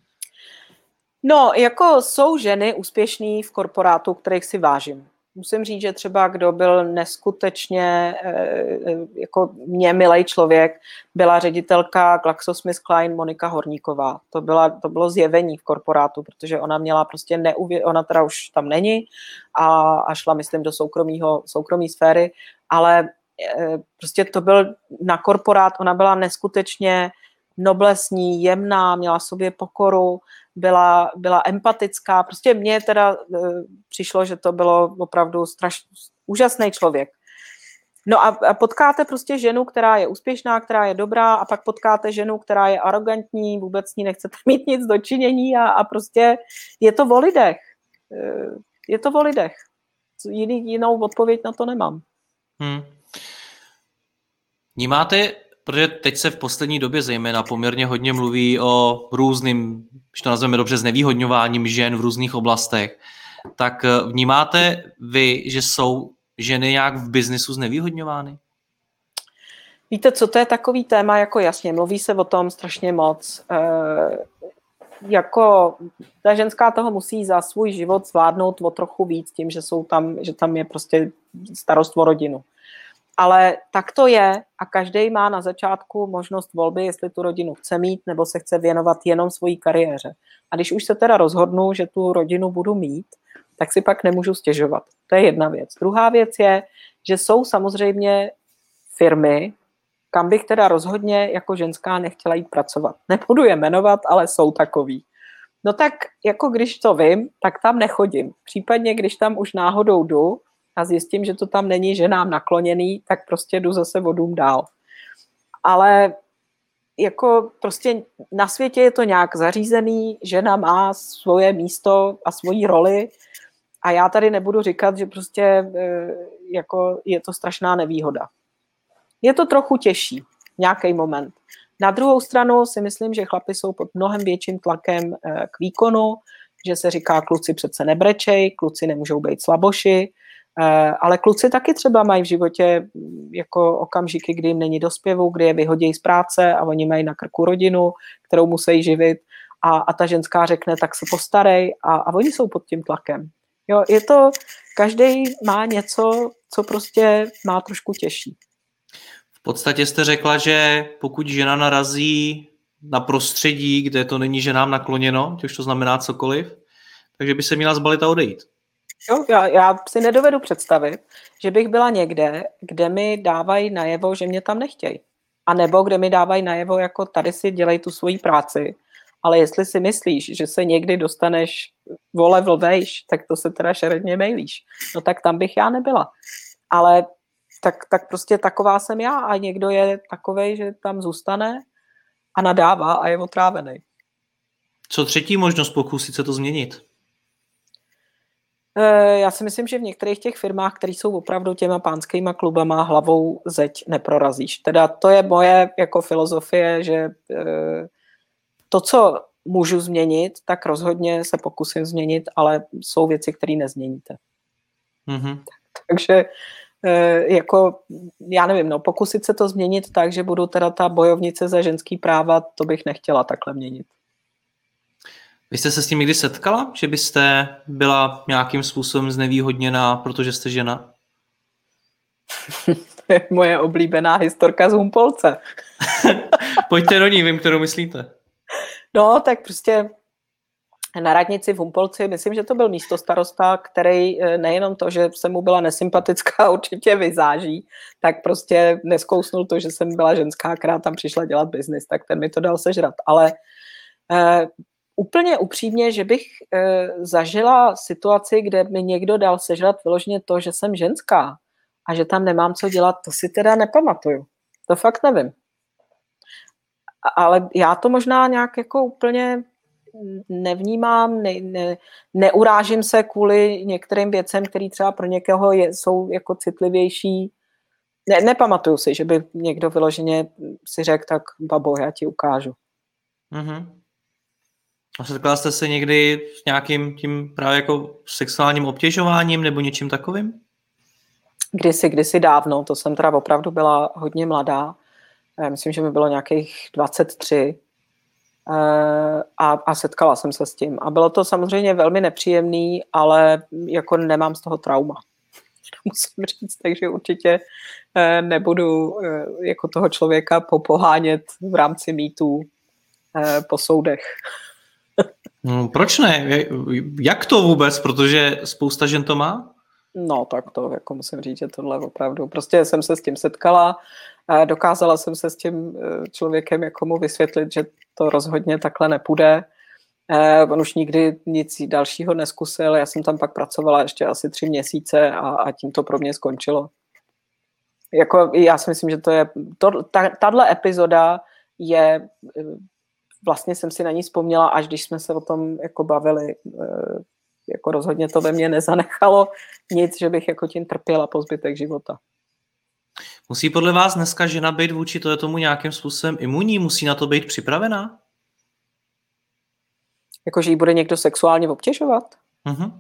No, jako jsou ženy úspěšný v korporátu, kterých si vážím. Musím říct, že třeba kdo byl neskutečně jako mě milej člověk, byla ředitelka GlaxoSmithKline Monika Horníková. To, byla, to bylo zjevení v korporátu, protože ona měla prostě neuvě... ona teda už tam není a, a šla, myslím, do soukromého, soukromé sféry, ale prostě to byl na korporát, ona byla neskutečně noblesní, jemná, měla v sobě pokoru, byla, byla empatická. Prostě mně teda e, přišlo, že to bylo opravdu strašný, úžasný člověk. No a, a potkáte prostě ženu, která je úspěšná, která je dobrá, a pak potkáte ženu, která je arrogantní, vůbec s ní nechcete mít nic dočinění a, a prostě je to o lidech. Je to o lidech. Jiný, jinou odpověď na to nemám. Hmm. Vnímáte, protože teď se v poslední době zejména poměrně hodně mluví o různým, když to nazveme dobře, znevýhodňováním žen v různých oblastech, tak vnímáte vy, že jsou ženy nějak v biznisu znevýhodňovány? Víte, co to je takový téma, jako jasně, mluví se o tom strašně moc. E, jako ta ženská toho musí za svůj život zvládnout o trochu víc tím, že, jsou tam, že tam je prostě starost o rodinu. Ale tak to je a každý má na začátku možnost volby, jestli tu rodinu chce mít nebo se chce věnovat jenom svojí kariéře. A když už se teda rozhodnu, že tu rodinu budu mít, tak si pak nemůžu stěžovat. To je jedna věc. Druhá věc je, že jsou samozřejmě firmy, kam bych teda rozhodně jako ženská nechtěla jít pracovat. Nebudu je jmenovat, ale jsou takový. No tak jako když to vím, tak tam nechodím. Případně když tam už náhodou jdu a zjistím, že to tam není ženám nakloněný, tak prostě jdu zase o dům dál. Ale jako prostě na světě je to nějak zařízený, žena má svoje místo a svoji roli a já tady nebudu říkat, že prostě jako je to strašná nevýhoda. Je to trochu těžší v nějaký moment. Na druhou stranu si myslím, že chlapi jsou pod mnohem větším tlakem k výkonu, že se říká, kluci přece nebrečej, kluci nemůžou být slaboši, ale kluci taky třeba mají v životě jako okamžiky, kdy jim není do zpěvu, kdy je vyhodí z práce a oni mají na krku rodinu, kterou musí živit a, a ta ženská řekne, tak se postarej a, a oni jsou pod tím tlakem. Jo, je to, každý má něco, co prostě má trošku těžší. V podstatě jste řekla, že pokud žena narazí na prostředí, kde to není ženám nakloněno, což to znamená cokoliv, takže by se měla zbalit a odejít. Jo, já, já si nedovedu představit, že bych byla někde, kde mi dávají najevo, že mě tam nechtějí. A nebo kde mi dávají najevo, jako tady si dělej tu svoji práci, ale jestli si myslíš, že se někdy dostaneš o level vejš, tak to se teda šeredně mejlíš. No tak tam bych já nebyla. Ale tak, tak prostě taková jsem já a někdo je takovej, že tam zůstane a nadává a je otrávený. Co třetí možnost pokusit se to změnit? Já si myslím, že v některých těch firmách, které jsou opravdu těma pánskýma klubama, hlavou zeď neprorazíš. Teda to je moje jako filozofie, že to, co můžu změnit, tak rozhodně se pokusím změnit, ale jsou věci, které nezměníte. Mm-hmm. Takže jako, já nevím, no, pokusit se to změnit tak, že budu teda ta bojovnice za ženský práva, to bych nechtěla takhle měnit. Vy jste se s tím někdy setkala, že byste byla nějakým způsobem znevýhodněná, protože jste žena? To je moje oblíbená historka z Humpolce. Pojďte do ní, vím, kterou myslíte. No, tak prostě na radnici v Humpolci, myslím, že to byl místostarosta, který nejenom to, že jsem mu byla nesympatická, určitě vyzáží, tak prostě neskousnul to, že jsem byla ženská, která tam přišla dělat biznis, tak ten mi to dal sežrat. Ale eh, úplně upřímně, že bych eh, zažila situaci, kde mi někdo dal sežrat vyloženě to, že jsem ženská a že tam nemám co dělat, to si teda nepamatuju. To fakt nevím. Ale já to možná nějak jako úplně nevnímám, ne, ne, neurážím se kvůli některým věcem, které třeba pro někoho je, jsou jako citlivější. Ne, nepamatuju si, že by někdo vyloženě si řekl, tak babo, já ti ukážu. Mm-hmm. A setkala jste se někdy s nějakým tím právě jako sexuálním obtěžováním nebo něčím takovým? Kdysi, kdysi dávno, to jsem teda opravdu byla hodně mladá. Myslím, že mi bylo nějakých dvacet tři a, a setkala jsem se s tím. A bylo to samozřejmě velmi nepříjemný, ale jako nemám z toho trauma. Musím říct, takže určitě nebudu jako toho člověka popohánět v rámci mýtů po soudech. No, proč ne? Jak to vůbec? Protože spousta žen to má? No tak to jako musím říct, že tohle opravdu. Prostě jsem se s tím setkala, dokázala jsem se s tím člověkem jako mu vysvětlit, že to rozhodně takhle nepůjde. On už nikdy nic dalšího neskusil, já jsem tam pak pracovala ještě asi tři měsíce a, a tím to pro mě skončilo. Jako, já si myslím, že to je, to, ta, tahle epizoda je, vlastně jsem si na ní vzpomněla, až když jsme se o tom jako bavili, jako rozhodně to ve mně nezanechalo nic, že bych jako tím trpěla po zbytek života. Musí podle vás dneska žena být vůči tomu nějakým způsobem imunní? Musí na to být připravená? Jako, že jí bude někdo sexuálně obtěžovat? Mm-hmm.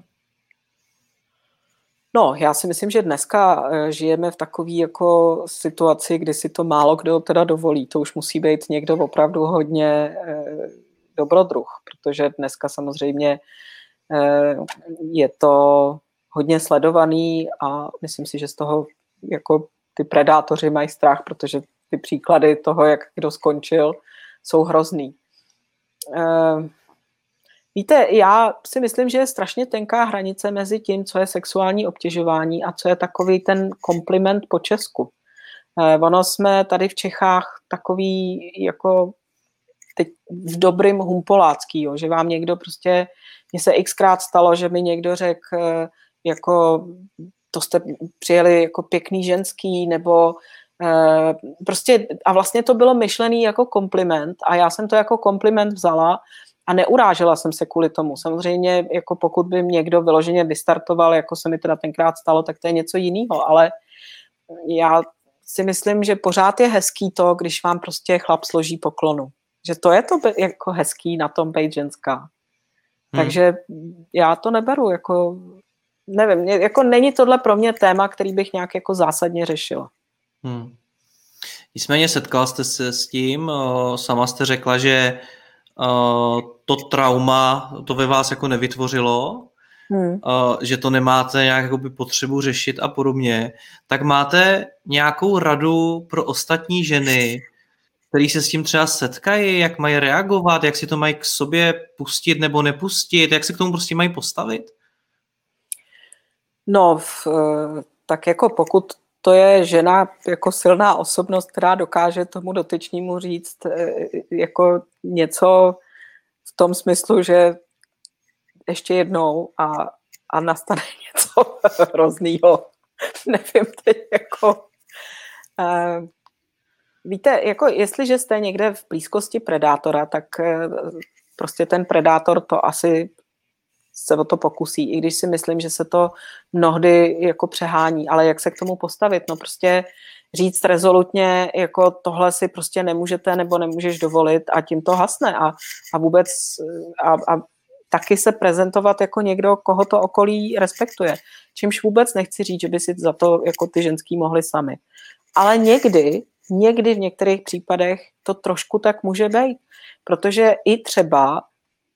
No, já si myslím, že dneska žijeme v takové jako situaci, kdy si to málo kdo teda dovolí. To už musí být někdo opravdu hodně eh, dobrodruh, protože dneska samozřejmě eh, je to hodně sledovaný a myslím si, že z toho jako ty predátoři mají strach, protože ty příklady toho, jak kdo skončil, jsou hrozný. Eh, Víte, já si myslím, že je strašně tenká hranice mezi tím, co je sexuální obtěžování a co je takový ten kompliment po česku. Eh, ono jsme tady v Čechách takový jako teď v dobrým humpolácký, jo, že vám někdo prostě, mně se xkrát stalo, že mi někdo řekl, eh, jako to jste přijeli jako pěkný ženský, nebo eh, prostě a vlastně to bylo myšlený jako kompliment a já jsem to jako kompliment vzala a neurážela jsem se kvůli tomu. Samozřejmě, jako pokud by někdo vyloženě vystartoval, jako se mi teda tenkrát stalo, tak to je něco jiného, ale já si myslím, že pořád je hezký to, když vám prostě chlap složí poklonu. Že to je to jako hezký na tom být ženská. Hmm. Takže já to neberu, jako nevím, jako není tohle pro mě téma, který bych nějak jako zásadně řešila. Hmm. Nicméně setkala jste se s tím, sama jste řekla, že Uh, to trauma, to ve vás jako nevytvořilo, hmm. uh, že to nemáte nějak jakoby potřebu řešit a podobně, tak máte nějakou radu pro ostatní ženy, který se s tím třeba setkají, jak mají reagovat, jak si to mají k sobě pustit nebo nepustit, jak se k tomu prostě mají postavit? No, v, tak jako pokud to je žena jako silná osobnost, která dokáže tomu dotyčnímu říct jako něco v tom smyslu, že ještě jednou a, a nastane něco hroznýho. Nevím teď jako... Uh, víte, jako jestliže jste někde v blízkosti predátora, tak uh, prostě ten predátor to asi se o to pokusí, i když si myslím, že se to mnohdy jako přehání, ale jak se k tomu postavit, no prostě říct rezolutně, jako tohle si prostě nemůžete nebo nemůžeš dovolit a tím to hasne a, a vůbec a, a taky se prezentovat jako někdo, koho to okolí respektuje. Čímž vůbec nechci říct, že by si za to jako ty ženský mohli sami. Ale někdy, někdy v některých případech to trošku tak může být, protože i třeba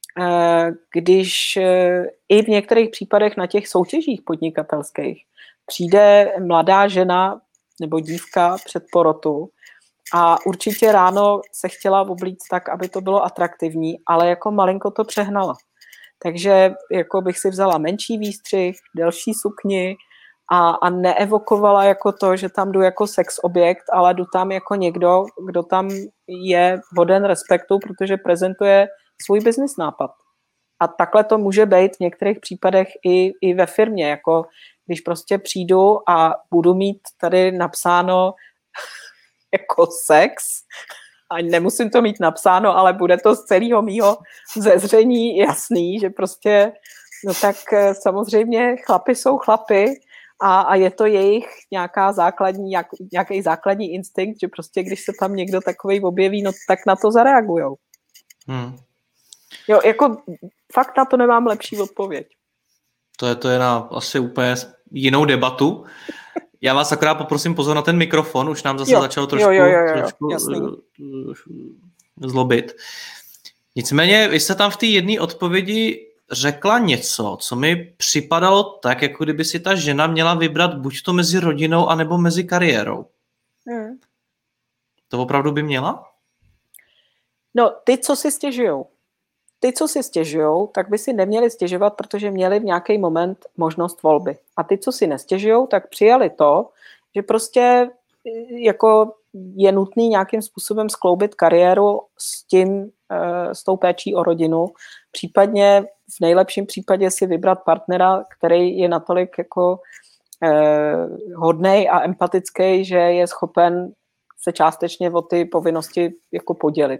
když i v některých případech na těch soutěžích podnikatelských přijde mladá žena nebo dívka před porotu a určitě ráno se chtěla oblíct tak, aby to bylo atraktivní, ale jako malinko to přehnala. Takže jako bych si vzala menší výstřih, delší sukni a, a neevokovala jako to, že tam jdu jako sex objekt, ale jdu tam jako někdo, kdo tam je hoden respektu, protože prezentuje svůj business nápad. A takhle to může být v některých případech i, i ve firmě, jako když prostě přijdu a budu mít tady napsáno jako sex, a nemusím to mít napsáno, ale bude to z celého mýho zezření jasný, že prostě, no tak samozřejmě chlapi jsou chlapi a, a je to jejich nějaká základní, nějak, nějaký základní instinkt, že prostě když se tam někdo takovej objeví, no tak na to zareagujou. Hmm. Jo, jako fakt na to nemám lepší odpověď. To je, to je na asi úplně jinou debatu. Já vás akorát poprosím pozor na ten mikrofon, už nám zase jo, začalo trošku, jo, jo, jo, trošku jasný. zlobit. Nicméně, vy jste tam v té jedné odpovědi řekla něco, co mi připadalo tak, jako kdyby si ta žena měla vybrat buď to mezi rodinou, anebo mezi kariérou. Hmm. To opravdu by měla? No, ty, co si stěžujou. ty, co si stěžujou, tak by si neměli stěžovat, protože měli v nějaký moment možnost volby. A ty, co si nestěžujou, tak přijali to, že prostě jako je nutný nějakým způsobem skloubit kariéru s tím, s tou péčí o rodinu, případně v nejlepším případě si vybrat partnera, který je natolik jako eh, hodnej a empatický, že je schopen se částečně o ty povinnosti jako podělit.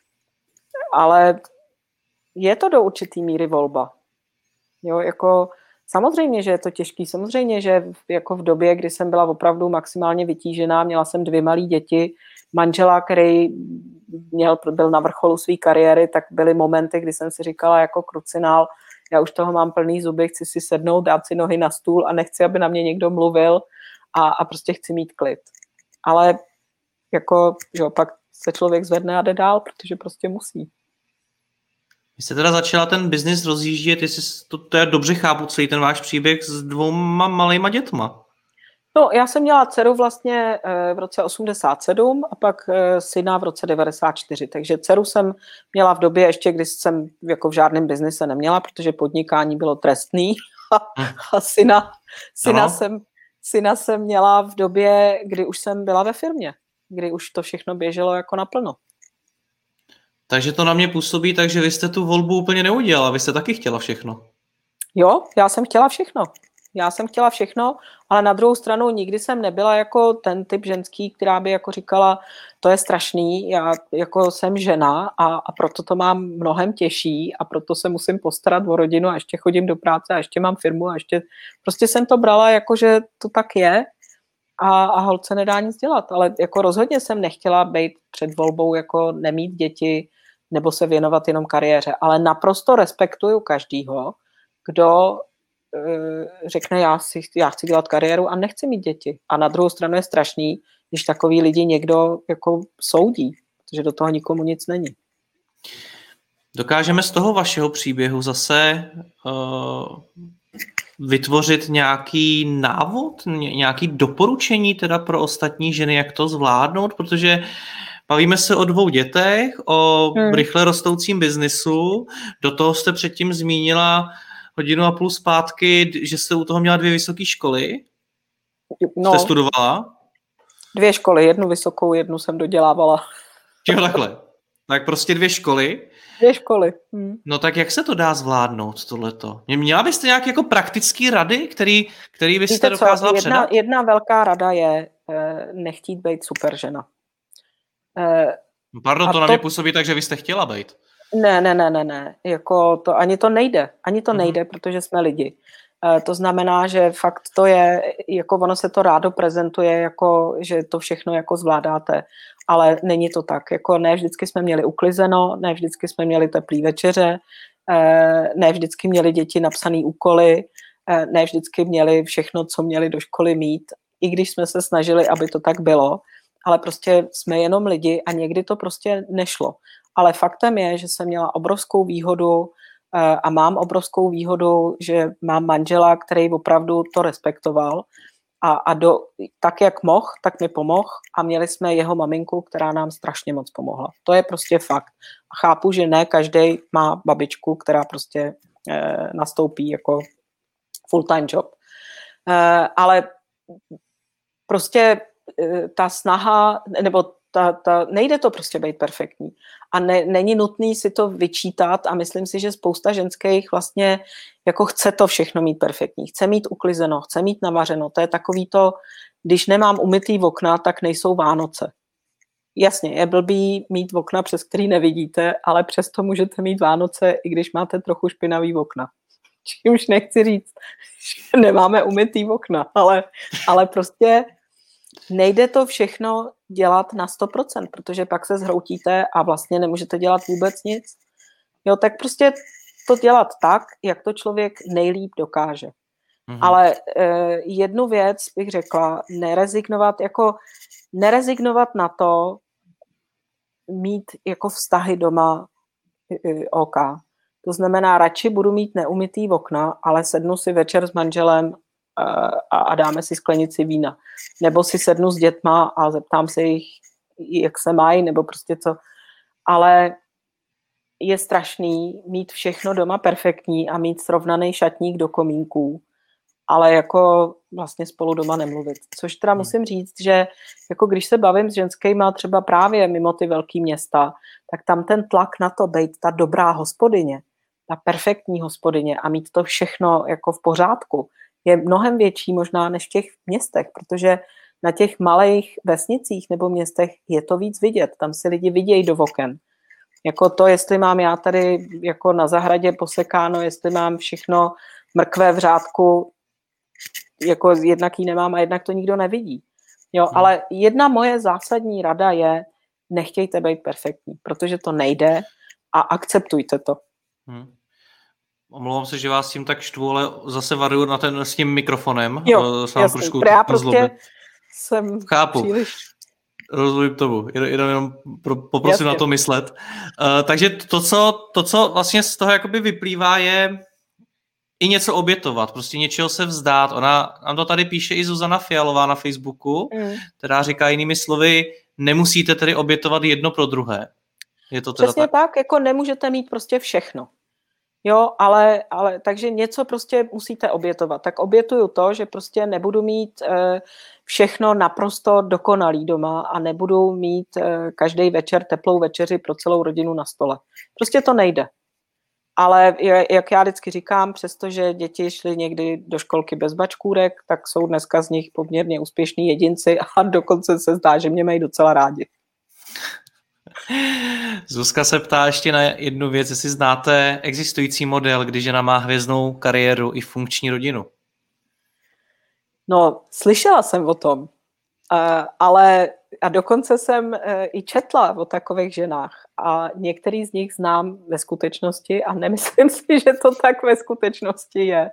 Ale je to do určitý míry volba. Jo, jako samozřejmě, že je to těžký, samozřejmě, že jako v době, kdy jsem byla opravdu maximálně vytížená, měla jsem dvě malé děti, manžela, který měl, byl na vrcholu své kariéry, tak byly momenty, kdy jsem si říkala jako krucinál, já už toho mám plný zuby, chci si sednout, dát si nohy na stůl a nechci, aby na mě někdo mluvil a, a prostě chci mít klid. Ale jako, že pak se člověk zvedne a jde dál, protože prostě musí. Vy jste teda začala ten biznis rozjíždět, jestli to, to je dobře chápu, celý ten váš příběh s dvouma malejma dětma. No, já jsem měla dceru vlastně v roce osmdesát sedm a pak syna v roce devadesát čtyři, takže dceru jsem měla v době ještě, kdy jsem jako v žádném biznise neměla, protože podnikání bylo trestný a, a syna, syna, jsem, syna jsem měla v době, kdy už jsem byla ve firmě, kdy už to všechno běželo jako naplno. Takže to na mě působí, takže vy jste tu volbu úplně neudělala, vy jste taky chtěla všechno. Jo, já jsem chtěla všechno. Já jsem chtěla všechno, ale na druhou stranu nikdy jsem nebyla jako ten typ ženský, která by jako říkala, to je strašný, já jako jsem žena a, a proto to mám mnohem těžší a proto se musím postarat o rodinu a ještě chodím do práce a ještě mám firmu a ještě, prostě jsem to brala jako, že to tak je a, a holce nedá nic dělat, ale jako rozhodně jsem nechtěla být před volbou jako nemít děti nebo se věnovat jenom kariéře, ale naprosto respektuju každýho, kdo řekne, já, si, já chci dělat kariéru a nechci mít děti. A na druhou stranu je strašný, když takový lidi někdo jako soudí, protože do toho nikomu nic není. Dokážeme z toho vašeho příběhu zase uh, vytvořit nějaký návod, nějaký doporučení teda pro ostatní ženy, jak to zvládnout, protože bavíme se o dvou dětech, o hmm. rychle rostoucím biznisu, do toho jste předtím zmínila hodinu a půl zpátky, že jste u toho měla dvě vysoké školy. No, jste studovala? Dvě školy, jednu vysokou, jednu jsem dodělávala. Jo, takhle. Tak prostě dvě školy. Dvě školy. Hmm. No tak jak se to dá zvládnout, tohleto? Měla byste nějaké jako praktické rady, který, který byste Víte dokázala co? předat? Jedna, jedna velká rada je eh, nechtít být super žena. Eh, Pardon, to, to na mě působí tak, že vy jste chtěla být. Ne, ne, ne, ne, ne. Jako to, ani to nejde. Ani to mm-hmm. nejde, protože jsme lidi. E, to znamená, že fakt to je, jako ono se to rádo prezentuje, jako, že to všechno jako zvládáte, ale není to tak. Jako ne vždycky jsme měli uklizeno, ne vždycky jsme měli teplý večeře, e, ne vždycky měli děti napsaný úkoly, e, ne vždycky měli všechno, co měli do školy mít, i když jsme se snažili, aby to tak bylo, ale prostě jsme jenom lidi a někdy to prostě nešlo. Ale faktem je, že jsem měla obrovskou výhodu a mám obrovskou výhodu, že mám manžela, který opravdu to respektoval a, a do, tak, jak mohl, tak mi pomohl a měli jsme jeho maminku, která nám strašně moc pomohla. To je prostě fakt. A chápu, že ne každý má babičku, která prostě eh, nastoupí jako full-time job. Eh, ale prostě eh, ta snaha, nebo Ta, ta, nejde to prostě být perfektní. A ne, není nutný si to vyčítat a myslím si, že spousta ženských vlastně jako chce to všechno mít perfektní. Chce mít uklizeno, chce mít navařeno. To je takový to, když nemám umytý okna, tak nejsou Vánoce. Jasně, je blbý mít okna, přes který nevidíte, ale přesto můžete mít Vánoce, i když máte trochu špinavý okna. Čímž nechci říct, že nemáme umytý okna, ale, ale prostě nejde to všechno dělat na sto procent, protože pak se zhroutíte a vlastně nemůžete dělat vůbec nic. Jo, tak prostě to dělat tak, jak to člověk nejlíp dokáže. Mm-hmm. Ale eh, jednu věc bych řekla, nerezignovat, jako nerezignovat na to, mít jako vztahy doma eh, OK. To znamená, radši budu mít neumytý okna, ale sednu si večer s manželem a dáme si sklenici vína. Nebo si sednu s dětma a zeptám se jich, jak se mají, nebo prostě co. Ale je strašný mít všechno doma perfektní a mít srovnaný šatník do komínků, ale jako vlastně spolu doma nemluvit. Což teda hmm. musím říct, že jako když se bavím s ženskýma třeba právě mimo ty velký města, tak tam ten tlak na to být ta dobrá hospodyně, ta perfektní hospodyně a mít to všechno jako v pořádku, je mnohem větší možná než v těch městech, protože na těch malých vesnicích nebo městech je to víc vidět. Tam si lidi vidějí do oken. Jako to, jestli mám já tady jako na zahradě posekáno, jestli mám všechno mrkve v řádku, jako jednak ji nemám a jednak to nikdo nevidí. Jo, hmm. ale jedna moje zásadní rada je, nechtějte být perfektní, protože to nejde a akceptujte to. Hmm. Omlouvám se, že vás tím tak štvu, ale zase varuju na ten s tím mikrofonem. Jo, jasný, trošku já prostě jsem Chápu. příliš... Rozumím tomu, jenom, jenom poprosím jasně. na to myslet. Uh, takže to co, to, co vlastně z toho jakoby vyplývá, je i něco obětovat, prostě něčeho se vzdát. Ona nám to tady píše i Zuzana Fialová na Facebooku, mm. která říká jinými slovy, nemusíte tedy obětovat jedno pro druhé. Je to teda přesně tak? tak, jako nemůžete mít prostě všechno. Jo, ale, ale takže něco prostě musíte obětovat. Tak obětuju to, že prostě nebudu mít e, všechno naprosto dokonalý doma a nebudu mít e, každý večer teplou večeři pro celou rodinu na stole. Prostě to nejde. Ale jak já vždycky říkám, přestože děti šly někdy do školky bez bačkůrek, tak jsou dneska z nich poměrně úspěšní jedinci a dokonce se zdá, že mě mají docela rádi. Zuzka se ptá ještě na jednu věc, jestli znáte existující model, kdy žena má hvězdnou kariéru i funkční rodinu. No, slyšela jsem o tom, ale a dokonce jsem i četla o takových ženách a některý z nich znám ve skutečnosti a nemyslím si, že to tak ve skutečnosti je.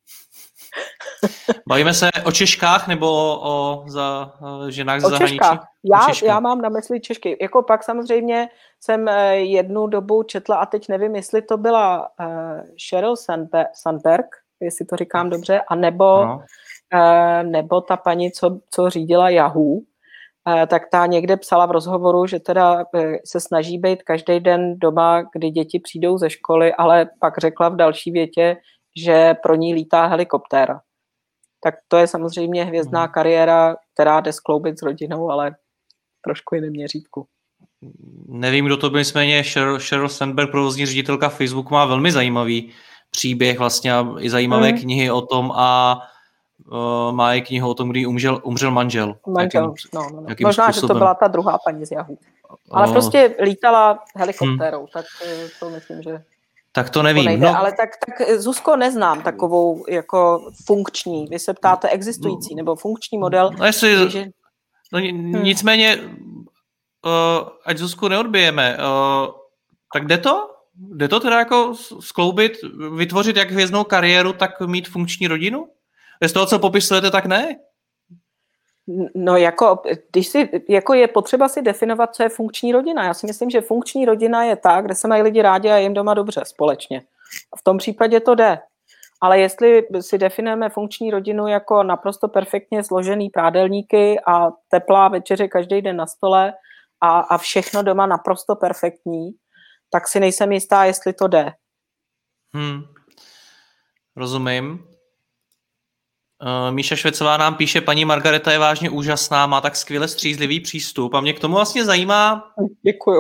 Bavíme se o Češkách nebo o za, ženách ze o zahraničí? Češkách. Já, já mám na mysli Češky. Jako pak samozřejmě jsem jednu dobu četla a teď nevím, jestli to byla uh, Sheryl Sandberg, jestli to říkám dobře, a nebo, no. uh, nebo ta paní, co, co řídila Yahoo, uh, tak ta někde psala v rozhovoru, že teda uh, se snaží být každý den doma, kdy děti přijdou ze školy, ale pak řekla v další větě, že pro ní lítá helikoptéra. Tak to je samozřejmě hvězdná hmm. kariéra, která jde skloubit s rodinou, ale trošku jiném měřítku. Nevím, kdo to byl, nicméně Sheryl, Sheryl Sandberg, provozní ředitelka Facebooku, má velmi zajímavý příběh vlastně i zajímavé hmm. knihy o tom a uh, má i knihu o tom, kdy umřel, umřel manžel. Manžel, jakým, no, no, no. Možná, způsobem. Že to byla ta druhá paní z Yahoo. Ale uh, prostě lítala helikoptérou, hmm. tak to myslím, že tak to nevím. To no. Ale tak, tak Zuzko, neznám takovou jako funkční. Vy se ptáte existující nebo funkční model. No, jestli, že... no, hmm. Nicméně, uh, ať Zuzku neodbijeme, uh, tak jde to? Jde to teda jako skloubit, vytvořit jak hvězdnou kariéru, tak mít funkční rodinu? Z toho, co popisujete, tak ne? No jako, když si, jako je potřeba si definovat, co je funkční rodina. Já si myslím, že funkční rodina je ta, kde se mají lidi rádi a jim doma dobře společně. V tom případě to jde. Ale jestli si definujeme funkční rodinu jako naprosto perfektně složený prádelníky a teplá večeře každý den na stole a, a všechno doma naprosto perfektní, tak si nejsem jistá, jestli to jde. Hmm. Rozumím. Uh, Míša Švecová nám píše, paní Margareta je vážně úžasná, má tak skvěle střízlivý přístup a mě k tomu vlastně zajímá, děkuju.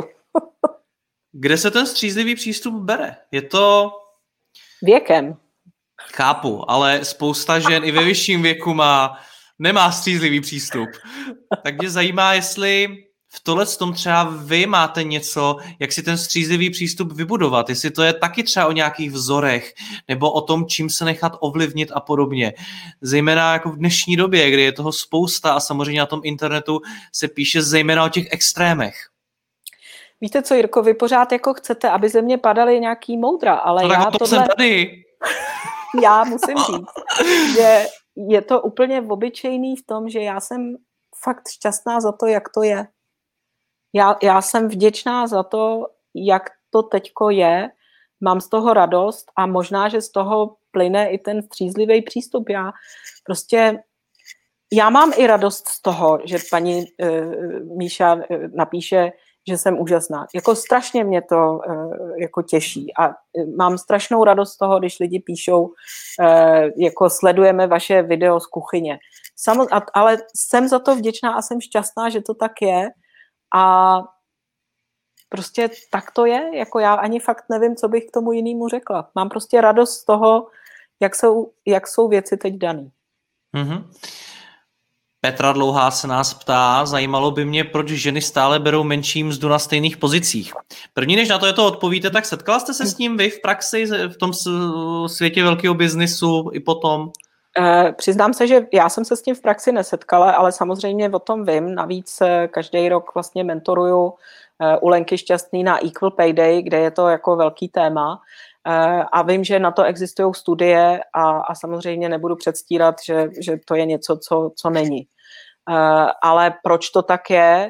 Kde se ten střízlivý přístup bere? Je to... Věkem. Chápu, ale spousta žen i ve vyšším věku má, nemá střízlivý přístup. Tak mě zajímá, jestli v tohle tom třeba vy máte něco, jak si ten střízlivý přístup vybudovat, jestli to je taky třeba o nějakých vzorech, nebo o tom, čím se nechat ovlivnit a podobně. Zejména jako v dnešní době, kdy je toho spousta a samozřejmě na tom internetu se píše zejména o těch extrémech. Víte co, Jirko, vy pořád jako chcete, aby ze mě padaly nějaký moudra, ale no, já tohle... jsem tady. Já musím říct, že je to úplně obyčejný v tom, že já jsem fakt šťastná za to, jak to je. Já, já jsem vděčná za to, jak to teďko je, mám z toho radost a možná, že z toho plyne i ten střízlivý přístup. Já prostě, já mám i radost z toho, že paní uh, Míša uh, napíše, že jsem úžasná. Jako strašně mě to uh, jako těší a mám strašnou radost z toho, když lidi píšou, uh, jako sledujeme vaše video z kuchyně. Samo, ale jsem za to vděčná a jsem šťastná, že to tak je a prostě tak to je, jako já ani fakt nevím, co bych k tomu jinému řekla. Mám prostě radost z toho, jak jsou, jak jsou věci teď daný. Mm-hmm. Petra Dlouhá se nás ptá, zajímalo by mě, proč ženy stále berou menší mzdu na stejných pozicích. První, než na to je to odpovíte, tak setkala jste se s tím vy v praxi, v tom světě velkého biznisu i potom? Eh, přiznám se, že já jsem se s tím v praxi nesetkala, ale samozřejmě o tom vím. Navíc každý rok vlastně mentoruju eh, u Lenky Šťastný na Equal Pay Day, kde je to jako velký téma. Eh, a vím, že na to existují studie a, a samozřejmě nebudu předstírat, že, že to je něco, co, co není. Uh, ale proč to tak je?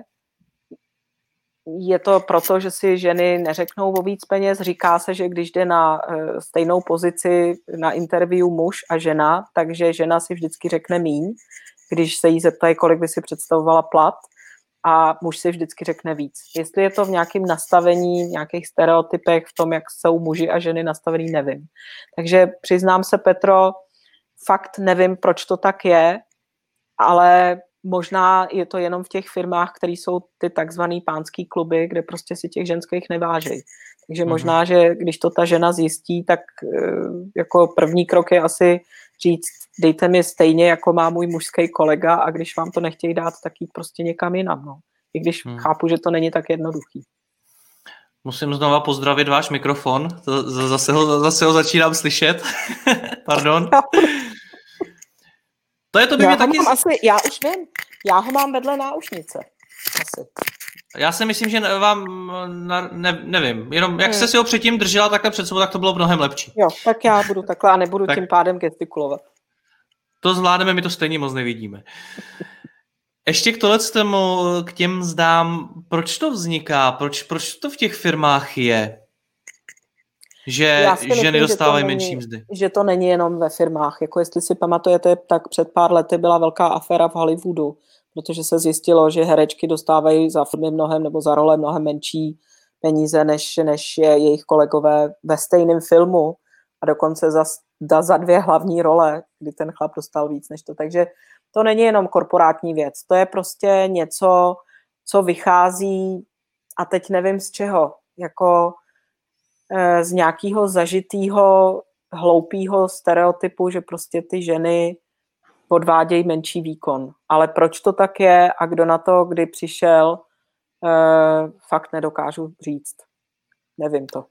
Je to proto, že si ženy neřeknou o víc peněz. Říká se, že když jde na uh, stejnou pozici na interview muž a žena, takže žena si vždycky řekne míň, když se jí zeptají, kolik by si představovala plat, a muž si vždycky řekne víc. Jestli je to v nějakém nastavení, v nějakých stereotypech, v tom, jak jsou muži a ženy nastavený, nevím. Takže přiznám se, Petro, fakt nevím, proč to tak je, ale možná je to jenom v těch firmách, které jsou ty takzvaný pánský kluby, kde prostě si těch ženských neváží. Takže mm-hmm. možná, že když to ta žena zjistí, tak jako první krok je asi říct, dejte mi stejně, jako má můj mužský kolega, a když vám to nechtějí dát, tak jít prostě někam jinam. No. I když hmm. chápu, že to není tak jednoduchý. Musím znova pozdravit váš mikrofon. Zase ho, zase ho začínám slyšet. Pardon. To je to by já mě taky... Asi, já už vím, já ho mám vedle náušnice. Asi. Já si myslím, že vám, ne, nevím, jenom jak hmm. jste si ho předtím držela takhle před sebou, tak to bylo mnohem lepší. Jo, tak já budu takhle a nebudu tak tím pádem gestikulovat. To zvládneme, my to stejně moc nevidíme. Ještě k tohletému, k těm mzdám, proč to vzniká, proč, proč to v těch firmách je, že ženy dostávají menší mzdy? Že to není jenom ve firmách, jako jestli si pamatujete, tak před pár lety byla velká aféra v Hollywoodu, protože se zjistilo, že herečky dostávají za filmy mnohem nebo za role mnohem menší peníze, než, než je jejich kolegové ve stejném filmu, a dokonce za, za dvě hlavní role, kdy ten chlap dostal víc než to. Takže to není jenom korporátní věc, to je prostě něco, co vychází, a teď nevím z čeho, jako e, z nějakého zažitého hloupého stereotypu, že prostě ty ženy podvádějí menší výkon. Ale proč to tak je a kdo na to kdy přišel, e, fakt nedokážu říct. Nevím to.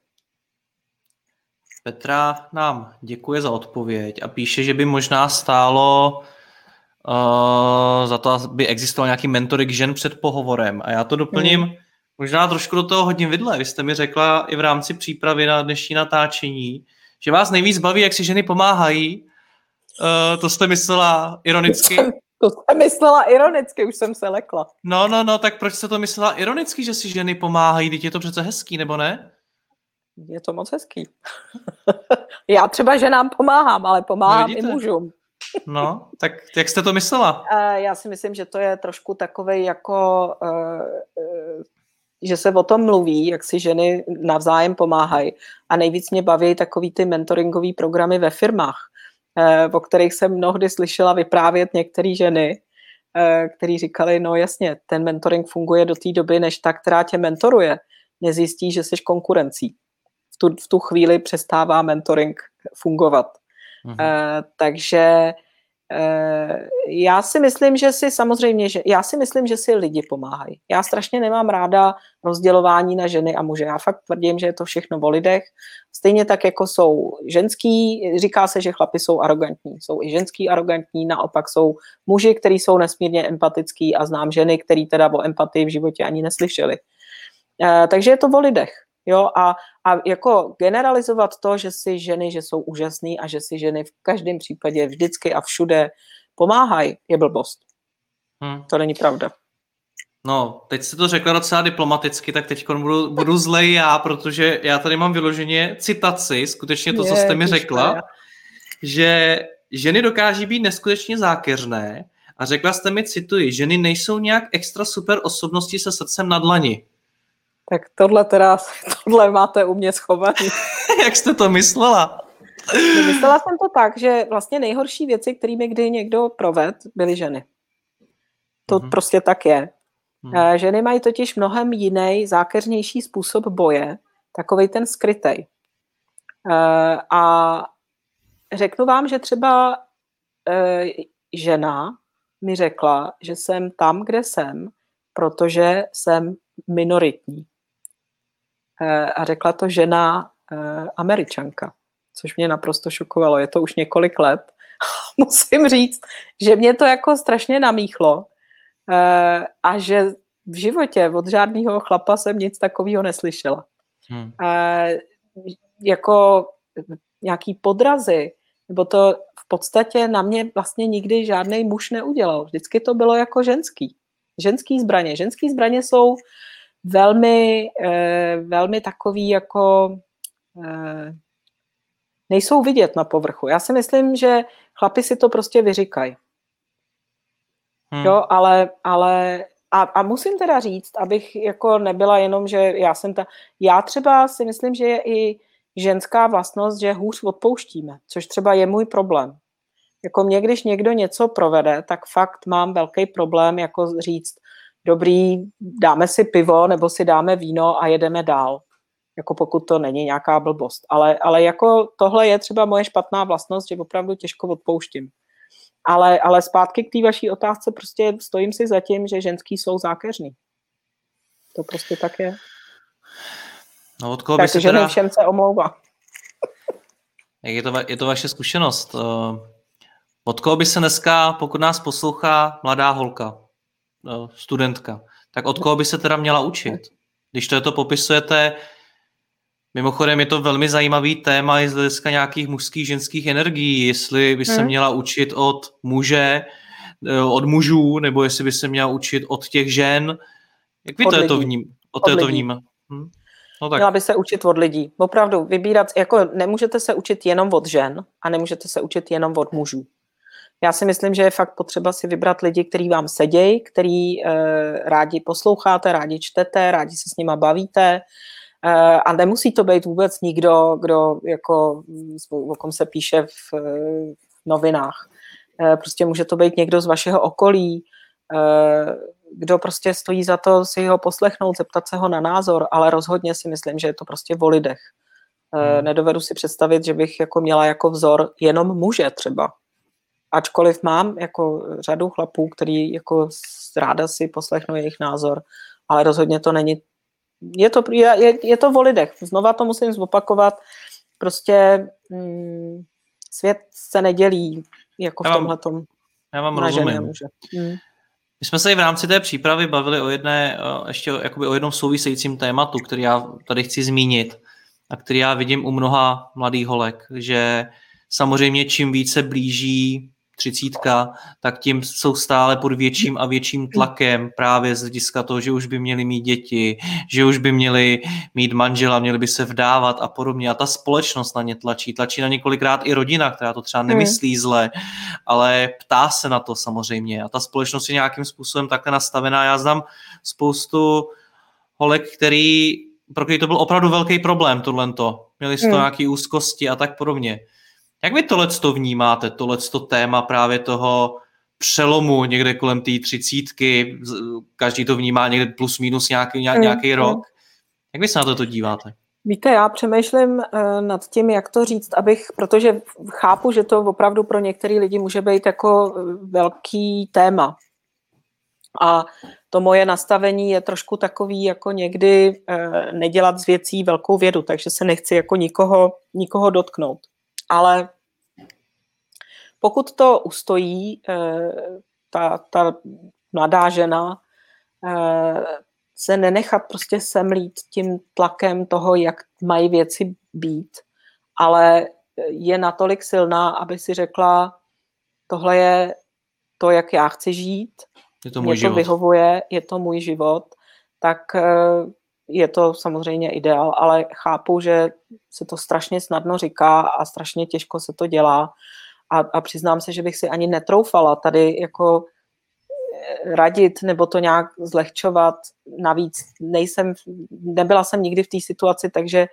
Petra nám děkuje za odpověď a píše, že by možná stálo uh, za to, aby existoval nějaký mentoring žen před pohovorem. A já to doplním, hmm. možná trošku do toho hodím vidle. Vy jste mi řekla i v rámci přípravy na dnešní natáčení, že vás nejvíc baví, jak si ženy pomáhají. Uh, to jste myslela ironicky? To jsem myslela ironicky, už jsem se lekla. No, no, no, tak proč jste to myslela ironicky, že si ženy pomáhají? Teď je to přece hezký, nebo ne? Je to moc hezký. Já třeba ženám pomáhám, ale pomáhám no, i mužům. No, tak jak jste to myslela? Já si myslím, že to je trošku takovej jako, že se o tom mluví, jak si ženy navzájem pomáhají. A nejvíc mě baví takový ty mentoringový programy ve firmách, o kterých jsem mnohdy slyšela vyprávět některé ženy, který říkali, no jasně, ten mentoring funguje do té doby, než ta, která tě mentoruje, nezjistí, že jsi konkurencí. V tu, v tu chvíli přestává mentoring fungovat. Mhm. Uh, takže uh, já si myslím, že si samozřejmě, že, já si myslím, že si lidi pomáhají. Já strašně nemám ráda rozdělování na ženy a muže. Já fakt tvrdím, že je to všechno o lidech. Stejně tak, jako jsou ženský, říká se, že chlapi jsou arrogantní. Jsou i ženský arrogantní, naopak jsou muži, kteří jsou nesmírně empatický, a znám ženy, který teda o empatii v životě ani neslyšeli. Uh, takže je to o lidech. Jo, a, a jako generalizovat to, že si ženy, že jsou úžasný a že si ženy v každém případě vždycky a všude pomáhají, je blbost. Hmm. To není pravda. No, teď jste to řekla docela diplomaticky, tak teď budu, budu zlej já, protože já tady mám vyloženě citaci, skutečně to, je, co jste mi řekla, že ženy dokáží být neskutečně zákeřné, a řekla jste mi, cituji, ženy nejsou nějak extra super osobnosti se srdcem na dlani. Tak tohle teda, tohle máte u mě schovaný. Jak jste to myslela? Myslela jsem to tak, že vlastně nejhorší věci, kterými kdy někdo proved, byly ženy. To mm-hmm. prostě tak je. Mm. Ženy mají totiž mnohem jiný, zákeřnější způsob boje, takovej ten skrytej. A řeknu vám, že třeba žena mi řekla, že jsem tam, kde jsem, protože jsem minoritní. A řekla to žena Američanka, což mě naprosto šokovalo. Je to už několik let. Musím říct, že mě to jako strašně namíchlo a že v životě od žádného chlapa jsem nic takového neslyšela. Hmm. Jako nějaký podrazy, nebo to v podstatě na mě vlastně nikdy žádný muž neudělal. Vždycky to bylo jako ženský. Ženský zbraně. Ženský zbraně jsou velmi, eh, velmi takový jako eh, nejsou vidět na povrchu. Já si myslím, že chlapi si to prostě vyříkají. Hmm. Jo, ale, ale a, a musím teda říct, abych jako nebyla jenom, že já jsem ta, já třeba si myslím, že je i ženská vlastnost, že hůř odpouštíme, což třeba je můj problém. Jako mě, když někdo něco provede, tak fakt mám velký problém jako říct, dobrý, dáme si pivo nebo si dáme víno a jedeme dál. Jako pokud to není nějaká blbost. Ale, ale jako tohle je třeba moje špatná vlastnost, že opravdu těžko odpouštím. Ale, ale zpátky k té vaší otázce prostě stojím si za tím, že ženský jsou zákeřný. To prostě tak je. No od koho by se Takže teda... všem se omlouvá. Jak je to, je to vaše zkušenost? Od koho by se dneska, pokud nás poslouchá mladá holka, studentka, tak od koho by se teda měla učit? Když to, je to popisujete, mimochodem je to velmi zajímavý téma i z hlediska nějakých mužských, ženských energií, jestli by se hmm. měla učit od muže, od mužů, nebo jestli by se měla učit od těch žen. Jak vy to, to vním? Od od to vnímá? Hm? No tak. Měla by se učit od lidí. Opravdu vybírat, jako nemůžete se učit jenom od žen a nemůžete se učit jenom od mužů. Já si myslím, že je fakt potřeba si vybrat lidi, kteří vám sedějí, který eh, rádi posloucháte, rádi čtete, rádi se s nima bavíte eh, a nemusí to být vůbec nikdo, kdo jako, o kom se píše v, v novinách. Eh, prostě může to být někdo z vašeho okolí, eh, kdo prostě stojí za to si ho poslechnout, zeptat se ho na názor, ale rozhodně si myslím, že je to prostě o lidech. Eh, hmm. Nedovedu si představit, že bych jako měla jako vzor jenom muže třeba. Ačkoliv mám jako řadu chlapů, který jako ráda si poslechnou jejich názor, ale rozhodně to není, je to, je, je to o lidech. Znova to musím zopakovat, prostě hm, svět se nedělí jako já v tomhletom. Já vám rozumím. Hmm. My jsme se i v rámci té přípravy bavili o jedné, ještě jakoby o jednom souvisejícím tématu, který já tady chci zmínit a který já vidím u mnoha mladých holek, že samozřejmě čím více blíží třicítka, tak tím jsou stále pod větším a větším tlakem právě z hlediska toho, že už by měli mít děti, že už by měli mít manžela, měli by se vdávat a podobně. A ta společnost na ně tlačí. Tlačí na ně kolikrát i rodina, která to třeba nemyslí zle, ale ptá se na to samozřejmě. A ta společnost je nějakým způsobem takhle nastavená. Já znám spoustu holek, který, pro který to byl opravdu velký problém, tohleto. Měli z toho nějaké úzkosti a tak podobně. Jak vy tohleto vnímáte, tohleto téma právě toho přelomu někde kolem té třicítky, každý to vnímá někde plus minus nějaký, nějaký mm, rok. Jak vy se na to díváte? Víte, já přemýšlím uh, nad tím, jak to říct, abych, protože chápu, že to opravdu pro některé lidi může být jako velký téma. A to moje nastavení je trošku takový, jako někdy uh, nedělat z věcí velkou vědu, takže se nechci jako nikoho, nikoho dotknout. Ale pokud to ustojí, ta, ta mladá žena se nenechat prostě semlít tím tlakem toho, jak mají věci být, ale je natolik silná, aby si řekla, tohle je to, jak já chci žít, je to můj mě život. To vyhovuje, je to můj život, tak je to samozřejmě ideál, ale chápu, že se to strašně snadno říká a strašně těžko se to dělá a, a přiznám se, že bych si ani netroufala tady jako radit nebo to nějak zlehčovat. Navíc nejsem, nebyla jsem nikdy v té situaci, takže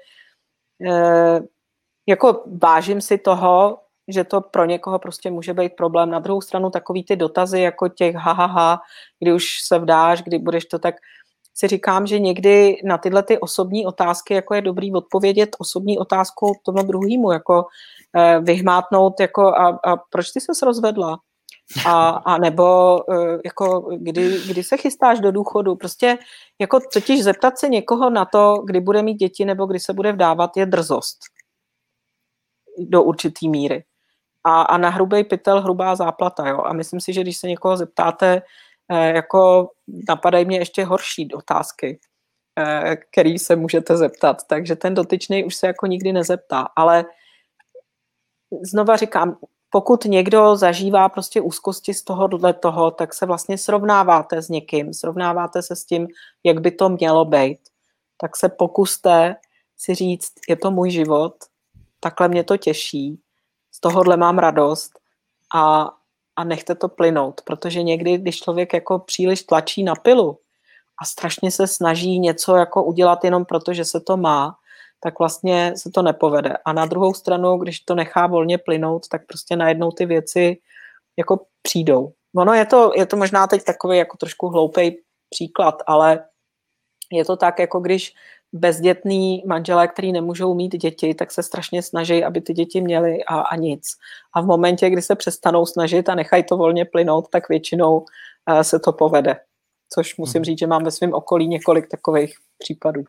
jako vážím si toho, že to pro někoho prostě může být problém. Na druhou stranu takový ty dotazy jako těch ha, ha, ha, kdy už se vdáš, kdy budeš to, tak si říkám, že někdy na tyhle ty osobní otázky jako je dobrý odpovědět osobní otázkou tomu druhému, jako eh, vyhmátnout jako a, a proč ty ses rozvedla? A, a nebo eh, jako kdy, kdy se chystáš do důchodu? Prostě jako totiž zeptat se někoho na to, kdy bude mít děti nebo kdy se bude vdávat, je drzost do určitý míry. A, a na hrubej pytel hrubá záplata, jo. A myslím si, že když se někoho zeptáte, eh, jako napadají mě ještě horší otázky, eh, který se můžete zeptat. Takže ten dotyčný už se jako nikdy nezeptá. Ale znova říkám, pokud někdo zažívá prostě úzkosti z tohohle toho, tak se vlastně srovnáváte s někým, srovnáváte se s tím, jak by to mělo být. Tak se pokuste si říct, je to můj život, takhle mě to těší, z tohohle mám radost a, a nechte to plynout, protože někdy, když člověk jako příliš tlačí na pilu a strašně se snaží něco jako udělat jenom proto, že se to má, tak vlastně se to nepovede. A na druhou stranu, když to nechá volně plynout, tak prostě najednou ty věci jako přijdou. Ono je to, je to možná teď takový jako trošku hloupej příklad, ale je to tak, jako když bezdětný manželé, který nemůžou mít děti, tak se strašně snaží, aby ty děti měly a, a nic. A v momentě, kdy se přestanou snažit a nechají to volně plynout, tak většinou uh, se to povede. Což musím říct, že mám ve svém okolí několik takových případů.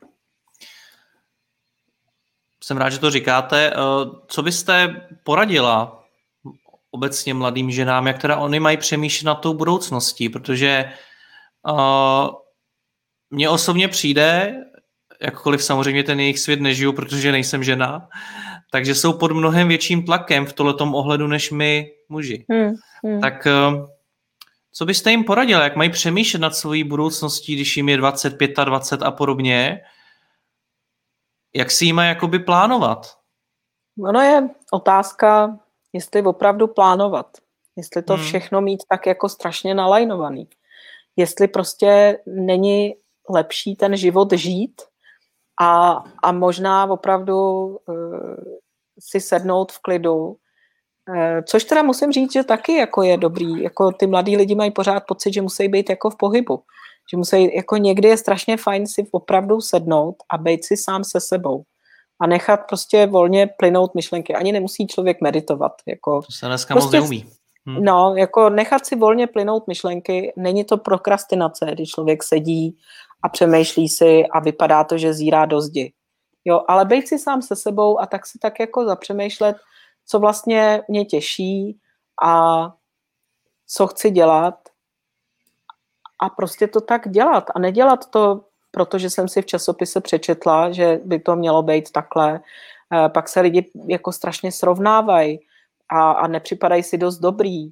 Jsem rád, že to říkáte. Co byste poradila obecně mladým ženám, jak teda oni mají přemýšlet nad tou budoucností, protože uh, mně osobně přijde, jakkoliv samozřejmě ten jejich svět nežiju, protože nejsem žena, takže jsou pod mnohem větším tlakem v tohletom ohledu než my muži. Hmm, hmm. Tak uh, co byste jim poradila, jak mají přemýšlet nad svojí budoucností, když jim je dvacet, dvacet pět a podobně, jak si ji mají jakoby plánovat? Ono je otázka, jestli opravdu plánovat. Jestli to hmm. všechno mít tak jako strašně nalajnovaný. Jestli prostě není lepší ten život žít a, a možná opravdu uh, si sednout v klidu. Uh, což teda musím říct, že taky jako je dobrý. Jako ty mladí lidi mají pořád pocit, že musí být jako v pohybu. Že musí, jako někdy je strašně fajn si opravdu sednout a být si sám se sebou. A nechat prostě volně plynout myšlenky. Ani nemusí člověk meditovat. Jako, to se dneska prostě, moc neumí. Hm. No, jako nechat si volně plynout myšlenky, není to prokrastinace, když člověk sedí a přemýšlí si a vypadá to, že zírá do zdi. Jo, ale být si sám se sebou a tak si tak jako zapřemýšlet, co vlastně mě těší a co chci dělat a prostě to tak dělat a nedělat to, protože jsem si v časopise přečetla, že by to mělo být takhle. Pak se lidi jako strašně srovnávají a, a nepřipadají si dost dobrý.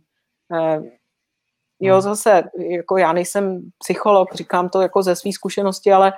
Jo, zase, jako já nejsem psycholog, říkám to jako ze své zkušenosti, ale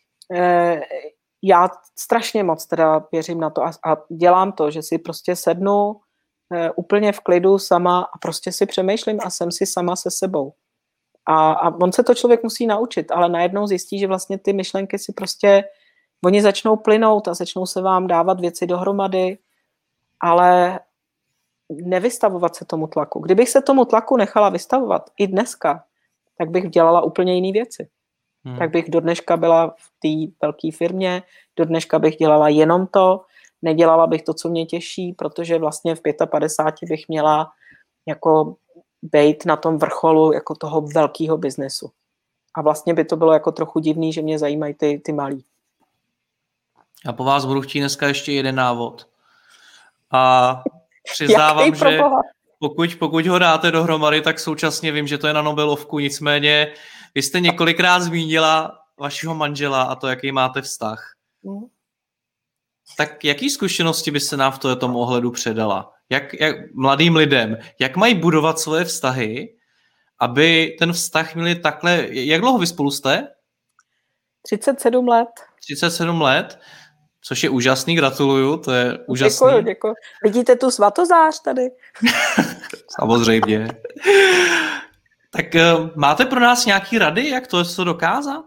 já strašně moc teda věřím na to a, a dělám to, že si prostě sednu úplně v klidu sama a prostě si přemýšlím a jsem si sama se sebou. A, a on se to člověk musí naučit, ale najednou zjistí, že vlastně ty myšlenky si prostě, oni začnou plynout a začnou se vám dávat věci dohromady, ale nevystavovat se tomu tlaku. Kdybych se tomu tlaku nechala vystavovat i dneska, tak bych dělala úplně jiné věci. Hmm. Tak bych do dneška byla v té velké firmě, do dneška bych dělala jenom to, nedělala bych to, co mě těší, protože vlastně v padesát pět bych měla jako bejt na tom vrcholu jako toho velkého biznesu. A vlastně by to bylo jako trochu divný, že mě zajímají ty, ty malí. Já po vás budu chtít dneska ještě jeden návod. A přiznávám, že pokud, pokud ho dáte dohromady, tak současně vím, že to je na Nobelovku, nicméně vy jste několikrát zmínila vašeho manžela a to, jaký máte vztah. Mm. Tak jaký zkušenosti by se nám v tom ohledu předala? Jak, jak mladým lidem, jak mají budovat svoje vztahy, aby ten vztah měli takhle... Jak dlouho vy spolu jste? třicet sedm let. třicet sedm let, což je úžasný, gratuluju, to je úžasný. Děkuju, děkuju. Vidíte tu svatozář tady? Samozřejmě. Tak uh, máte pro nás nějaký rady, jak to, to dokázat?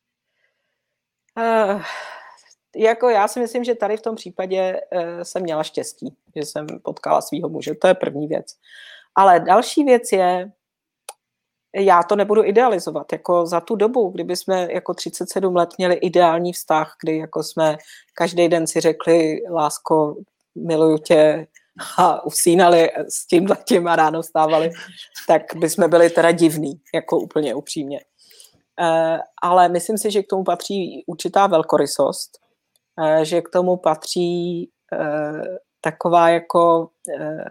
Uh, jako já si myslím, že tady v tom případě uh, jsem měla štěstí, že jsem potkala svýho muže. To je první věc. Ale další věc je, já to nebudu idealizovat. Jako za tu dobu, kdyby jsme jako třicet sedm let měli ideální vztah, kdy jako jsme každý den si řekli, lásko, miluju tě, a usínali s tím zatím a ráno vstávali, tak bychom byli teda divný, jako úplně upřímně. Uh, ale myslím si, že k tomu patří určitá velkorysost, uh, že k tomu patří uh, taková jako uh,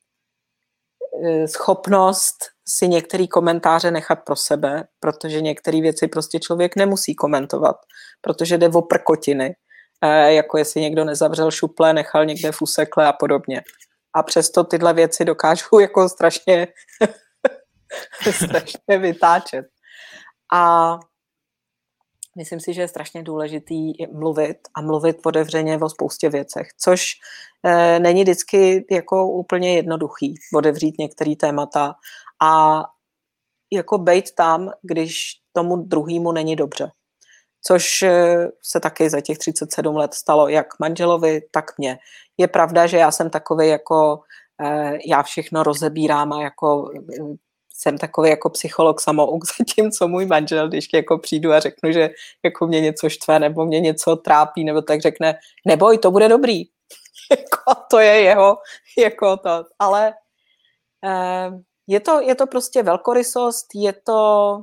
schopnost si některé komentáře nechat pro sebe, protože některé věci prostě člověk nemusí komentovat, protože jde o prkotiny, jako jestli někdo nezavřel šuple, nechal někde fusekle a podobně. A přesto tyhle věci dokážu jako strašně, strašně vytáčet. A myslím si, že je strašně důležitý mluvit a mluvit otevřeně o spoustě věcech, což e, není vždycky jako úplně jednoduchý otevřít některé témata a jako bejt tam, když tomu druhému není dobře. Což e, se taky za těch třicet sedm let stalo jak manželovi, tak mně. Je pravda, že já jsem takový jako, e, já všechno rozebírám a jako jsem takový jako psycholog samouk, zatímco můj manžel, když jako přijdu a řeknu, že jako mě něco štve nebo mě něco trápí, nebo tak řekne, neboj, to bude dobrý. Jako to je jeho, jako to. Ale eh, je, to, je to prostě velkorysost, je to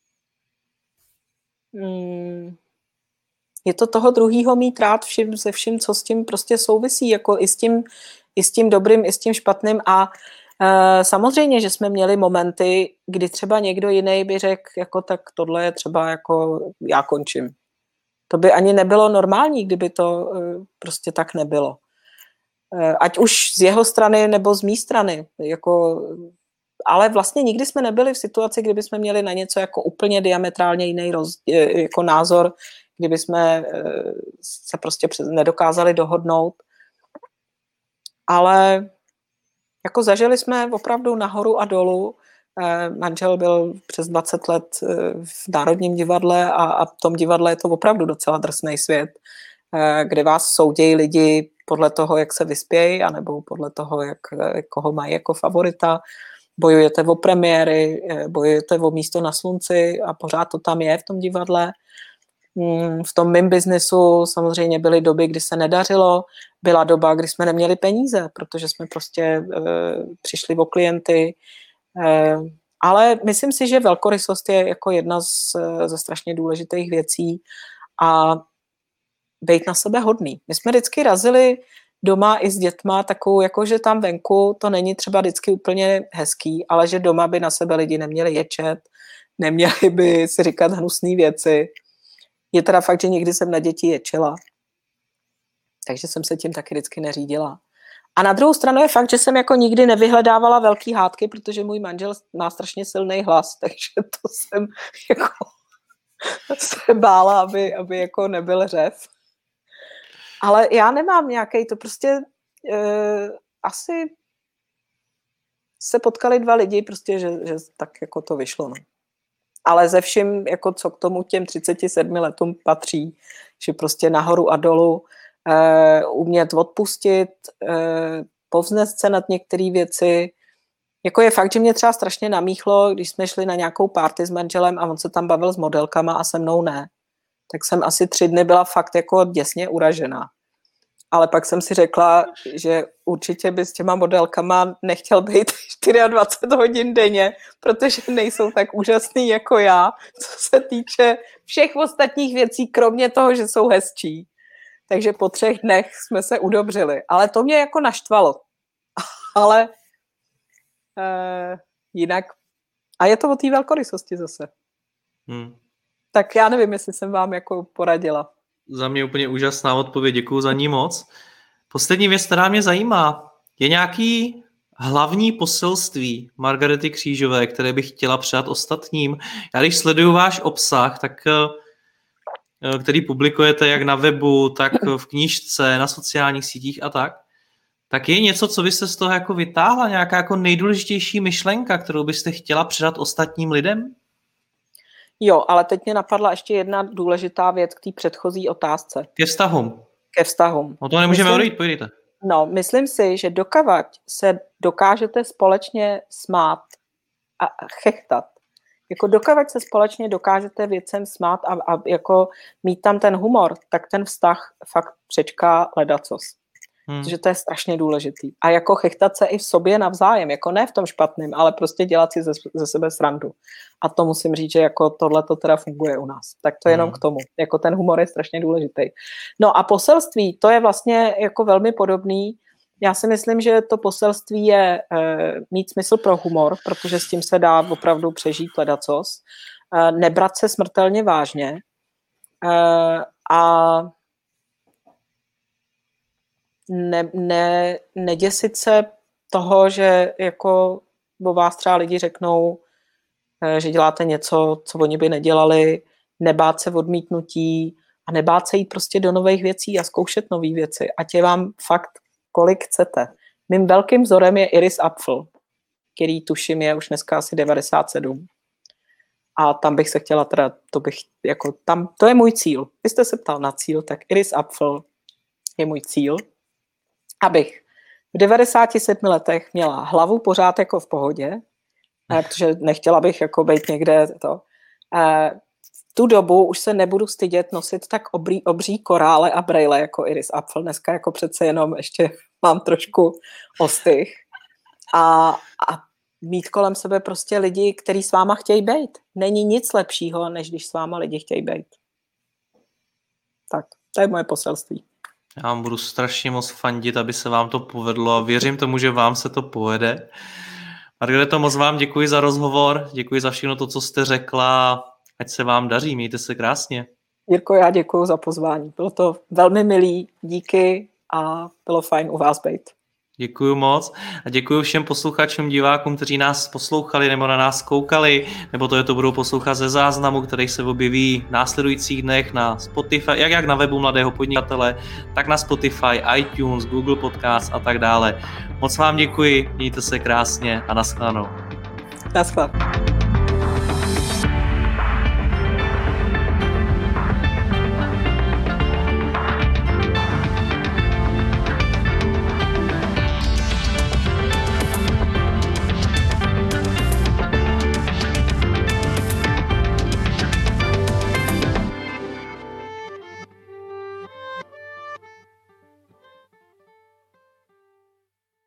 mm, je to toho druhýho mít rád všim, se vším, co s tím prostě souvisí, jako i s tím, i s tím dobrým, i s tím špatným a samozřejmě, že jsme měli momenty, kdy třeba někdo jiný by řekl, jako tak tohle je třeba jako já končím. To by ani nebylo normální, kdyby to prostě tak nebylo. Ať už z jeho strany nebo z mé strany. Jako, ale vlastně nikdy jsme nebyli v situaci, kdyby jsme měli na něco jako úplně diametrálně jiný roz, jako názor, kdyby jsme se prostě nedokázali dohodnout. Ale jako zažili jsme opravdu nahoru a dolů. Eh, manžel byl přes dvacet let v Národním divadle a, a v tom divadle je to opravdu docela drsný svět, eh, kde vás soudějí lidi podle toho, jak se vyspějí, anebo podle toho, jak, koho mají jako favorita. Bojujete o premiéry, eh, bojujete o místo na slunci a pořád to tam je v tom divadle. V tom mým biznesu samozřejmě byly doby, kdy se nedařilo, byla doba, kdy jsme neměli peníze, protože jsme prostě e, přišli o klienty. E, ale myslím si, že velkorysost je jako jedna z, ze strašně důležitých věcí a být na sebe hodný. My jsme vždycky razili doma i s dětma takovou, jako že tam venku to není třeba vždycky úplně hezký, ale že doma by na sebe lidi neměli ječet, neměli by si říkat hnusné věci. Je teda fakt, že někdy jsem na děti ječela, takže jsem se tím taky vždycky neřídila. A na druhou stranu je fakt, že jsem jako nikdy nevyhledávala velký hádky, protože můj manžel má strašně silný hlas, takže to jsem jako se bála, aby, aby jako nebyl řev. Ale já nemám nějaký, to prostě uh, asi se potkali dva lidi, prostě, že, že tak jako to vyšlo, no. Ale ze vším, jako co k tomu těm třiceti sedmi letům patří, že prostě nahoru a dolů e, umět odpustit, e, povznést se nad některé věci. Jako je fakt, že mě třeba strašně namíchlo, když jsme šli na nějakou party s manželem a on se tam bavil s modelkama a se mnou ne. Tak jsem asi tři dny byla fakt jako děsně uražená. Ale pak jsem si řekla, že určitě by s těma modelkama nechtěl být dvacet čtyři hodin denně, protože nejsou tak úžasný jako já, co se týče všech ostatních věcí, kromě toho, že jsou hezčí. Takže po třech dnech jsme se udobřili. Ale to mě jako naštvalo. Ale eh, jinak... A je to o té velkorysosti zase. Hmm. Tak já nevím, jestli jsem vám jako poradila. Za mě úplně úžasná odpověď, děkuju za ní moc. Poslední věc, která mě zajímá, je nějaký hlavní poselství Margarety Křížové, které bych chtěla předat ostatním. Já když sleduju váš obsah, tak který publikujete jak na webu, tak v knížce, na sociálních sítích a tak, Tak je něco, co byste z toho jako vytáhla, nějaká jako nejdůležitější myšlenka, kterou byste chtěla předat ostatním lidem? Jo, ale teď mě napadla ještě jedna důležitá věc k té předchozí otázce. Ke vztahům. Ke vztahům. O to nemůžeme odejít, pojdejte. No, myslím si, že dokavať se dokážete společně smát a chechtat, jako dokavať se společně dokážete věcem smát a, a jako mít tam ten humor, tak ten vztah fakt přečká ledacos. Hmm. Protože to je strašně důležitý. A jako chechtat se i v sobě navzájem, jako ne v tom špatném, ale prostě dělat si ze, ze sebe srandu. A to musím říct, že jako tohle to teda funguje u nás. Tak to jenom hmm. k tomu. Jako ten humor je strašně důležitý. No a poselství, to je vlastně jako velmi podobný. Já si myslím, že to poselství je e, mít smysl pro humor, protože s tím se dá opravdu přežít ledacos. E, nebrat se smrtelně vážně e, a Ne, ne, neděsit se toho, že jako o vás třeba lidi řeknou, že děláte něco, co oni by nedělali, nebát se odmítnutí a nebát se jít prostě do nových věcí a zkoušet nové věci. Ať je vám fakt, kolik chcete. Mým velkým vzorem je Iris Apfel, který tuším je už dneska asi devadesát sedm. A tam bych se chtěla teda, to bych, jako tam, to je můj cíl. Vy jste se ptal na cíl, tak Iris Apfel je můj cíl. Abych v devadesáti sedmi letech měla hlavu pořád jako v pohodě, protože nechtěla bych jako být někde to. V tu dobu už se nebudu stydět nosit tak obří, obří korále a brejle jako Iris Apfel. Dneska jako přece jenom ještě mám trošku ostych. A, a mít kolem sebe prostě lidi, kteří s váma chtějí být. Není nic lepšího, než když s váma lidi chtějí být. Tak, to je moje poselství. Já vám budu strašně moc fandit, aby se vám to povedlo a věřím tomu, že vám se to povede. Margareto, moc vám děkuji za rozhovor, děkuji za všechno to, co jste řekla. Ať se vám daří, mějte se krásně. Jirko, já děkuji za pozvání. Bylo to velmi milý, díky a bylo fajn u vás být. Děkuji moc a děkuji všem posluchačům, divákům, kteří nás poslouchali nebo na nás koukali, nebo to je to budou poslouchat ze záznamu, který se objeví v následujících dnech na Spotify, jak, jak na webu Mladého podnikatele, tak na Spotify, iTunes, Google Podcast a tak dále. Moc vám děkuji, mějte se krásně a naschledanou. Naschledanou.